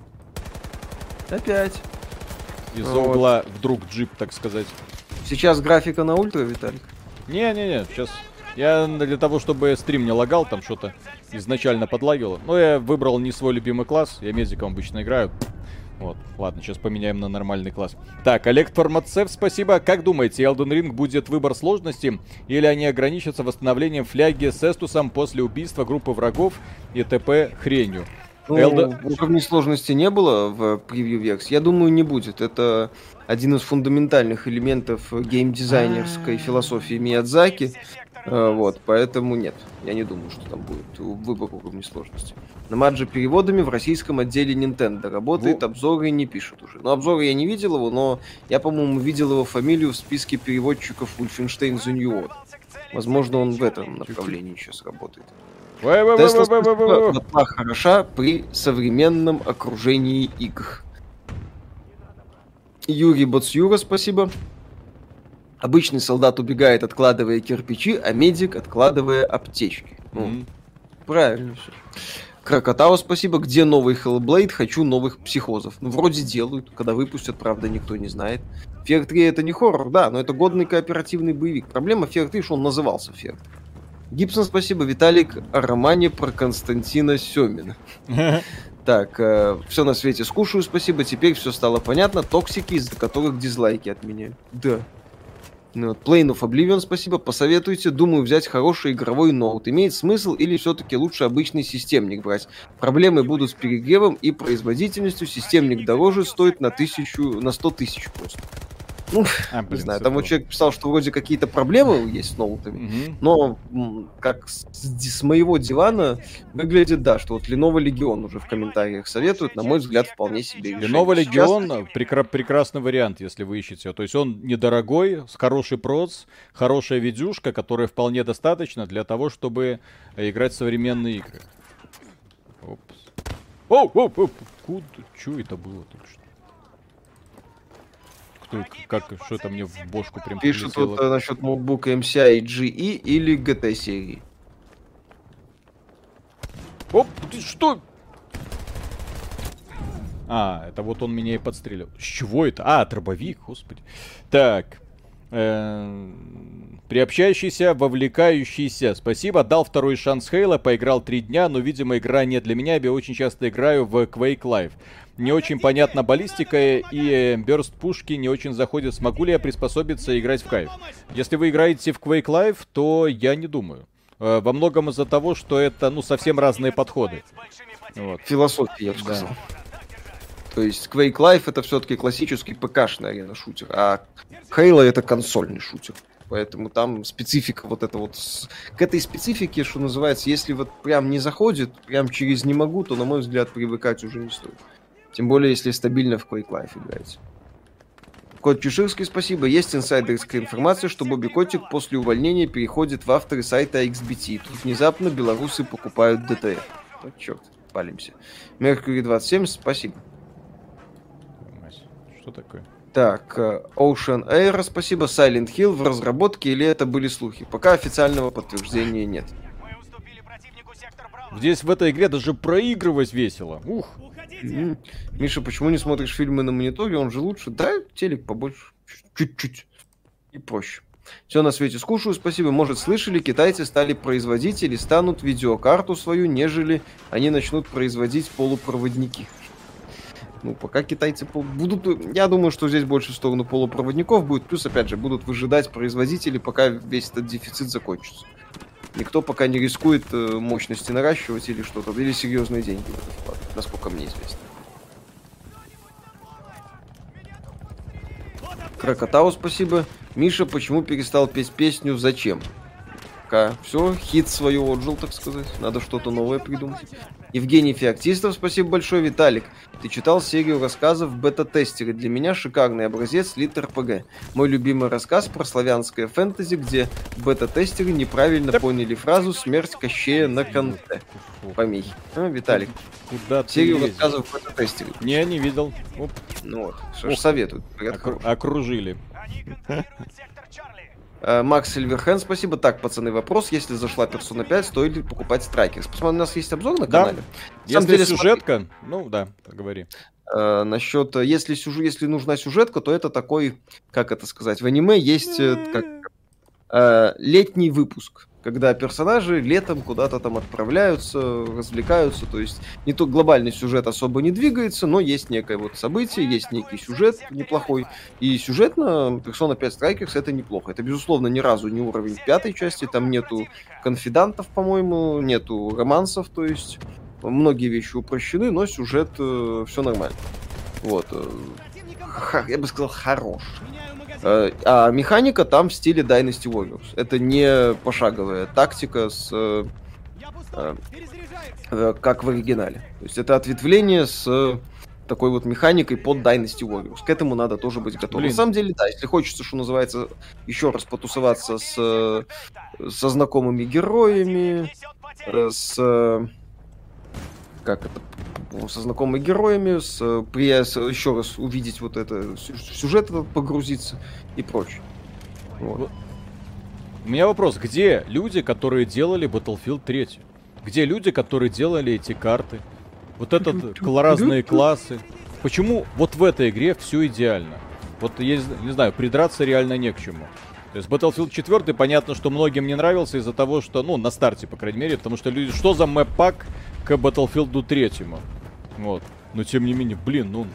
Опять. Из вот. угла вдруг джип, так сказать. Сейчас графика на ультра, Виталик? Не-не-не, сейчас... Я для того, чтобы стрим не лагал, там что-то изначально подлагивало. Но я выбрал не свой любимый класс. Я медиком обычно играю. Вот, ладно, сейчас поменяем на нормальный класс. Так, Олег Формацев, спасибо. Как думаете, Elden Ring будет выбор сложности? Или они ограничатся восстановлением фляги с Эстусом после убийства группы врагов и т.п. хренью? Ну, Элда... уровней сложности не было в превью-версии. Я думаю, не будет. Это один из фундаментальных элементов геймдизайнерской философии Миядзаки. Вот, поэтому нет. Я не думаю, что там будет выбор уровней сложности. На Маджи переводами в российском отделе Nintendo работает, Во... обзоры не пишут уже. Но обзоры я не видел его, но я, по-моему, видел его фамилию в списке переводчиков Wolfenstein The New World. Возможно, он в этом направлении сейчас работает. Тесла хороша при современном окружении игр. Юрий Боцюра, спасибо. Обычный солдат убегает, откладывая кирпичи, а медик откладывая аптечки. Ну, mm-hmm. Правильно все. Крокотау, спасибо. Где новый Hellblade? Хочу новых психозов. Ну, вроде делают. Когда выпустят, правда, никто не знает. Фер три это не хоррор, да, но это годный кооперативный боевик. Проблема Фер три, что он назывался Фер. Гибсон, спасибо. Виталик о романе про Константина Семина. Так, э, все на свете скушаю, спасибо. Теперь все стало понятно. Токсики, из-за которых дизлайки от меня. Да. Ну, вот, Plane of Oblivion, спасибо. Посоветуйте. Думаю, взять хороший игровой ноут. Имеет смысл или все-таки лучше обычный системник брать? Проблемы будут с перегревом и производительностью. Системник дороже стоит на тысячу, на сто тысяч просто. Ну, а, блин, не знаю, там вот человек писал, что вроде какие-то проблемы есть с ноутами, угу. но м, как с, с моего дивана выглядит, да, что вот Lenovo Legion уже в комментариях советуют, на мой взгляд, вполне себе решение. Lenovo Legion прекра- прекрасный вариант, если вы ищете. То есть он недорогой, с хороший проц, хорошая видюшка, которая вполне достаточно для того, чтобы играть в современные игры. Опс. Оу, оу, оу, куда? Чё это было только что? Как, что-то мне в бошку прям пишут вот, а, насчет ноутбука эм си ай джи и или джи ти серии. Оп, ты что? А, это вот он меня и подстрелил. С чего это? А, дробовик, господи. Так. Приобщающийся, вовлекающийся. Спасибо, дал второй шанс Хейла, поиграл три дня, но, видимо, игра не для меня, я очень часто играю в Quake Live. Не очень понятна баллистика и бёрст пушки не очень заходят. Смогу ли я приспособиться и играть в кайф? Если вы играете в Quake Live, то я не думаю. Во многом из-за того, что это, ну, совсем разные подходы. Вот. Философия, я бы сказал. Да. То есть Quake Live это все-таки классический ПК-шный арена-шутер, а Halo это консольный шутер. Поэтому там специфика вот это вот... К этой специфике, что называется, если вот прям не заходит, прям через не могу, то, на мой взгляд, привыкать уже не стоит. Тем более, если стабильно в Quake Live играете. Кот Чеширский, спасибо. Есть инсайдерская информация, что Бобби Котик после увольнения переходит в авторы сайта икс би ти. Тут внезапно белорусы покупают ди ти эф. Вот черт, палимся. Меркьюри двадцать семь, спасибо. Что такое? Так, э, Ocean Air, спасибо. Silent Hill в разработке или это были слухи? Пока официального подтверждения нет. Мы уступили противнику сектор Браво. Здесь в этой игре даже проигрывать весело. Ух. М. Миша, почему не смотришь фильмы на мониторе? Он же лучше. Да, телек побольше. Чуть-чуть. И проще. Все на свете скушаю, спасибо. Может, слышали, китайцы стали производить или станут видеокарту свою, нежели они начнут производить полупроводники. Ну, пока китайцы пол- будут... Я думаю, что здесь больше в сторону полупроводников будет. Плюс, опять же, будут выжидать производители, пока весь этот дефицит закончится. Никто пока не рискует э, мощности наращивать или что-то. Или серьезные деньги в это вкладывать, насколько мне известно. Крокотау, спасибо. Миша, почему перестал петь песню «Зачем»? Пока все, хит свою отжил, так сказать. Надо что-то новое придумать. Евгений Феоктистов, спасибо большое. Виталик, ты читал серию рассказов «Бета-тестеры». Для меня шикарный образец Лит эр пи джи. Мой любимый рассказ про славянское фэнтези, где бета-тестеры неправильно Да. поняли фразу «Смерть Кощея на конте». Помехи. А, Виталик, Куда ты серию лезешь? рассказов бета-тестеры. Не, не видел. Оп, Ну вот, что ж Ох. советуют. Говорят, окру- хороший. окружили. Они контролируют сектор Чарли. Э, Макс Сильверхен, спасибо. Так, пацаны, вопрос. Если зашла Persona пять, стоит ли покупать Страйкерс? Посмотрим, у нас есть обзор на Да. канале. На Если самом деле, сюжетка, ну да, говори. Э, насчет, э, если, сюж... если нужна сюжетка, то это такой, как это сказать, в аниме есть э, как, э, летний выпуск, когда персонажи летом куда-то там отправляются, развлекаются, то есть не то глобальный сюжет особо не двигается, но есть некое вот событие, есть некий сюжет неплохой, и сюжетно Persona пять Strikers это неплохо. Это, безусловно, ни разу не уровень пятой части, там нету конфидантов, по-моему, нету романсов, то есть многие вещи упрощены, но сюжет э, все нормально. Вот. э, ха- я бы сказал, хорош. Э, А механика там в стиле Dynasty Warriors. Это не пошаговая тактика с э, э, э, как в оригинале. То есть это ответвление с э, такой вот механикой под Dynasty Warriors. К этому надо тоже быть готовым. Блин. На самом деле, да, если хочется, что называется, еще раз потусоваться с, э, со знакомыми героями, э, с... э, как это? Со знакомыми героями, с, э, при, с- еще раз увидеть вот это, сю- сюжет этот погрузиться и прочее. Вот. У меня вопрос, где люди, которые делали Battlefield три? Где люди, которые делали эти карты? Вот этот кла- разные классы. Почему вот в этой игре все идеально? Вот я не знаю, придраться реально не к чему. То есть Battlefield четыре, понятно, что многим не нравился из-за того, что, ну, на старте, по крайней мере, потому что люди, что за мэп-пак к Battlefield три? Вот. Но тем не менее, блин, ну...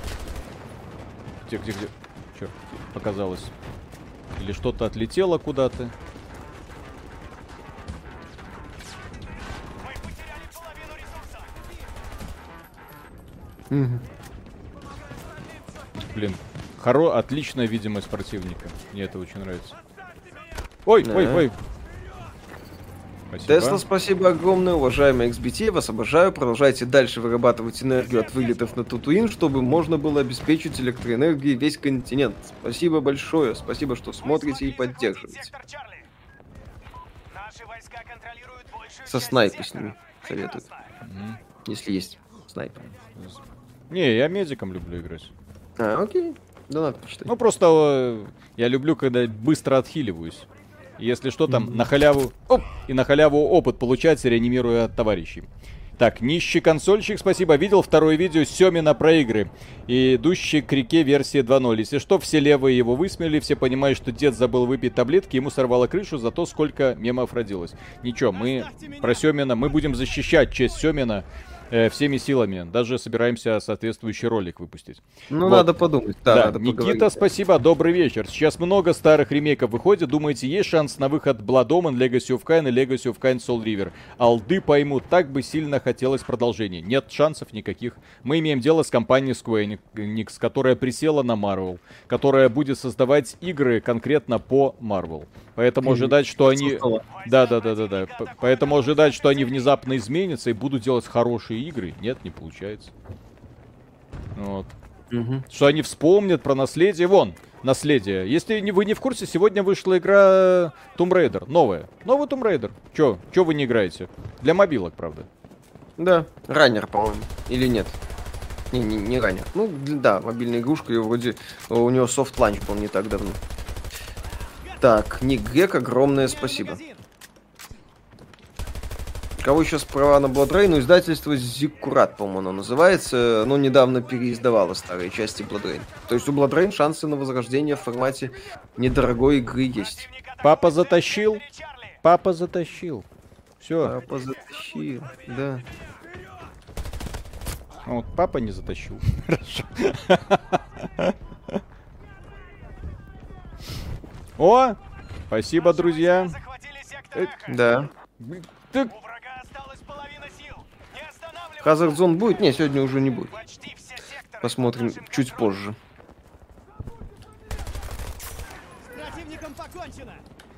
Где, где, где? Черт, показалось. Или что-то отлетело куда-то. Мы потеряли половину ресурсов. Мгм. Блин, хоро... отличная видимость противника. Мне это очень нравится. Ой, Да. ой, ой. Спасибо. Тесла, спасибо огромное, уважаемый икс би ти, вас обожаю, продолжайте дальше вырабатывать энергию от вылетов на Татуин, чтобы можно было обеспечить электроэнергией весь континент. Спасибо большое, спасибо, что смотрите и поддерживаете. Сектор Чарли. Наши войска контролируют большую Со часть снайпой с сектора. ними советую, Мгм. если есть снайпер. Не, я медиком люблю играть. А, окей, да надо почитать. Ну, просто э, я люблю, когда быстро отхиливаюсь. И если что, там на халяву... Оп! И на халяву опыт получать, реанимируя товарищей. Так, нищий консольщик, спасибо. Видел второе видео Семина про игры. И идущий к реке версии два ноль. Если что, все левые его высмеяли. Все понимают, что дед забыл выпить таблетки. Ему сорвало крышу за то, сколько мемов родилось. Ничего, мы про Семина, мы будем защищать честь Семина э, всеми силами. Даже собираемся соответствующий ролик выпустить. Ну, вот. надо подумать, да, Да, надо Никита, поговорить. спасибо, добрый вечер. Сейчас много старых ремейков выходит. Думаете, есть шанс на выход Blood Omen, Legacy of Kain и Legacy of Kain Soul River? Алды поймут, так бы сильно хотелось продолжения. Нет шансов никаких. Мы имеем дело с компанией Square Enix, которая присела на Marvel, которая будет создавать игры конкретно по Marvel. Поэтому Мгм. ожидать, что они... Создала. Да, да, да, да, да. П- Поэтому ожидать, что они внезапно изменятся и будут делать хорошие игры, нет, не получается. Вот. Мгм. Что они вспомнят про наследие. Вон, наследие. Если не, вы не в курсе, сегодня вышла игра Tomb Raider. Новая. Новый Tomb Raider. Чё? Чё вы не играете? Для мобилок, правда. Да, раннер, по-моему. Или нет? Не, не, не раннер. Ну, д- да, мобильная игрушка, ее вроде... У него софт-ланч был не так давно. Так, Ник Грек, огромное спасибо. Кого еще с права на Blood Rain? Ну, издательство Зиккурат, по-моему, оно называется. Оно недавно переиздавало старые части Blood Rain. То есть у Blood Rain шансы на возрождение в формате недорогой игры есть. Папа затащил. Папа затащил. Все. Папа затащил, да. Вот папа не затащил. Хорошо. О! Спасибо, друзья. Захватили сектор Эко. Да. Ты- У врага осталась половина сил. Не останавливайтесь. Hazard Zone будет? Не, сегодня уже не будет. Почти все секторы Посмотрим под нашим чуть контролем. позже. Противником покончено!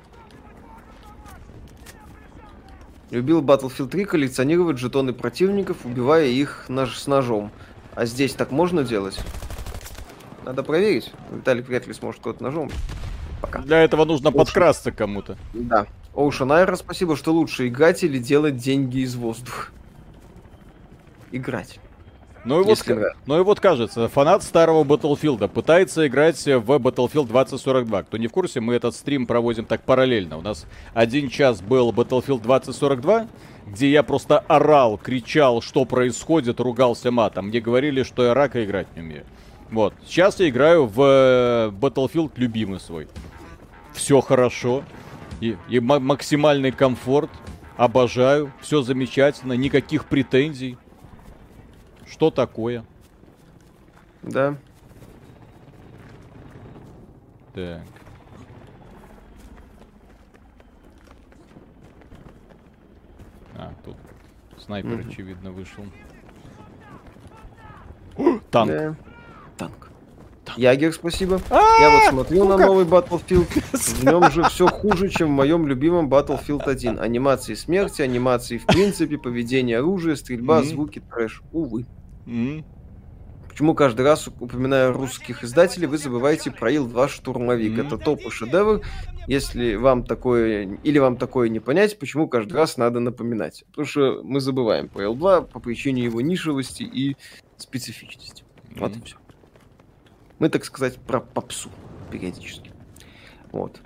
Любил Battlefield три коллекционировать жетоны противников, убивая их нож с ножом. А здесь так можно делать? Надо проверить. Виталик вряд ли сможет кого-то ножом. Пока. Для этого нужно подкрасться к кому-то. Да. Ocean Air, спасибо, что лучше играть или делать деньги из воздуха. Играть. Ну и, вот, Если ка- нравится. ну и вот кажется, фанат старого Battlefield пытается играть в Battlefield двадцать сорок два. Кто не в курсе, мы этот стрим проводим так параллельно. У нас один час был Battlefield двадцать сорок два, где я просто орал, кричал, что происходит, ругался матом. Мне говорили, что я рака играть не умею. Вот. Сейчас я играю в э, Battlefield любимый свой. Все хорошо. И, и ма- максимальный комфорт. Обожаю. Все замечательно. Никаких претензий. Что такое? Да. Так. А, тут снайпер, Мгм. очевидно, вышел. О, танк. Да. Танк. Ягер, спасибо. Я вот смотрю на новый Battlefield. В нем же все хуже, чем в моем любимом Battlefield один. Анимации смерти, анимации в принципе, поведение оружия, стрельба, Мгм. звуки, трэш. Увы. М. Почему каждый раз, упоминая русских издателей, вы забываете про Ил два Штурмовик? Мгм. Это топ и шедевр. Если вам такое, или вам такое не понять, почему каждый раз надо напоминать? Потому что мы забываем про Ил два по причине его нишевости и специфичности. Вот и Мгм. все. Мы, так сказать, про попсу периодически. Вот.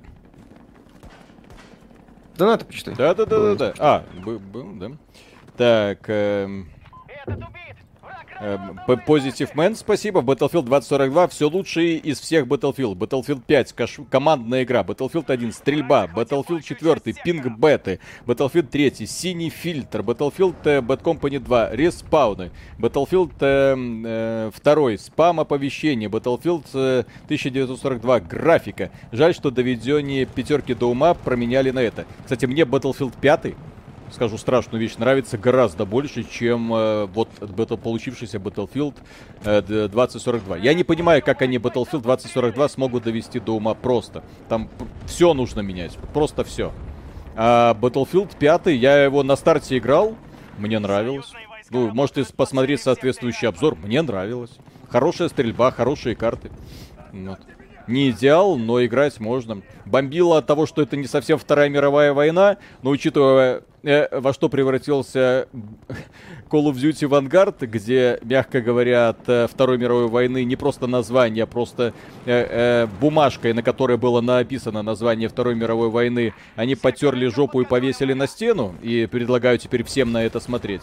Донаты почитай. Да-да-да-да-да. А, бы- был, да. Так, эм, Этот убит. Враг эм, П- Positive Man, спасибо. Battlefield двадцать сорок два все лучшие из всех Battlefield. Battlefield пять, каш- командная игра. Battlefield один, стрельба. Battlefield четыре, пинг беты. Battlefield три, синий фильтр. Battlefield э, Bad Company два, респауны. Battlefield э, э, два, спам оповещение. Battlefield э, тысяча девятьсот сорок два, графика. Жаль, что доведение пятерки до ума променяли на это. Кстати, мне Battlefield пять, скажу страшную вещь, нравится гораздо больше, чем э, вот бета- получившийся Battlefield э, д- двадцать сорок два. Я не понимаю, как они Battlefield двадцать сорок два смогут довести до ума просто. Там все нужно менять, просто все. А Battlefield пять, я его на старте играл, мне нравилось. Вы можете посмотреть соответствующий обзор, мне нравилось. Хорошая стрельба, хорошие карты. Вот. Не идеал, но играть можно. Бомбило от того, что это не совсем Вторая мировая война, но учитывая, э, во что превратился Call of Duty Vanguard, где, мягко говоря, от э, Второй мировой войны не просто название, а просто э, э, бумажкой, на которой было написано название Второй мировой войны, они потерли жопу и повесили на стену, и предлагаю теперь всем на это смотреть.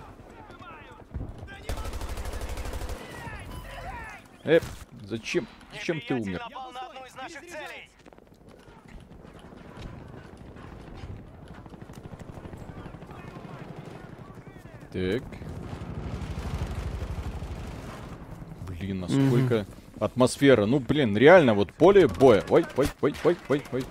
Э, зачем? Зачем ты умер? напал на одну из наших целей. Так. Блин, насколько атмосфера. Ну, блин, реально, вот поле боя. Ой, ой, ой, ой, ой, ой.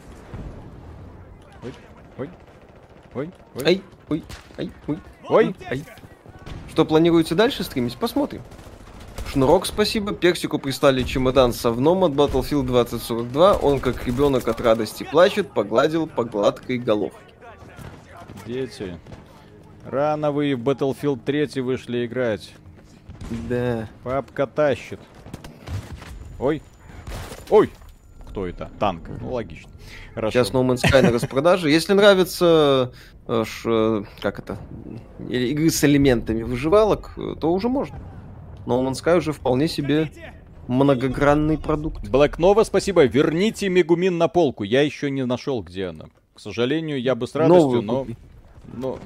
Ой, ой, ой, ой. Ай, ой, ай, ой. Ой, Ай. Что планируете дальше стримить? Посмотрим. Шнурок, спасибо. Персику прислали чемодан с овном от Battlefield двадцать сорок два. Он, как ребенок от радости, плачет, погладил по гладкой головке. дети. Рано вы в Battlefield три вышли играть. Да. Папка тащит. Ой. Ой. Кто это? Танк. Ну, логично. Хорошо. Сейчас No Man's Sky на распродаже. Если нравится, э, ш, как это, или игры с элементами выживалок, э, то уже можно. No Man's Sky уже вполне себе многогранный продукт. Black Nova, спасибо. Верните Мегумин на полку. Я еще не нашел, где она. К сожалению, я бы с радостью, Новую но... купи. но...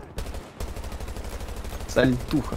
Сальтуха.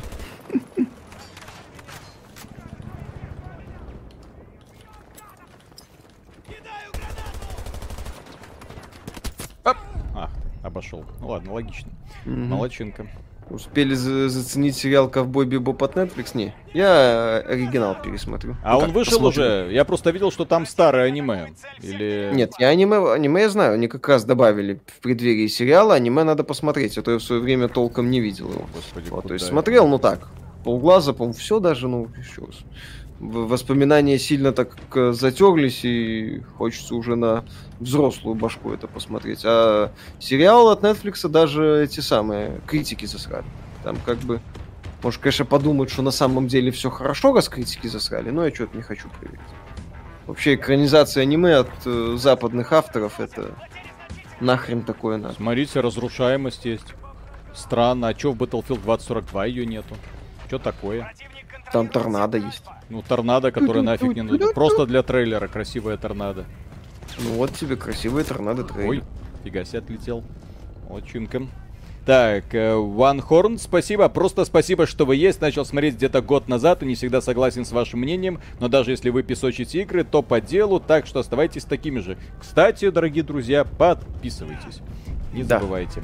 Оп! А, обошел. Ну ладно, логично. Мгм. Молодчинка. Успели за- заценить сериал «Ковбой Бибоп» от Netflix? Не. Я оригинал пересмотрю. А Ну он как, вышел посмотрю. уже? Я просто видел, что там старое аниме. Или... Нет, я аниме, аниме я знаю. Они как раз добавили в преддверии сериала. Аниме надо посмотреть, а то я в свое время толком не видел его. Господи, Вот, то есть куда смотрел, это? ну так, полглаза, по-моему, все даже, ну, еще раз. В- Воспоминания сильно так э, затерлись, и хочется уже на взрослую башку это посмотреть. А сериал от Netflix даже эти самые критики засрали. Там как бы, может, конечно, подумают, что на самом деле все хорошо, раз критики засрали, но я что-то не хочу проверить. Вообще, экранизация аниме от э, западных авторов, это нахрен такое надо. Смотрите, разрушаемость есть. Странно, а чё в Battlefield двадцать сорок два ее нету? Чё такое? Там торнадо есть. Ну, торнадо, которая нафиг не нужна. Просто для трейлера красивая торнадо. Ну вот тебе красивые торнадо трейлер. Ой, фига себе отлетел. Молодчинка. Так, э, One Horn, спасибо. Просто спасибо, что вы есть. Начал смотреть где-то год назад и не всегда согласен с вашим мнением. Но даже если вы песочите игры, то по делу. Так что оставайтесь такими же. Кстати, дорогие друзья, подписывайтесь. Не Да. забывайте.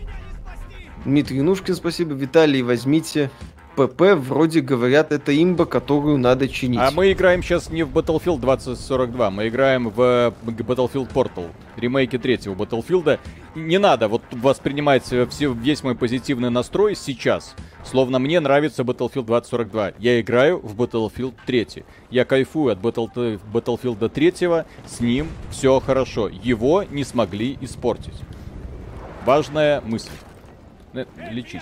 Дмитрий Нушкин, спасибо. Виталий, возьмите ПП. Вроде говорят, это имба, которую надо чинить. А мы играем сейчас не в Battlefield двадцать сорок два, мы играем в э, Battlefield Portal, ремейке третьего Battlefield. Не надо вот воспринимать э, все, весь мой позитивный настрой сейчас, словно мне нравится Battlefield двадцать сорок два. Я играю в Battlefield три. Я кайфую от Battle- Battlefield три, с ним все хорошо. Его не смогли испортить. Важная мысль. Э, Лечись.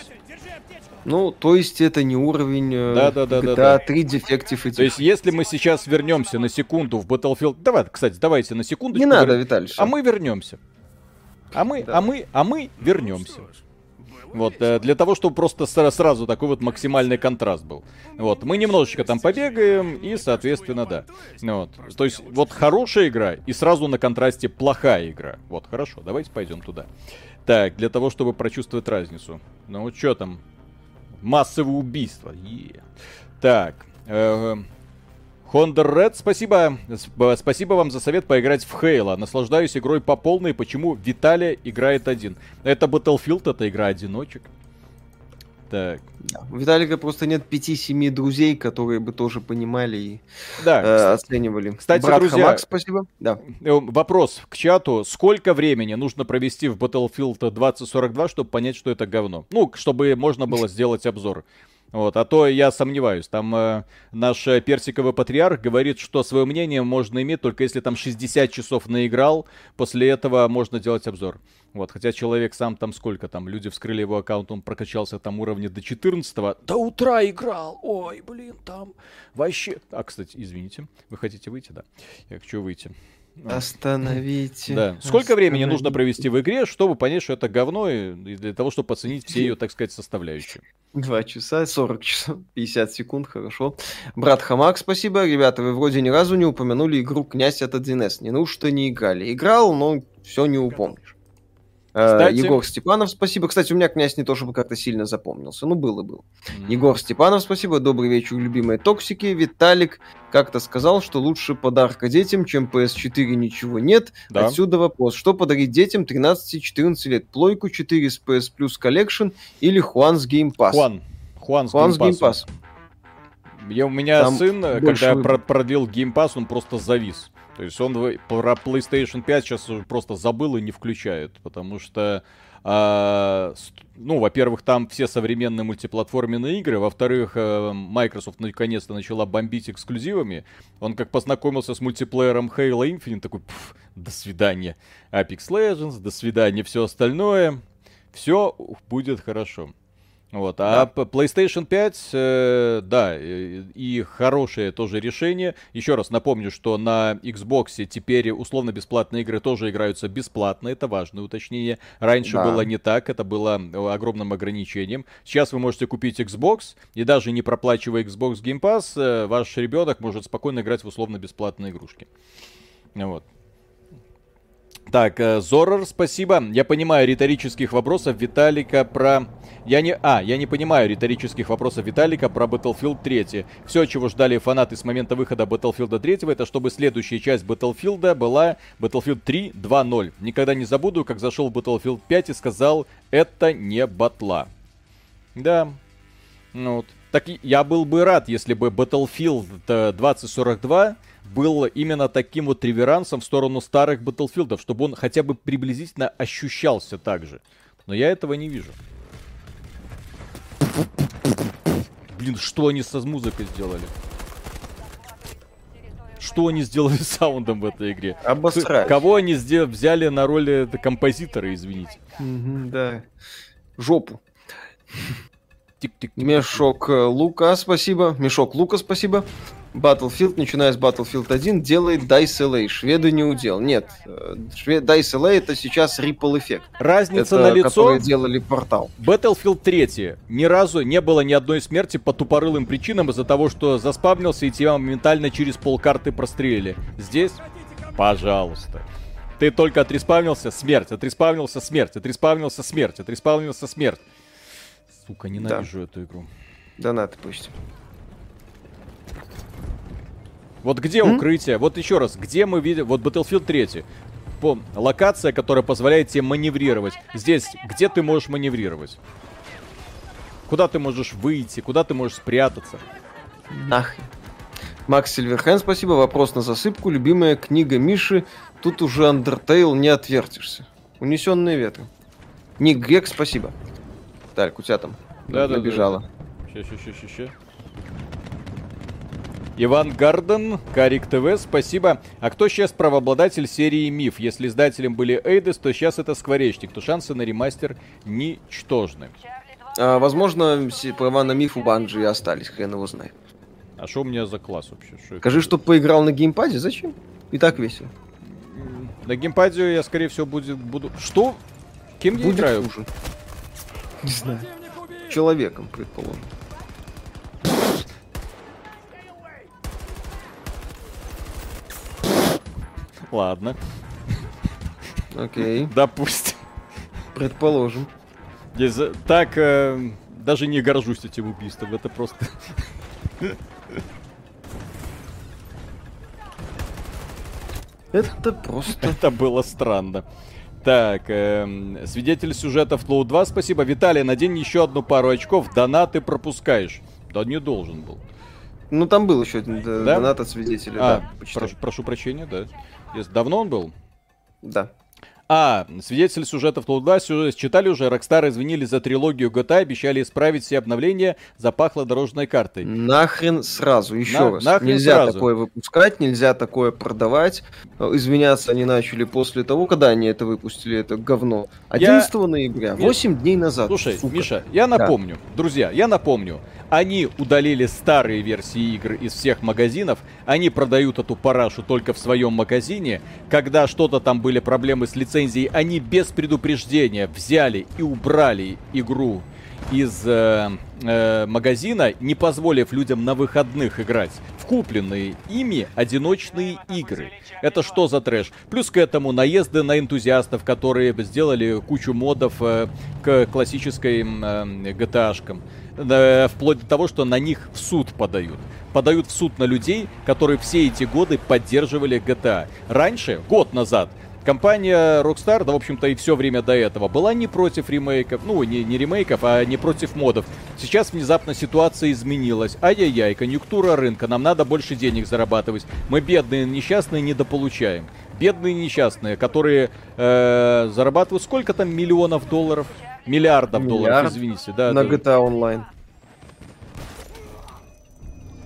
Ну, то есть это не уровень э, Да-да-да-да-да. джи ти эй три Defective Edition. То есть, если мы сейчас вернемся на секунду в Battlefield... Давай, кстати, давайте на секунду. Не надо, Виталий. А мы вернемся. А мы, Да. а мы, а мы вернемся. Вот, э, для того, чтобы просто сра- сразу такой вот максимальный контраст был. Вот, мы немножечко там побегаем, и, соответственно, да. Вот. То есть, вот хорошая игра, и сразу на контрасте плохая игра. Вот, хорошо, давайте пойдем туда. Так, для того, чтобы прочувствовать разницу. Ну, вот что там? Массовые убийства. Е. Так. Э, Honda Red, спасибо. Сп- Спасибо вам за совет поиграть в Halo. Наслаждаюсь игрой по полной. Почему Виталия играет один? Это Battlefield, это игра одиночек. Так. У Виталика просто нет пяти-семи друзей, которые бы тоже понимали и Да, э, оценивали. кстати, Брат друзья- Хамак, спасибо. Да. э, вопрос к чату. Сколько времени нужно провести в Battlefield двадцать сорок два, чтобы понять, что это говно? Ну, чтобы можно было сделать обзор. Вот, а то я сомневаюсь. Там э, наш э, персиковый патриарх говорит, что свое мнение можно иметь только если там шестьдесят часов наиграл. После этого можно делать обзор. Вот, хотя человек сам там сколько там, люди вскрыли его аккаунт, он прокачался там уровня до четырнадцатого. До утра играл. Ой, блин, там вообще... А, кстати, извините, вы хотите выйти, да? Я хочу выйти. Ну, Остановите. да. Сколько времени нужно остановите. провести в игре, чтобы понять, что это говно, и и для того, чтобы оценить все ее, так сказать, составляющие? Два часа, сорок часов, пятьдесят секунд, хорошо. Брат Хамак, спасибо. Ребята, вы вроде ни разу не упомянули игру «Князь» от один эс. Не ну что не играли. Играл, но все не упомнишь. Э, Кстати- Егор Степанов, спасибо. Кстати, у меня «Князь» не то чтобы как-то сильно запомнился. Ну, было, было. М. Егор Степанов, спасибо. Добрый вечер, любимые токсики. Виталик как-то сказал, что лучше подарка детям, чем пи эс четыре ничего нет. Да. Отсюда вопрос. Что подарить детям тринадцать-четырнадцать лет? Плойку четыре с пи эс Plus Collection или Juan's Game Pass? Хуан. Хуан с Juan's Game геймпасом. Pass. Я, у меня Там сын, э, больше когда я выбора. про- продлил геймпас, он просто завис. То есть он в- про PlayStation пять сейчас уже просто забыл и не включает, потому что, а, с- ну, во-первых, там все современные мультиплатформенные игры, во-вторых, э, Microsoft наконец-то начала бомбить эксклюзивами. Он как познакомился с мультиплеером Halo Infinite, такой, «Пф, до свидания. Apex Legends, до свидания, все остальное. Все будет хорошо. Вот. А п- PlayStation пять, э, да, и, и хорошее тоже решение. Еще раз напомню, что на Xbox теперь условно-бесплатные игры тоже играются бесплатно. Это важное уточнение. Раньше Да. было не так, это было огромным ограничением. Сейчас вы можете купить Xbox, и даже не проплачивая Xbox Game Pass, э, ваш ребенок может спокойно играть в условно-бесплатные игрушки. Вот. Так, э, Зорор, спасибо. Я понимаю риторических вопросов Виталика про... Я не... А, я не понимаю риторических вопросов Виталика про Battlefield три. Все, чего ждали фанаты с момента выхода Battlefield три, это чтобы следующая часть Battlefield была Battlefield три два ноль. Никогда не забуду, как зашел в Battlefield пять и сказал, это не батла. Да. Ну вот. Так и я был бы рад, если бы Battlefield двадцать сорок два был именно таким вот реверансом в сторону старых Battlefield'ов, чтобы он хотя бы приблизительно ощущался так же. Но я этого не вижу. Блин, что они со музыкой сделали? Что они сделали с саундом в этой игре? Обосрались. Кого они сдел- взяли на роль это, композитора, извините? Мгм, да. Жопу. Тик-тик-тик. Мешок э, лука, спасибо. Мешок лука, спасибо. Battlefield, начиная с Battlefield один, делает Dice эл эй. Шведы не удел. Нет, э, шве- Dice эл эй это сейчас Ripple Effect. Разница Это на лицо. которые делали портал. Battlefield три ни разу не было ни одной смерти по тупорылым причинам из-за того, что заспавнился и тебя моментально через полкарты прострелили. Здесь, пожалуйста. Ты только отреспавнился, смерть, отреспавнился, смерть, отреспавнился, смерть, отреспавнился, смерть. Сука, ненавижу эту игру. Донаты пусть. Вот где М? укрытие? Вот еще раз, где мы видим... Вот Battlefield три. По... Локация, которая позволяет тебе маневрировать. Здесь, где ты можешь маневрировать? Куда ты можешь выйти? Куда ты можешь спрятаться? Нахрен. Макс Сильверхайн, спасибо. Вопрос на засыпку. Любимая книга Миши. Тут уже Undertale не отвертишься. Унесенные ветром. Ник Гек, спасибо. Так, у тебя там Да, да, набежала. Ща, ща, ща, ща, ща. Иван Гарден, Карик ТВ, спасибо. А кто сейчас правообладатель серии Миф? Если издателем были Эйдес, то сейчас это Скворечник, то шансы на ремастер ничтожны. А, возможно, все права на Миф у Банжи и остались, хрен его знает. А что у меня за класс вообще? Шо это? Скажи, что поиграл на геймпаде, зачем? И так весело. На геймпаде я, скорее всего, будет, буду... Что? Кем я Будет играю? хуже. Не знаю. Человеком, предположим. Ладно, Окей, допустим. предположим. Я за- Так, э, даже не горжусь этим убийством, это просто... Это просто... Это было странно. Так, эм, свидетель сюжета в Тлоу два, спасибо. Виталий, надень еще одну пару очков, донаты пропускаешь. Да не должен был. Ну, там был еще один д- Да? донат от свидетеля. А, да, почитай. прошу, прошу прощения, да. Если давно он был? Да. А, свидетель сюжета в Тлоу два, сюжет читали уже, Rockstar извинились за трилогию джи ти эй, обещали исправить все обновления, запахло дорожной картой. Нахрен сразу, еще На- раз. нахрен Нельзя сразу. такое выпускать, нельзя такое продавать. Э, Извиняться они начали после того, когда они это выпустили, это говно. одиннадцатого ноября, восемь дней назад. Слушай, сука. Миша, я напомню, друзья, я напомню, они удалили старые версии игр из всех магазинов, они продают эту парашу только в своем магазине, когда что-то там были проблемы с лицензией, они без предупреждения взяли и убрали игру из э, э, магазина, не позволив людям на выходных играть в купленные ими одиночные игры. Это что за трэш? Плюс к этому наезды на энтузиастов, которые сделали кучу модов э, к классической э, джи ти эй-шкам. Э, вплоть до того, что на них в суд подают. Подают в суд на людей, которые все эти годы поддерживали джи ти эй. Раньше, год назад, компания Rockstar, да, в общем-то, и все время до этого, была не против ремейков, ну, не, не ремейков, а не против модов. Сейчас внезапно ситуация изменилась. Ай-яй-яй, конъюнктура рынка, нам надо больше денег зарабатывать. Мы бедные, несчастные, недополучаем. Бедные несчастные, которые э, зарабатывают сколько там миллионов долларов? Миллиардов долларов, Миллиард извините. Да, на да. джи ти эй Online.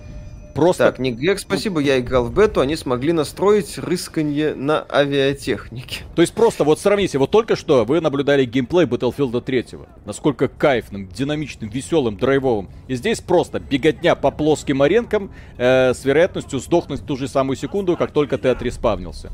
Просто... Так, Ник Грек, спасибо, я играл в бету, они смогли настроить рысканье на авиатехнике. То есть просто вот сравните, вот только что вы наблюдали геймплей Battlefield три. Насколько кайфным, динамичным, веселым, драйвовым. И здесь просто беготня по плоским аренкам э, с вероятностью сдохнуть в ту же самую секунду, как только ты отреспавнился.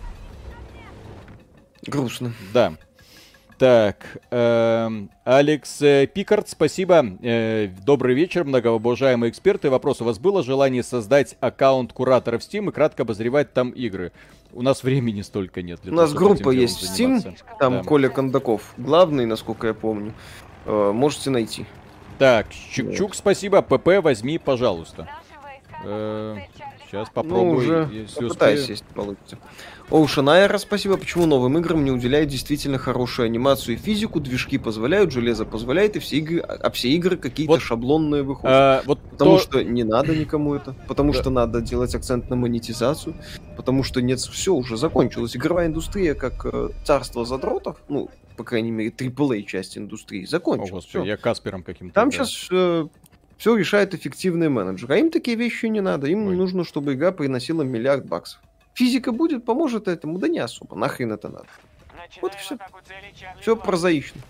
Грустно. Да. Так, эм, Алекс э, Пикард, спасибо. Э, добрый вечер, многоуважаемые эксперты. Вопрос: у вас было желание создать аккаунт куратора в Steam и кратко обозревать там игры? У нас времени столько нет. Для У нас того, чтобы группа этим есть в делом Steam, заниматься. там Да. Коля Кондаков главный, насколько я помню. Э, можете найти. Так, Чук-Чук, спасибо. ПП возьми, пожалуйста. Наши войска Э, на цель Чарли. Сейчас Ну, попробую, уже если попытаюсь, успею. если получится. Ocean Air, спасибо. Почему новым играм не уделяют действительно хорошую анимацию и физику? Движки позволяют, железо позволяет, и все игры, а все игры какие-то Вот, шаблонные выходят. А, вот Потому то- что не надо никому это, потому Да. что надо делать акцент на монетизацию, потому что нет, все уже закончилось. Игровая индустрия, как э, царство задротов, ну, по крайней мере, трипл эй часть индустрии, О, закончилась. господи, Всё. я Каспером каким-то. Там играю. сейчас все решает эффективный менеджер, а им такие вещи не надо. Им Ой. нужно, чтобы игра приносила миллиард баксов. Физика будет, поможет этому, да не особо. Нахрен это надо. Вот и все. Все прозаично.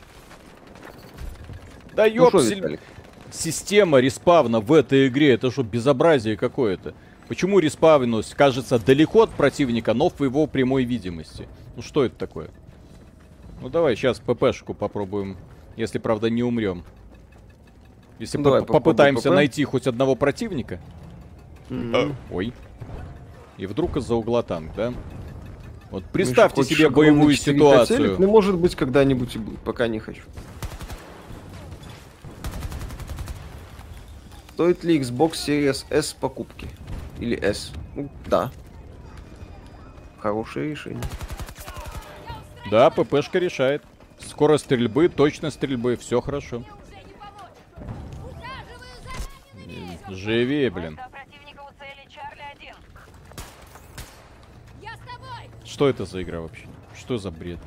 Да Ну что, ёпсель, Виталик? система респавна в этой игре, это что, безобразие какое-то? Почему респавность кажется далеко от противника, но в его прямой видимости? Ну что это такое? Ну давай сейчас ППшку попробуем, если, правда, не умрем. Если Ну, по- давай, попробуй попытаемся ПП. найти хоть одного противника. Мгм. Ой. И вдруг из-за угла танк, да? Вот Миша, представьте хочешь себе огромный боевую четыре ка телек? ситуацию. Ну, может быть, когда-нибудь и будет. Пока не хочу. Стоит ли Xbox Series S покупки? Или S? Ну, да. Хорошее решение. Да, ППшка решает. Скорость стрельбы, точность стрельбы, все хорошо. Живее, блин. Войска противника у цели Чарли один. Я с тобой! Что это за игра вообще? Что за бред?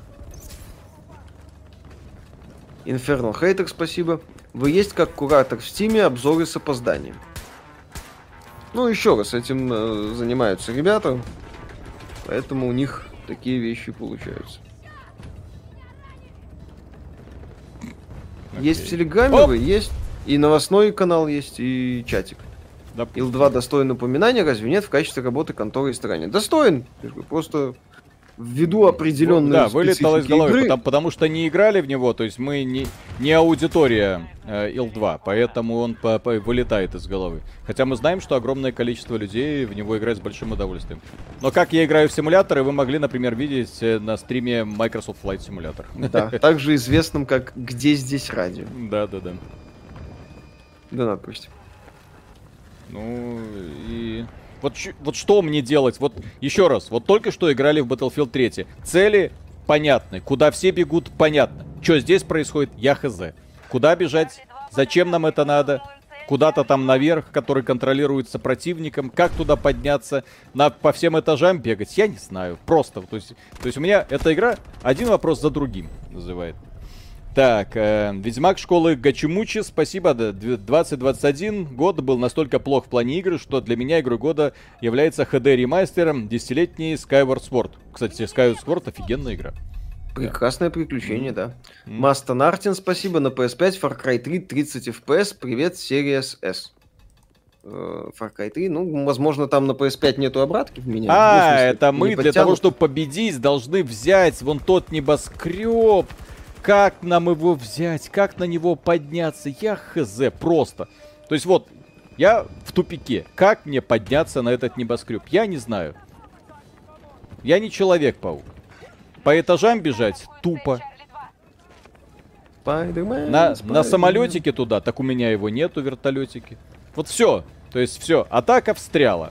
Infernal Hater, спасибо. Вы есть как куратор в Стиме, обзоры с опозданием. Ну, еще раз, этим э, занимаются ребята. Поэтому у них такие вещи получаются. Есть в Окей. Телеграме, Оп! вы есть. И новостной канал есть, и чатик. Да, ил два достоин упоминания, разве нет, в качестве работы конторы и стороне? Достоин! Просто ввиду определенной да, вылетало из специфики головы, игры, потому, потому что не играли в него, то есть мы не, не аудитория э, ил два, поэтому он по, по- вылетает из головы. Хотя мы знаем, что огромное количество людей в него играет с большим удовольствием. Но как я играю в симуляторы, вы могли, например, видеть э, на стриме Microsoft Flight Simulator. да, также известным как «Где здесь радио?» Да, да, да. Да, допустим. Ну и вот, щ- вот что мне делать? Вот еще раз, вот только что играли в Battlefield три. Цели понятны, куда все бегут понятно. Что здесь происходит, я хз. Куда бежать? Зачем нам это надо? Куда-то там наверх, который контролируется противником. Как туда подняться? На, по всем этажам бегать? Я не знаю. Просто. То есть, то есть у меня эта игра один вопрос за другим называет. Так, э, Ведьмак школы Гачимучи, спасибо. Да, двадцать двадцать один год был настолько плох в плане игры, что для меня игрой года является эйч ди ремастером десятилетний Skyward Sword. Кстати, Skyward Sword офигенная игра. Прекрасное приключение, да. М. Мастон Артин, спасибо. На пи эс пять Far Cry три тридцать эф пи эс. Привет, Series S. Э, Far Cry три, ну, возможно, там на пи эс пять нету обратки в меня. Ну, в А, смысле, это не мы для подтянут. того, чтобы победить, должны взять вон тот небоскреб. Как нам его взять? Как на него подняться? Я хз, просто. То есть вот, я в тупике. Как мне подняться на этот небоскреб? Я не знаю. Я не Человек-паук. По этажам бежать тупо. Спайдермен, На, на Спайдермен. самолетике туда, так у меня его нету, вертолетики. Вот все. То есть все. Атака встряла.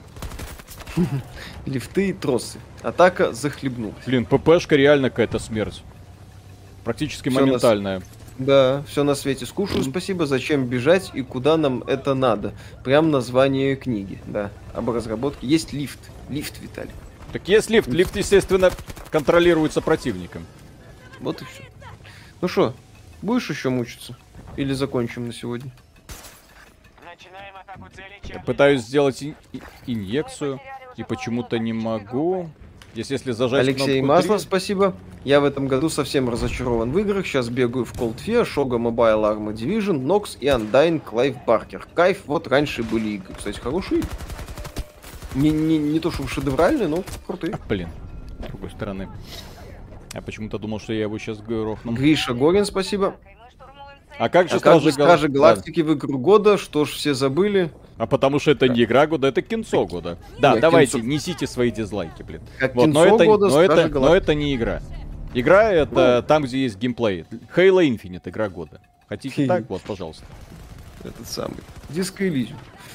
Лифты и тросы. Атака захлебнулась. Блин, ППшка реально какая-то смерть. Практически Всё, нас- моментальная. Да, все на свете скушаю, спасибо. Зачем бежать и куда нам это надо? Прям название книги, да. Об разработке. Есть лифт. Лифт, Виталий. Так есть лифт. Лифт, естественно, контролируется противником. Вот и все. Ну что, будешь еще мучиться? Или закончим на сегодня? Начинаем атаку цели Чарли. Пытаюсь сделать ин- и- инъекцию, и почему-то не могу. Если, если зажать Алексей кнопку Маслов, три- спасибо. Я в этом году совсем разочарован в играх. Сейчас бегаю в Cold Fear, Shoga Mobile Armor Division, Nox и Undying Clive Barker. Кайф, вот раньше были игры. Кстати, хорошие. Не, не, не то, что шедевральные, но крутые. Блин, с другой стороны. Я почему-то думал, что я его сейчас грохну. Гриша Горин, спасибо. Мы штурмуем цель. А как же А как Стражи же Стражи Гала- Галактики в игру года? Что ж, все забыли? Да. А потому что это не игра года, это кинцо года. Да, Нет, давайте, кинцо- несите свои дизлайки, блин. Как Вот, но кинцо это, года, но, Стражи это, но Галактики. это не игра. Игра это там, где есть геймплей. Halo Infinite игра года. Хотите Хе. так? Вот, пожалуйста. Этот самый. Диско Elysium.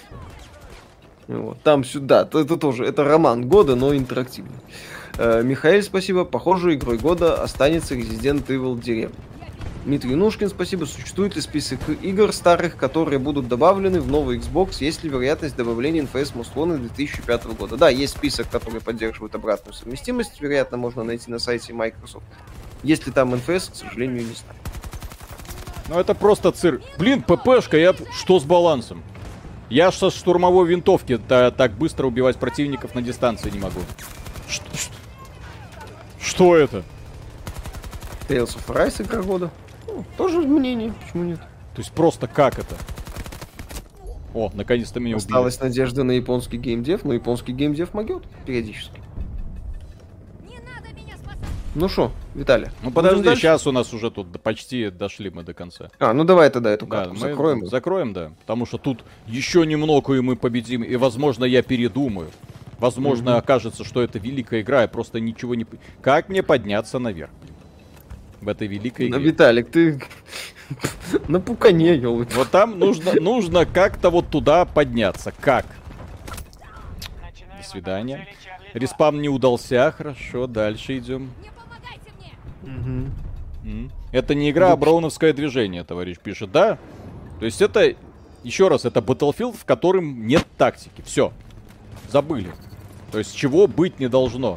Вот. Там сюда. Это, это тоже. Это роман года, но интерактивный. Э, Михаил, спасибо. Похоже, игрой года останется Resident Evil Деревня. Дмитрий Нушкин, спасибо. Существует ли список игр старых, которые будут добавлены в новый Xbox? Есть ли вероятность добавления эн эф эс Most Wanted две тысячи пятого года? Да, есть список, который поддерживает обратную совместимость. Вероятно, можно найти на сайте Microsoft. Есть ли там эн эф эс, к сожалению, не знаю. Ну это просто цирк. Блин, ППшка, я... Что с балансом? Я ж со штурмовой винтовки та- так быстро убивать противников на дистанции не могу. Что, что? Что это? Tales of Arise игра года. Ну, тоже мнение, почему нет? То есть просто как это? О, наконец-то меня убили. Осталась надежда на японский геймдев, но японский геймдев могет периодически. Не надо меня спасать! Ну что, Виталий? Ну будем подожди, дальше? сейчас у нас уже тут почти дошли мы до конца. А, ну давай тогда эту Да, карту мы закроем. закроем, да. Потому что тут еще немного, и мы победим. И, возможно, я передумаю. Возможно, Мгм. окажется, что это великая игра, я просто ничего не... п- Как мне подняться наверх? В этой великой Ну, игре. Виталик, ты на пукане, ёлки. Вот там нужно, нужно как-то вот туда подняться. Как? Начинаем До свидания. атаку цели Чарли два. Респам не удался, хорошо, дальше идем. Не помогайте мне! М. Это не игра, а броуновское движение, товарищ пишет, да? То есть это, еще раз, это Battlefield, в котором нет тактики. Все. Забыли. То есть чего быть не должно.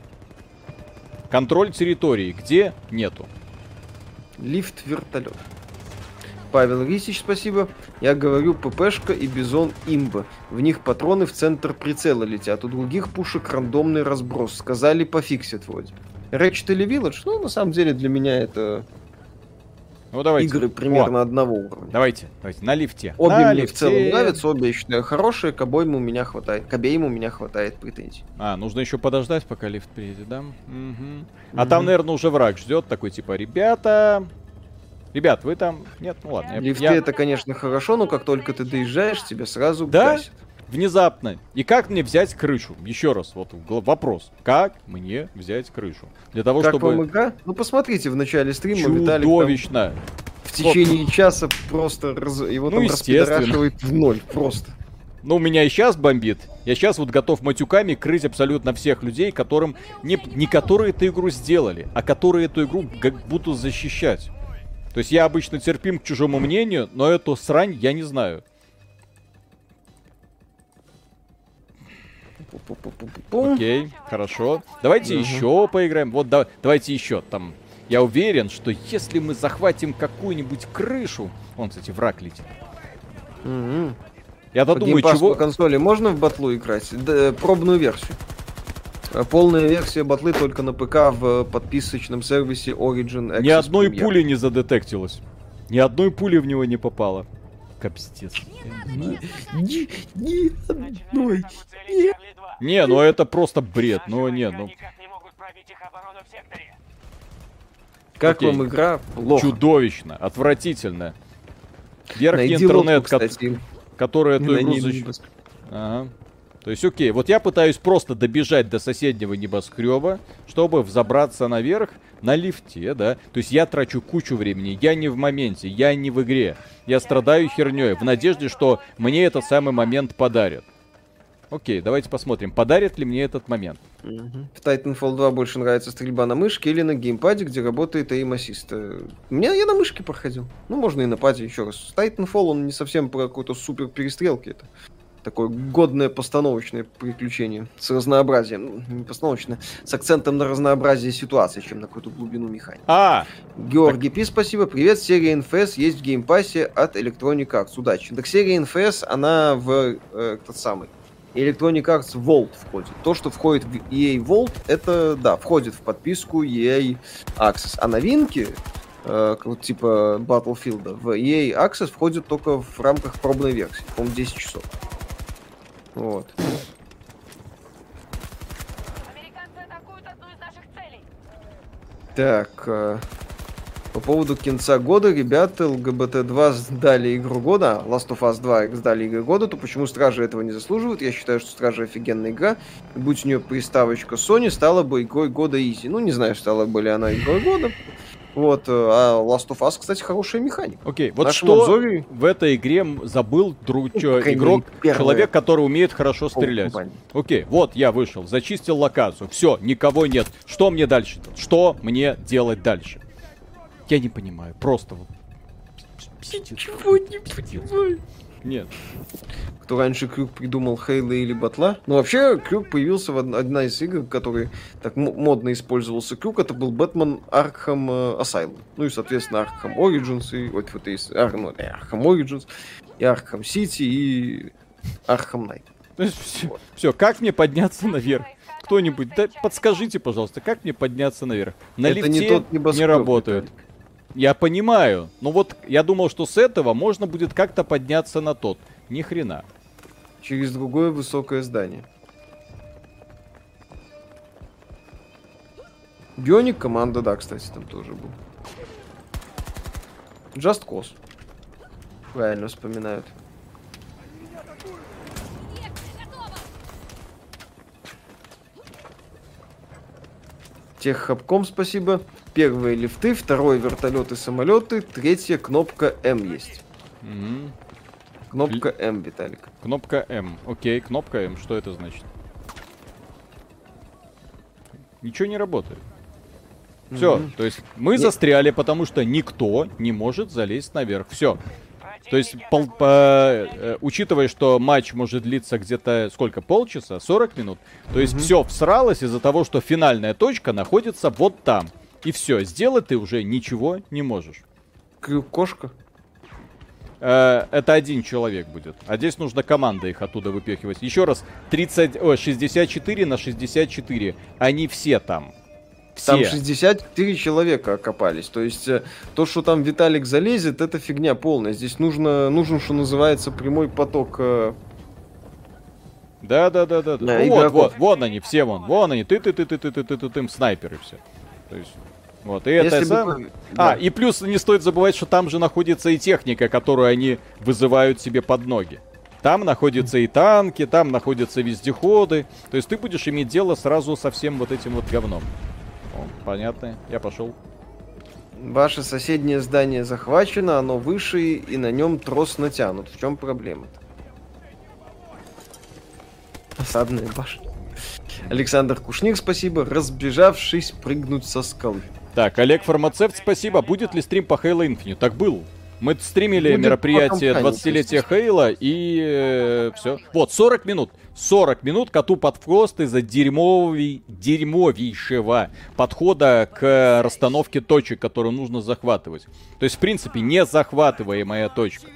Контроль территории. Где? Нету. Лифт, вертолет. Павел Рисич, спасибо. Я говорю, ППшка и Бизон имба. В них патроны в центр прицела летят. У других пушек рандомный разброс. Сказали, пофиксят вроде. Ratchet или Village? Ну, на самом деле, для меня это Ну давайте. игры примерно О, одного уровня. давайте, давайте, на лифте. Обе На мне в лифте. целом нравятся, обе я считаю хорошие, к обоим у меня хватает. К обеим у меня хватает претензий. А, нужно еще подождать, пока лифт приедет, да? Мгм. А Мгм. там, наверное, уже враг ждет, такой типа, ребята... Ребят, вы там... Нет, ну ладно. я- Лифты я- это, конечно, хорошо, но как только ты доезжаешь, тебя сразу Да? гасят. Внезапно. И как мне взять крышу? Еще раз, вот гл- вопрос. Как мне взять крышу? Для того, Как чтобы... вам игра? Ну, посмотрите в начале стрима, Виталик там Чудовищно. в течение часа просто раз- его Ну, там естественно. распидорашивает в ноль просто. Ну, меня и сейчас бомбит. Я сейчас вот готов матюками крыть абсолютно всех людей, которым... Не, не которые эту игру сделали, а которые эту игру как будут защищать. То есть я обычно терпим к чужому мнению, но эту срань я не знаю. Пу-пу-пу-пу-пу. Окей, хорошо. Давайте еще поиграем. Вот да, давайте еще. Там, я уверен, что если мы захватим какую-нибудь крышу... Вон, кстати, враг летит. Мгм. Я-то По думаю, геймпасу чего... по консоли можно в батлу играть? Да, пробную версию. А Полная версия батлы только на ПК в подписочном сервисе Origin Access Ни одной Premier. пули не задетектилось. Ни одной пули в него не попало. Капстец. Ни, ни одной. Атаку цели Чарли два. Не, ну это просто бред. Наши Ну не, войска ну никак не могут пробить их оборону в секторе. Как Окей. вам игра? Плохо. чудовищно, отвратительно. Верхний Найди интернет, лодку, ко- кстати. который Не эту на игру ней защ- небос- Ага. То есть, окей, вот я пытаюсь просто добежать до соседнего небоскреба, чтобы взобраться наверх на лифте, да. То есть я трачу кучу времени, я не в моменте, я не в игре. Я страдаю херней в надежде, что мне этот самый момент подарят. Окей, давайте посмотрим, подарит ли мне этот момент. Мгм. В Titanfall два больше нравится стрельба на мышке или на геймпаде, где работает aim assist. Э, Меня я на мышке проходил. Ну, можно и на паде еще раз. Titanfall, он не совсем про какой-то супер перестрелки. Это Такое годное постановочное приключение с разнообразием, ну, не постановочное, с акцентом на разнообразие ситуаций, чем на какую-то глубину механики. А, Георгий Пи, спасибо. Привет, серия эн эф эс есть в геймпассе от Electronic Arts. Удачи. Так серия эн эф эс, она в э, тот самый Electronic Arts Vault входит. То, что входит в и эй Vault, это, да, входит в подписку и эй Access. А новинки, э, вот типа Battlefield, в и эй Access входят только в рамках пробной версии. По-моему, десять часов. Вот. Американцы атакуют одну из наших целей. Так, э, по поводу конца года, ребята, эл гэ бэ тэ два сдали игру года, Last of Us два сдали игру года, то почему Стражи этого не заслуживают? Я считаю, что Стражи офигенная игра, и будь у нее приставочка Sony, стала бы игрой года Easy. Ну, не знаю, стала бы ли она игрой года. Вот, а Last of Us, кстати, хорошая механика. окей, В вот нашем что обзоре- в этой игре м- забыл друг, Ну, чё, по крайней игрок, мере, первая. человек, который умеет хорошо О, стрелять. буквально. Окей, вот я вышел, зачистил локацию, все, никого нет. Что мне дальше делать? Что мне делать дальше? Я не понимаю, просто вот. Ничего не понимаю. Нет. Кто раньше Крюк придумал, Хейла или Батла? Ну, вообще, Крюк появился в од- одна из игр, в которой так м- модно использовался Крюк. Это был Бэтмен Аркхам э, Asylum. Ну и, соответственно, Аркхам Origins, и вот, вот есть Ар- ну, э, Аркхам Origins, и Аркхам Сити, и Аркхам Найт. Все, как мне подняться наверх? Кто-нибудь, да, подскажите, пожалуйста, как мне подняться наверх? На Это не лифте тот небоскреб, не работает. Виталик. Я понимаю, но вот я думал, что с этого можно будет как-то подняться на тот. Ни хрена. Через другое высокое здание. Бионик команда, да, кстати, там тоже был. Just Cause. Правильно вспоминают. Теххабком спасибо. Первые лифты, второй вертолеты, самолеты, третья кнопка М есть. Мгм. Кнопка М, Виталик. Кнопка М. Окей, кнопка М. Что это значит? Ничего не работает. Все, Мгм. то есть мы Не- застряли, потому что никто не может залезть наверх. Все. То есть, пол- по- э, учитывая, что матч может длиться где-то сколько, полчаса, сорок минут, то есть все всралось из-за того, что финальная точка находится вот там. И все, сделать ты уже ничего не можешь. Крюк кошка. Э, это один человек будет. А здесь нужно команда их оттуда выпихивать. Еще раз, тридцать, о, шестьдесят четыре на шестьдесят четыре. Они все там. Все. Там шестьдесят четыре человека окопались. То есть э, то, что там Виталик залезет, это фигня полная. Здесь нужно, нужен, что называется, прямой поток. э, Да, да, да, да. да. Да, Ну вот, игроков. вот, вон они, все вон, вон они, ты, ты, ты, ты, ты, ты, ты, ты, ты, снайперы все. То есть, вот, и это Если бы сам- вы- А, да. и плюс не стоит забывать, что там же находится и техника, которую они вызывают себе под ноги. Там находятся и танки, там находятся вездеходы. То есть ты будешь иметь дело сразу со всем вот этим вот говном. О, понятно, я пошел. Ваше соседнее здание захвачено, оно выше, и на нем трос натянут. В чем проблема-то? Осадная башня. Александр Кушник, спасибо. Разбежавшись, прыгнуть со скалы. Так, Олег Фармацевт, спасибо. Будет ли стрим по Halo Infinite? Так был. Мы стримили Будет мероприятие по компании, двадцатилетия Хейла и э, все. Вот, сорок минут. сорок минут коту под хвост из-за дерьмовей, дерьмовейшего подхода к расстановке точек, которые нужно захватывать. То есть, в принципе, не захватываемая точка.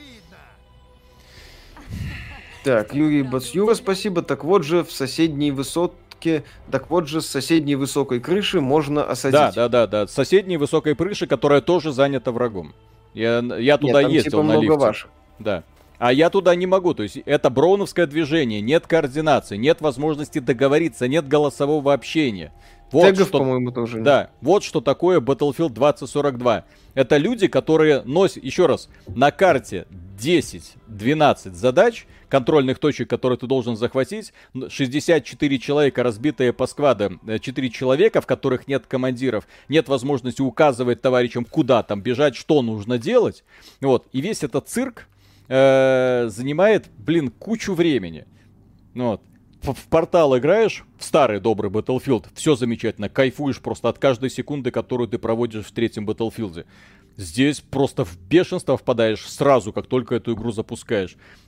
Так, Юрий Бацюра, спасибо. Так вот же в соседней высотке, так вот же с соседней высокой крыши можно осадить. Да, да, да, да. С соседней высокой крыши, которая тоже занята врагом. Я, я Нет, туда там ездил типа на много лифте. ваших. Да. А я туда не могу. То есть это броуновское движение, нет координации, нет возможности договориться, нет голосового общения. Вот Тегов, что... по-моему, тоже нет. Да, вот что такое Battlefield двадцать сорок два. Это люди, которые носят, еще раз, на карте десять-двенадцать задач, контрольных точек, которые ты должен захватить, шестьдесят четыре человека, разбитые по сквадам, четыре человека, в которых нет командиров, нет возможности указывать товарищам, куда там бежать, что нужно делать. Вот, и весь этот цирк э, занимает, блин, кучу времени. Вот. В, в портал играешь, в старый добрый Battlefield, все замечательно, кайфуешь просто от каждой секунды, которую ты проводишь в третьем Battlefield. Здесь просто в бешенство впадаешь сразу, как только эту игру запускаешь.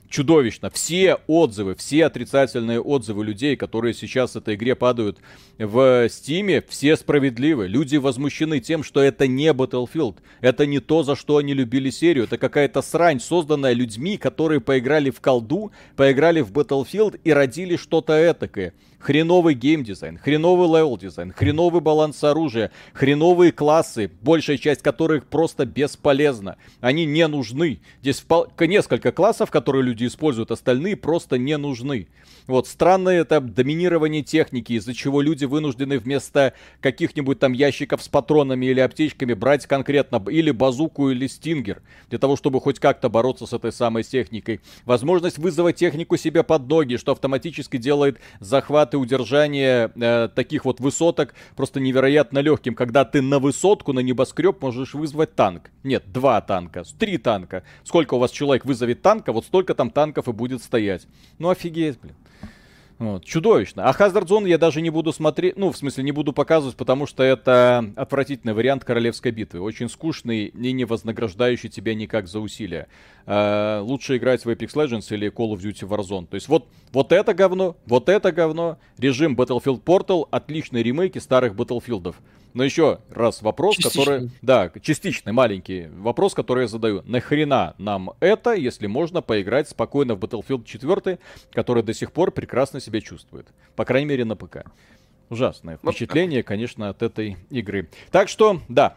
чудовищно. Все отзывы, все отрицательные отзывы людей, которые сейчас в этой игре падают в Стиме, все справедливы. Люди возмущены тем, что это не Battlefield. Это не то, за что они любили серию. Это какая-то срань, созданная людьми, которые поиграли в колду, поиграли в Battlefield и родили что-то этакое. Хреновый геймдизайн, хреновый левел-дизайн, хреновый баланс оружия, хреновые классы, большая часть которых просто бесполезна. Они не нужны. Здесь впол... несколько классов, которые люди используют, остальные просто не нужны. Вот, странное это доминирование техники, из-за чего люди вынуждены вместо каких-нибудь там ящиков с патронами или аптечками брать конкретно или базуку, или стингер, для того, чтобы хоть как-то бороться с этой самой техникой. Возможность вызвать технику себе под ноги, что автоматически делает захват и удержание э, таких вот высоток просто невероятно легким, когда ты на высотку, на небоскреб можешь вызвать танк. Нет, два танка, три танка. Сколько у вас человек вызовет танка, вот столько там танков и будет стоять. Ну офигеть, блин. Вот, чудовищно. А Hazard Zone я даже не буду смотреть, ну, в смысле, не буду показывать, потому что это отвратительный вариант королевской битвы. Очень скучный и не вознаграждающий тебя никак за усилия. А, лучше играть в Apex Legends или Call of Duty Warzone. То есть вот, вот это говно, вот это говно. Режим Battlefield Portal, отличные ремейки старых Battlefield'ов. Но еще раз вопрос, Частичный. который... Да, частичный, маленький вопрос, который я задаю. Нахрена нам это, если можно поиграть спокойно в Battlefield четыре, который до сих пор прекрасно себя чувствует? По крайней мере, на ПК. Ужасное впечатление, конечно, от этой игры. Так что, да.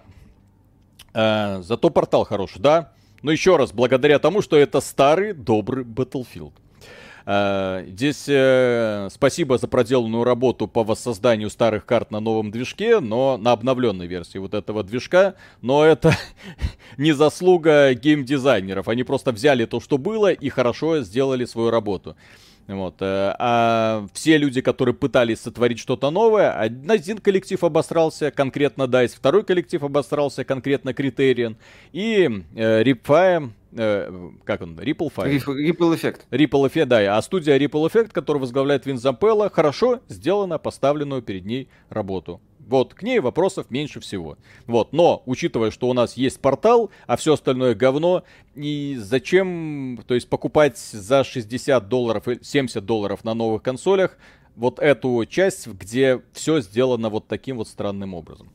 Э, зато портал хороший, да. Но еще раз, благодаря тому, что это старый, добрый Battlefield. Uh, здесь uh, спасибо за проделанную работу по воссозданию старых карт на новом движке, но на обновленной версии вот этого движка, но это не заслуга геймдизайнеров, они просто взяли то, что было, и хорошо сделали свою работу. Вот. А все люди, которые пытались сотворить что-то новое, один коллектив обосрался, конкретно дайс, второй коллектив обосрался, конкретно Criterion, и э, Ripfire, э, как он, Ripple Fire? Ripple Effect. Ripple Effect, да, а студия Ripple Effect, которая возглавляет Вин Зампелло, хорошо сделана поставленную перед ней работу. Вот, к ней вопросов меньше всего. Вот, но, учитывая, что у нас есть портал, а все остальное говно, и зачем, то есть, покупать за шестьдесят долларов, семьдесят долларов на новых консолях вот эту часть, где все сделано вот таким вот странным образом.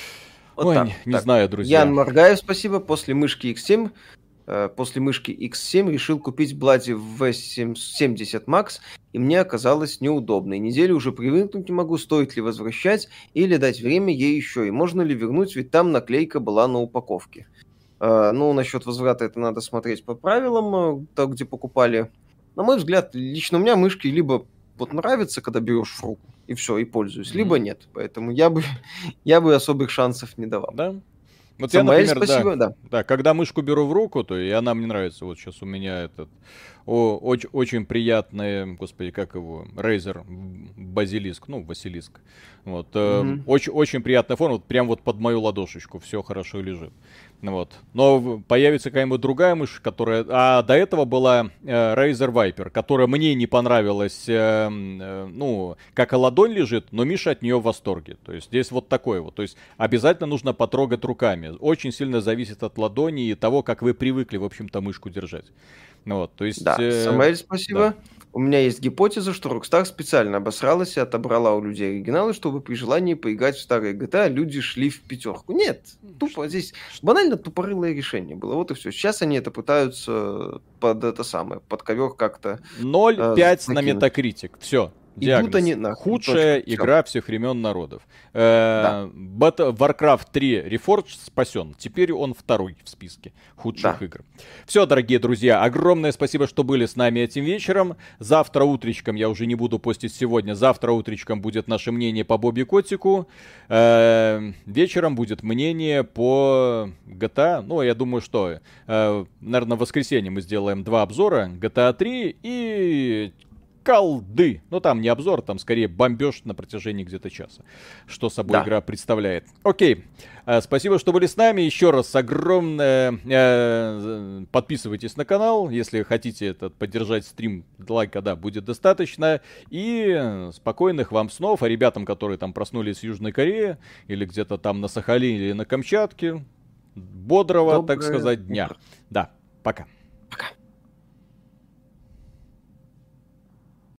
Вот Ой, так, не, не так. знаю, друзья. Ян Маргаев, спасибо. После мышки икс семь, э, после мышки икс семь решил купить Bloody ви семьдесят Max, и мне оказалось неудобно. И неделю уже привыкнуть не могу, стоит ли возвращать или дать время ей еще. И можно ли вернуть, ведь там наклейка была на упаковке. Э, ну, насчет возврата это надо смотреть по правилам, э, там, где покупали. На мой взгляд, лично у меня мышки либо вот нравится, когда берешь в руку, и все, и пользуюсь, mm-hmm. либо нет. Поэтому я бы, я бы особых шансов не давал. Да? Вот Самаэль, я, например, спасибо, да, да. да, когда мышку беру в руку, то и она мне нравится. Вот сейчас у меня этот о, очень, очень приятный, господи, как его, Razer Базилиск, ну, Василиск. Вот, mm-hmm. э, очень, очень приятная форма, вот прям вот под мою ладошечку, все хорошо лежит. Вот. Но появится какая-нибудь другая мышь, которая... А до этого была э, Razer Viper, которая мне не понравилась, э, э, ну, как и ладонь лежит, но Миша от нее в восторге. То есть здесь вот такое вот. То есть обязательно нужно потрогать руками. Очень сильно зависит от ладони и того, как вы привыкли, в общем-то, мышку держать. Вот, то есть... Да, э, Самаэль, спасибо. Да. У меня есть гипотеза, что Rockstar специально обосралась и отобрала у людей оригиналы, чтобы при желании поиграть в старые джи ти эй люди шли в пятерку. Нет, тупо здесь банально тупорылое решение было. Вот и все. Сейчас они это пытаются под это самое, под ковер как-то... ноль целых пять э, на Metacritic. Все. Диагноз. Они, да, худшая точка. игра всех времен народов. Э, да. Warcraft три Reforged спасен. Теперь он второй в списке худших да. игр. Все, дорогие друзья, огромное спасибо, что были с нами этим вечером. Завтра утречком, я уже не буду постить сегодня, завтра утречком будет наше мнение по Бобби Котику. Э, вечером будет мнение по джи ти эй. Ну, я думаю, что, э, наверное, в воскресенье мы сделаем два обзора. джи ти эй три и... колды. Ну, там не обзор, там скорее бомбеж на протяжении где-то часа. Что собой да. игра представляет. Окей. А, спасибо, что были с нами. Еще раз огромное... Э, подписывайтесь на канал. Если хотите этот, поддержать стрим, лайка, да, будет достаточно. И спокойных вам снов. А ребятам, которые там проснулись в Южной Корее, или где-то там на Сахалине, или на Камчатке, бодрого, Доброе так сказать, дня. Утро. Да, пока.